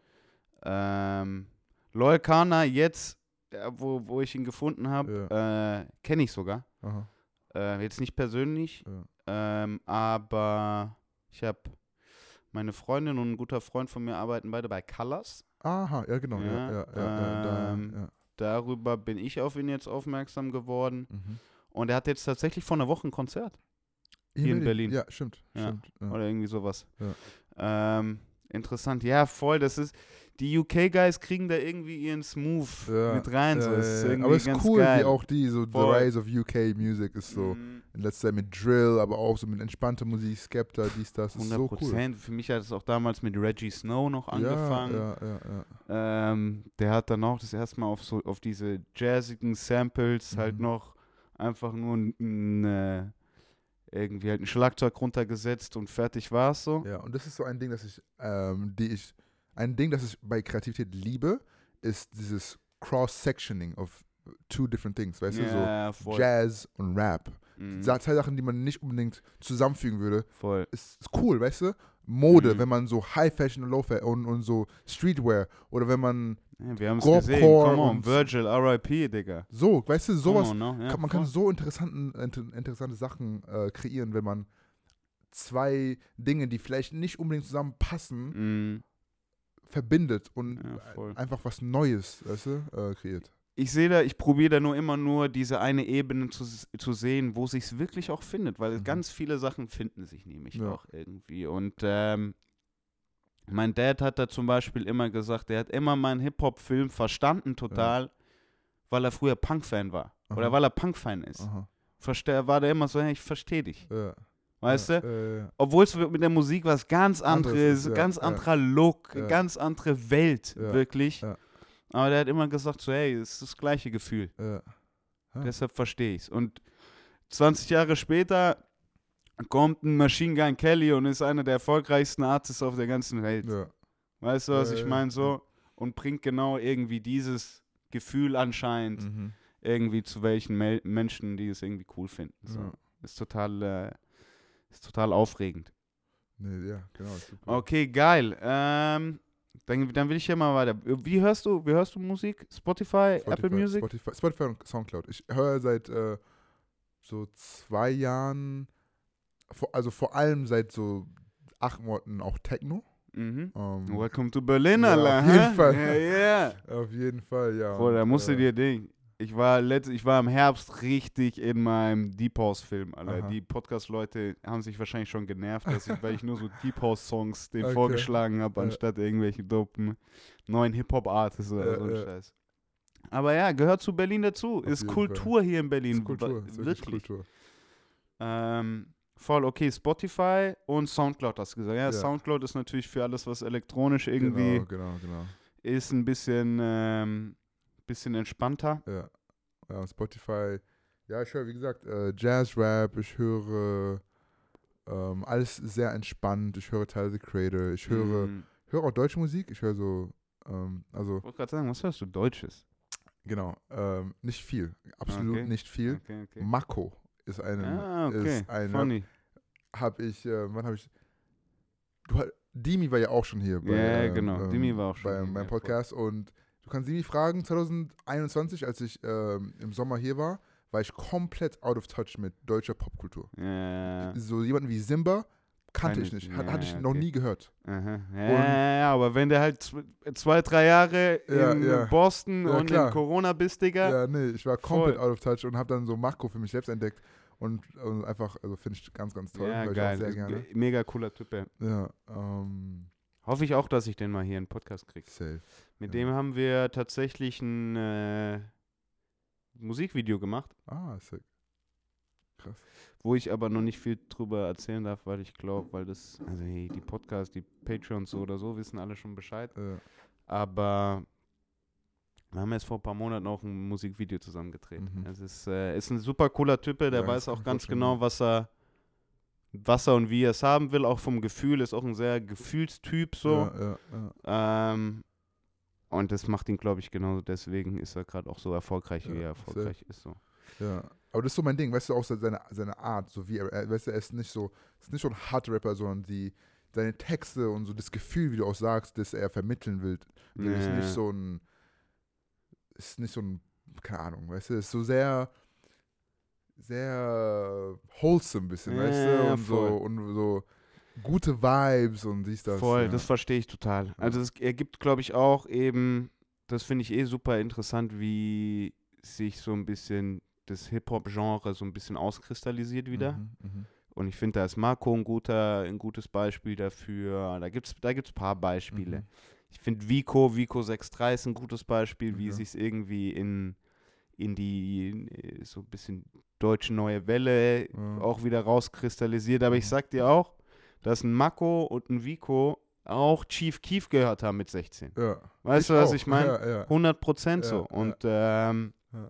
Ähm, Loyal Kana jetzt, äh, wo, wo ich ihn gefunden habe, äh, kenne ich sogar. aha, Äh, jetzt nicht persönlich, ja. ähm, aber ich habe meine Freundin und ein guter Freund von mir arbeiten beide bei Colors. Aha, ja genau, ja, Ja, ja, ja, ja, da, ähm, ja. Darüber bin ich auf ihn jetzt aufmerksam geworden. Mhm. Und er hat jetzt tatsächlich vor einer Woche ein Konzert. Hier in Berlin. Ja, stimmt, Ja. stimmt. Ja. Oder irgendwie sowas. Ja. Ähm, interessant. Ja, voll. Das ist, die U K-Guys kriegen da irgendwie ihren Smooth Ja, mit rein. ja, so. Das ist ja, ja. irgendwie Aber es ist ganz cool, geil. wie auch die, so Voll. The Rise of U K Music ist so Mhm. in letzter Zeit mit Drill, aber auch so mit entspannter Musik, Skepta, dies, das, ist hundert so cool. Prozent. Für mich hat es auch damals mit Reggie Snow noch angefangen. Ja, ja, ja, ja. Ähm, der hat dann auch das erste Mal auf, so, auf diese jazzigen Samples halt Mhm. noch einfach nur ein, ein, äh, irgendwie halt ein Schlagzeug runtergesetzt und fertig war es so. Ja, und das ist so ein Ding, das ich, ähm, die ich, ein Ding, das ich bei Kreativität liebe, ist dieses Cross-Sectioning of two different things, weißt du, Ja, so voll. Jazz und Rap. Mhm. Sa- Zwei Sachen, die man nicht unbedingt zusammenfügen würde, Voll. ist, ist cool, weißt du? Mode, Mhm. wenn man so High Fashion und Low Fashion und, und so Streetwear oder wenn man Ja, wir haben es Gore- gesehen. Core Come on, und- Virgil, R I P, Digga. so, weißt du, sowas, Come on, no? Ja, kann, man kann voll. so interessanten, inter, interessante Sachen äh, kreieren, wenn man zwei Dinge, die vielleicht nicht unbedingt zusammenpassen, Mhm. verbindet und Ja, voll. einfach was Neues, weißt du, äh, kreiert. Ich sehe da, ich probiere da nur immer nur diese eine Ebene zu, zu sehen, wo sich's wirklich auch findet, weil Mhm. ganz viele Sachen finden sich nämlich Ja. auch irgendwie. Und ähm, mein Dad hat da zum Beispiel immer gesagt, der hat immer meinen Hip-Hop-Film verstanden total, weil er früher Punk-Fan war. Oder Aha. weil er Punk-Fan ist. Aha. Verste war der immer so, hey, ich verstehe dich. Ja. Weißt ja, du? äh, ja. Obwohl es mit der Musik was ganz Anderes anderes, ist, ja, ganz ja. anderer Look, Ja. ganz andere Welt, Ja, wirklich. ja. Aber der hat immer gesagt so, hey, es ist das gleiche Gefühl. Ja. Ja. Deshalb verstehe ich es. Und zwanzig Jahre später kommt ein Machine Gun Kelly und ist einer der erfolgreichsten Artists auf der ganzen Welt. Ja. Weißt du, was Ja, ich ja, meine? ja. So. Und bringt genau irgendwie dieses Gefühl anscheinend Mhm. irgendwie zu welchen Mel- Menschen, die es irgendwie cool finden. So. Ja. Ist total, äh, ist total aufregend. Nee, ja, genau. Super. Okay, geil. Ähm, dann, dann will ich hier mal weiter. Wie hörst du, wie hörst du Musik? Spotify, Spotify, Apple Music? Spotify, Spotify und Soundcloud. Ich höre seit äh, so zwei Jahren, vor, also vor allem seit so acht Monaten auch Techno. Mhm. Ähm, Welcome to Berlin, ja, Alter. auf jeden hä? Fall. Ja, yeah. Auf jeden Fall, ja. Bro, da Und, musst du äh, dir Ding. Ich war letzt, ich war im Herbst richtig in meinem Deep House Film, Alter. Aha. Die Podcast-Leute haben sich wahrscheinlich schon genervt, dass ich, weil ich nur so Deep House Songs denen Okay. vorgeschlagen habe, Ja. anstatt irgendwelche dopen neuen Hip-Hop-Artists oder Ja, so ein ja. Scheiß. Aber ja, gehört zu Berlin dazu. Auf Ist jeden Kultur hier in Berlin. Ist Kultur, Wa- ist wirklich wirklich. Kultur. Ähm, voll okay, Spotify und Soundcloud hast du gesagt. Ja, Ja. Soundcloud ist natürlich für alles, was elektronisch irgendwie Genau, genau, genau. ist, ein bisschen, ähm, bisschen entspannter. Ja. Ja, und Spotify. Ja, ich höre, wie gesagt, äh, Jazz-Rap, ich höre ähm, alles sehr entspannt. Ich höre Tyler, the Creator, ich höre, Mhm. höre auch deutsche Musik. Ich höre so, ähm, also, Ich wollte gerade sagen, was hörst du? Deutsches? genau, ähm, nicht viel. Absolut Okay. nicht viel. Okay, okay. Mako ist eine, Ah, okay. ist eine, Funny. habe ich, äh, wann habe ich, du, ha- Dimi war ja auch schon hier bei, Ja, ähm, genau. ähm, Dimi war auch schon beim, hier, beim ja, voll. Podcast und du kannst Dimi fragen, zwanzig einundzwanzig, als ich ähm, im Sommer hier war, war ich komplett out of touch mit deutscher Popkultur. Ja. So jemanden wie Simba kannte Keine- ich nicht, hat, ja, hatte ich noch okay. nie gehört. Aha. Ja, Und- ja, ja, aber wenn du halt zw- zwei, drei Jahre Ja, in ja. Boston Ja, und klar. in Corona bist, Digga. Ja, nee, ich war komplett Voll. out of touch und habe dann so Mako für mich selbst entdeckt und, und einfach, also finde ich ganz, ganz toll. Ja, höre ich geil. auch sehr Ist gerne. ge- Mega cooler Typ, ja. Ja, ähm, Hoffe ich auch, dass ich den mal hier in den Podcast kriege. safe. Mit Ja. dem haben wir tatsächlich ein äh, Musikvideo gemacht, Ah, sick. Krass. wo ich aber noch nicht viel drüber erzählen darf, weil ich glaube, weil das, also hey, die Podcasts, die Patreons so oder so wissen alle schon Bescheid. Ja. Aber wir haben jetzt vor ein paar Monaten auch ein Musikvideo zusammen gedreht. Mhm. Es ist, äh, ist ein super cooler Typ, der Ja, weiß das kann auch ich ganz vorstellen, genau, ja. was er, was er und wie er es haben will, auch vom Gefühl, ist auch ein sehr Gefühlstyp so. Ja, ja, ja. Ähm, und das macht ihn, glaube ich, genauso. Deswegen ist er gerade auch so erfolgreich, wie Ja, er erfolgreich ist. So. Ja, aber das ist so mein Ding, weißt du, auch so seine, seine Art, so wie er, er, weißt du, er ist nicht so, ist nicht so ein Hard-Rapper, sondern die, seine Texte und so das Gefühl, wie du auch sagst, das er vermitteln will, will ist Ja. nicht so ein, ist nicht so ein, keine Ahnung, weißt du, ist so sehr, sehr wholesome ein bisschen, Ja, weißt du, ja, und voll. so, und so gute Vibes und siehst das. Voll, ja. das verstehe ich total. Also es ergibt, glaube ich, auch eben, das finde ich eh super interessant, wie sich so ein bisschen das Hip-Hop-Genre so ein bisschen auskristallisiert wieder. Mhm, mhm. Und ich finde, da ist Marco ein, guter, ein gutes Beispiel dafür. Da gibt es da gibt's ein paar Beispiele. Mhm. Ich finde Vico, Vico sechs drei ist ein gutes Beispiel, wie Okay. sich irgendwie in, in die in, so ein bisschen deutsche neue Welle Ja. auch wieder rauskristallisiert. Aber ich Mhm. sag dir auch, dass ein Mako und ein Vico auch Chief Keef gehört haben mit sechzehn. Ja. Weißt du, was auch. ich meine? Ja, ja. hundert Prozent so. Ja, Und ähm, ja.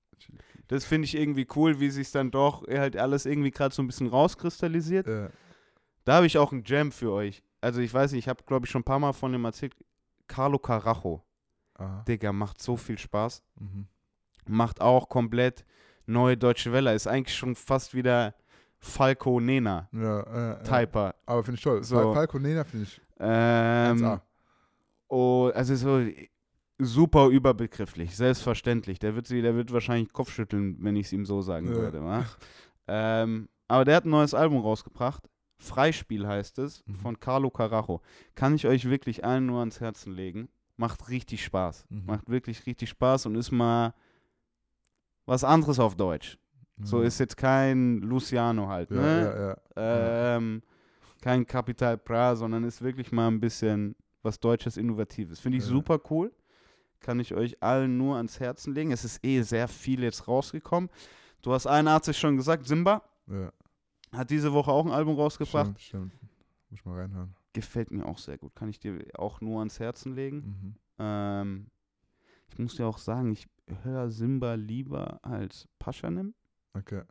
das finde ich irgendwie cool, wie sich dann doch halt alles irgendwie gerade so ein bisschen rauskristallisiert. Ja. Da habe ich auch einen Jam für euch. Also ich weiß nicht, ich habe, glaube ich, schon ein paar Mal von dem erzählt. Carlo Carajo. Aha. Digga, macht so viel Spaß. Mhm. Macht auch komplett neue Deutsche Welle. Ist eigentlich schon fast wieder Falco Nena Ja, ja, ja. Typer. Aber finde ich toll. So. Fal- Falco Nena finde ich Ähm, eins A. oh, also so super überbegrifflich, selbstverständlich. Der wird, sie, der wird wahrscheinlich Kopfschütteln, wenn ich es ihm so sagen Ja. würde. Wa? ähm, aber der hat ein neues Album rausgebracht. Freispiel heißt es, Mhm. von Carlo Carajo. Kann ich euch wirklich allen nur ans Herzen legen. Macht richtig Spaß. Mhm. Macht wirklich richtig Spaß und ist mal was anderes auf Deutsch. So Ja. ist jetzt kein Luciano halt, ja, ne? ja, ja. Ähm, kein Capital Bra, sondern ist wirklich mal ein bisschen was Deutsches, Innovatives. Finde ich Ja. super cool. Kann ich euch allen nur ans Herzen legen. Es ist eh sehr viel jetzt rausgekommen. Du hast einundachtzig schon gesagt, Simba ja. hat diese Woche auch ein Album rausgebracht. Stimmt, stimmt. Muss ich mal reinhören. Gefällt mir auch sehr gut. Kann ich dir auch nur ans Herzen legen. Mhm. Ähm, ich muss dir auch sagen, ich höre Simba lieber als Paschanim. Okay.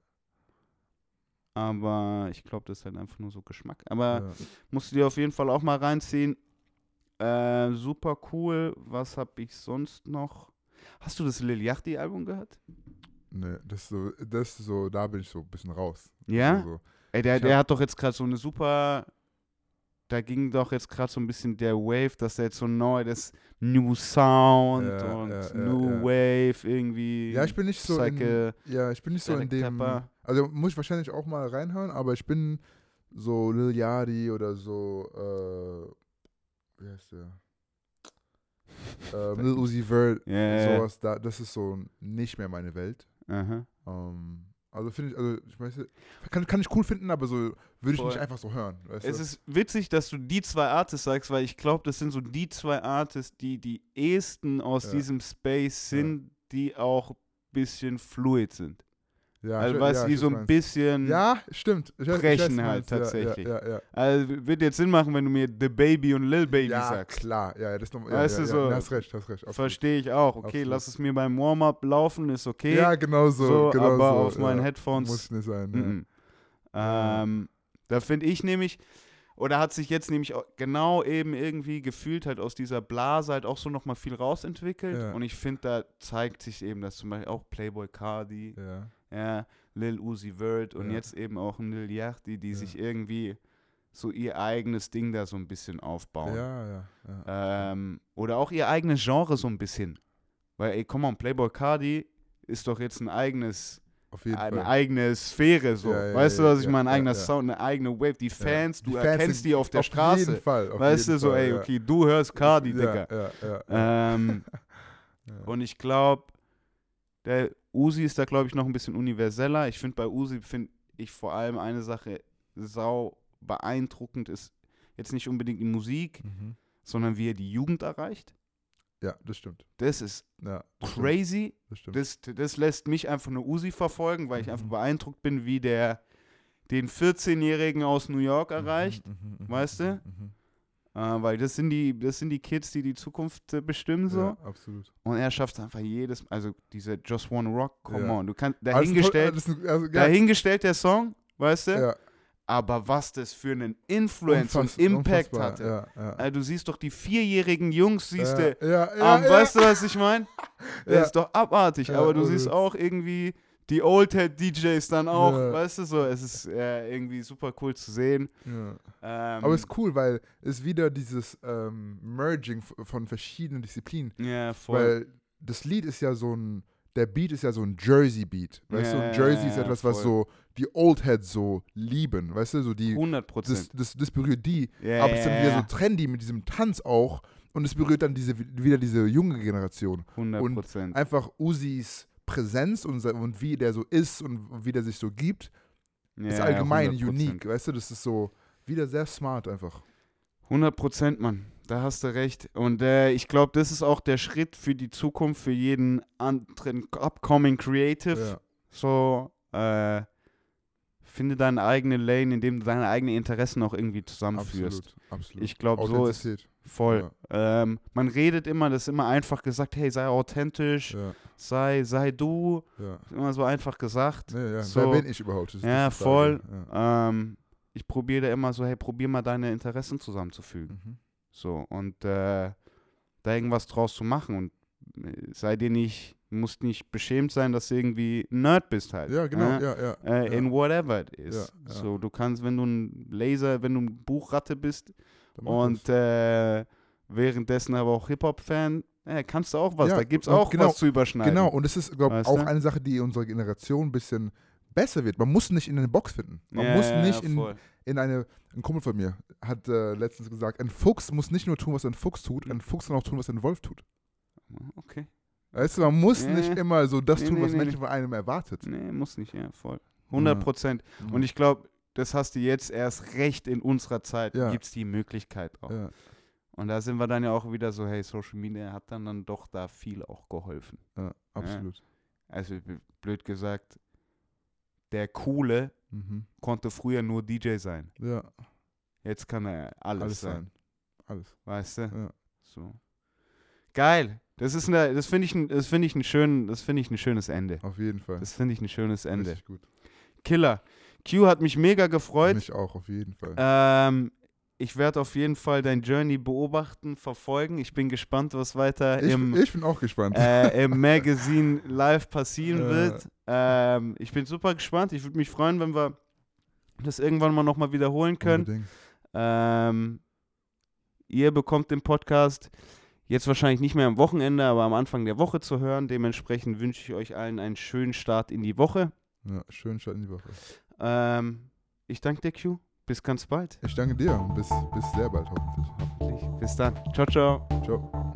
Aber ich glaube, das ist halt einfach nur so Geschmack. Aber Ja. musst du dir auf jeden Fall auch mal reinziehen. Äh, super cool. Was habe ich sonst noch? Hast du das Lil Yachty Album gehört? Nee, das ist so, das ist so, da bin ich so ein bisschen raus. Ja? Also so. Ey, der, Ich der hab- hat doch jetzt gerade so eine super, da ging doch jetzt gerade so ein bisschen der Wave, dass der jetzt so neu, das New Sound Ja, und ja, ja, New ja. Wave irgendwie. Ja, ich bin nicht so Psyche, in, ja, ich bin nicht so in Derek dem, Tapper. also muss ich wahrscheinlich auch mal reinhören, aber ich bin so Lil Yachty oder so, äh, wie heißt der? ähm, Lil Uzi Vert, Ja, ja. sowas, da, das ist so nicht mehr meine Welt. Aha. Ähm, also finde ich, also ich weiß nicht, kann, kann ich cool finden, aber so würde ich Voll. nicht einfach so hören. Weißt Es du? ist witzig, dass du die zwei Artists sagst, weil ich glaube, das sind so die zwei Artists, die die ehesten aus Ja. diesem Space sind, die auch ein bisschen fluid sind. Ja, Also, ich- weißt ja, du, die ich so weiß, ein meinst. bisschen. Ja, stimmt. Ich weiß, ich weiß, brechen was halt du meinst. Ja, tatsächlich. Ja, ja, ja. Also, wird jetzt Sinn machen, wenn du mir The Baby und Lil Baby Ja, sagst. klar. Ja, ja, das ist noch, ja, Weißt ja, du, ja, so, ja, hast recht, hast recht. absolut. Verstehe ich auch. Okay, Absolut. lass es mir beim Warm-up laufen, ist okay. Ja, genau so. so, genau aber so, auf meinen ja. Headphones. Muss nicht sein. Ja. Mhm. Ja. Ähm, da finde ich nämlich, oder hat sich jetzt nämlich auch genau eben irgendwie gefühlt halt aus dieser Blase halt auch so nochmal viel rausentwickelt. Ja. Und ich finde, da zeigt sich eben, dass zum Beispiel auch Playboy Cardi, Ja. ja, Lil Uzi Vert und Ja. jetzt eben auch ein Lil Yachty, die Ja. sich irgendwie so ihr eigenes Ding da so ein bisschen aufbauen. Ja, ja. ja. Ähm, oder auch ihr eigenes Genre so ein bisschen. Weil, ey, komm on, Playboy Cardi ist doch jetzt ein eigenes, Auf jeden eine Fall. eigene Sphäre so. Ja, ja, weißt du, ja, was ich ja, meine? Ein eigener ja, ja. Sound, eine eigene Wave. Die Fans, Die du Fans erkennst sind die auf der auf Straße. jeden Fall. Auf Weißt jeden du, so, Fall, ey, ja. okay, du hörst Cardi, ja, Digga. Ja, ja, ja. Ähm, ja. und ich glaube, der Uzi ist da, glaube ich, noch ein bisschen universeller. Ich finde, bei Uzi finde ich vor allem eine Sache sau beeindruckend ist jetzt nicht unbedingt die Musik, Mhm. sondern wie er die Jugend erreicht. Ja, das stimmt. Das ist Ja, das stimmt. crazy. Das stimmt. Das, das lässt mich einfach eine Uzi verfolgen, weil ich Mhm. einfach beeindruckt bin, wie der den vierzehnjährigen aus New York erreicht. Mhm, mhm, mhm, weißt du? mhm. Äh, weil das sind die, das sind die Kids, die die Zukunft äh, bestimmen so. Ja, absolut. Und er schafft es einfach jedes, also diese Just Wanna Rock, come Ja. on. Du kannst, Aber das ist ein toll- dahingestellt, das ist ein- also, ja, dahingestellt der Song, weißt du? ja, Aber was das für einen Influence unfass- und Impact unfassbar, hatte. Ja, ja. Also du siehst doch die vierjährigen Jungs, siehst ja, du, ja, ja, ähm, ja. weißt du, was ich meine? Das Ja. ist doch abartig, Ja, aber du ohne siehst Witz. auch irgendwie die Oldhead-D Js dann auch, Ja. weißt du, so, es ist äh, irgendwie super cool zu sehen. Ja. Ähm, Aber es ist cool, weil es wieder dieses ähm, Merging f- von verschiedenen Disziplinen, ja, voll. weil das Lied ist ja so ein, der Beat ist ja so ein Jersey-Beat, weißt Ja, du, und Jersey ist ja, etwas, was voll. so die Oldheads so lieben, weißt du, so die, hundert das, Prozent. das, das berührt die, Ja, aber es ist dann ja, wieder ja. so trendy mit diesem Tanz auch und es berührt dann diese, wieder diese junge Generation. hundert Prozent. Einfach Uzis Präsenz und, se- und wie der so ist und wie der sich so gibt, ist Ja, allgemein hundert Prozent. unique, weißt du, das ist so wieder sehr smart einfach. hundert Prozent, Mann. Da hast du recht. Und äh, ich glaube, das ist auch der Schritt für die Zukunft, für jeden anderen upcoming Creative. Ja, So, äh, finde deine eigene Lane, indem du deine eigenen Interessen auch irgendwie zusammenführst. absolut, absolut. Ich glaube, so ist Authentizität. voll. Ähm, man redet immer, das ist immer einfach gesagt, hey, sei authentisch, Ja, sei, sei du. ja. Ist immer so einfach gesagt. Nee, ja. So. Wer bin ich überhaupt? Das ist Ja, die Frage. voll. Ja. Ähm, ich probiere da immer so, hey, probier mal deine Interessen zusammenzufügen. Mhm. So, und äh, da irgendwas draus zu machen und äh, sei dir nicht, musst nicht beschämt sein, dass du irgendwie ein Nerd bist halt. Ja, genau, äh? ja, ja. Äh, ja. In whatever it is. Ja, ja. So, du kannst, wenn du ein Laser, wenn du ein Buchratte bist Dann mach und das. äh, währenddessen aber auch Hip-Hop-Fan, äh, kannst du auch was. Ja, Da gibt es und auch genau, was zu überschneiden. Genau, und es ist, glaube ich, Weißt auch du? eine Sache, die unsere Generation ein bisschen besser wird. Man muss nicht in eine Box finden. Man Ja, muss ja, nicht ja, in, voll. in eine. Ein Kumpel von mir hat äh, letztens gesagt, ein Fuchs muss nicht nur tun, was ein Fuchs tut, ein Fuchs kann auch tun, was ein Wolf tut. Okay. Weißt du, man muss Ja. nicht immer so das Nee, tun, nee, was nee, Menschen nee. von einem erwartet. Nee, muss nicht, ja, voll. hundert Prozent. Ja. Und ich glaube, das hast du jetzt erst recht in unserer Zeit, Ja. gibt es die Möglichkeit auch. Ja, Und da sind wir dann ja auch wieder so, hey, Social Media hat dann, dann doch da viel auch geholfen. ja, absolut. Also b- blöd gesagt, der Coole Mhm. konnte früher nur D J sein. Ja, Jetzt kann er alles, alles sein, sein. Alles. weißt du? Ja. So. Geil. Das ist eine, das finde ich, ein- das finde ich ein schön, das finde ich ein schönes Ende. Auf jeden Fall. Das finde ich ein schönes Ende. Richtig gut. Killer. Q hat mich mega gefreut. Mich auch, auf jeden Fall. Ähm, ich werde auf jeden Fall dein Journey beobachten, verfolgen. Ich bin gespannt, was weiter ich, im, ich bin auch gespannt. äh, im Magazin live passieren Ja. wird. Ähm, ich bin super gespannt. Ich würde mich freuen, wenn wir das irgendwann mal nochmal wiederholen können. Unbedingt. Ähm, ihr bekommt den Podcast jetzt wahrscheinlich nicht mehr am Wochenende, aber am Anfang der Woche zu hören. Dementsprechend wünsche ich euch allen einen schönen Start in die Woche. Ja, schönen Start in die Woche. Ähm, ich danke dir, Q. Bis ganz bald. Ich danke dir und bis, bis sehr bald hoffentlich. Hoffentlich. Bis dann. Ciao, ciao. Ciao.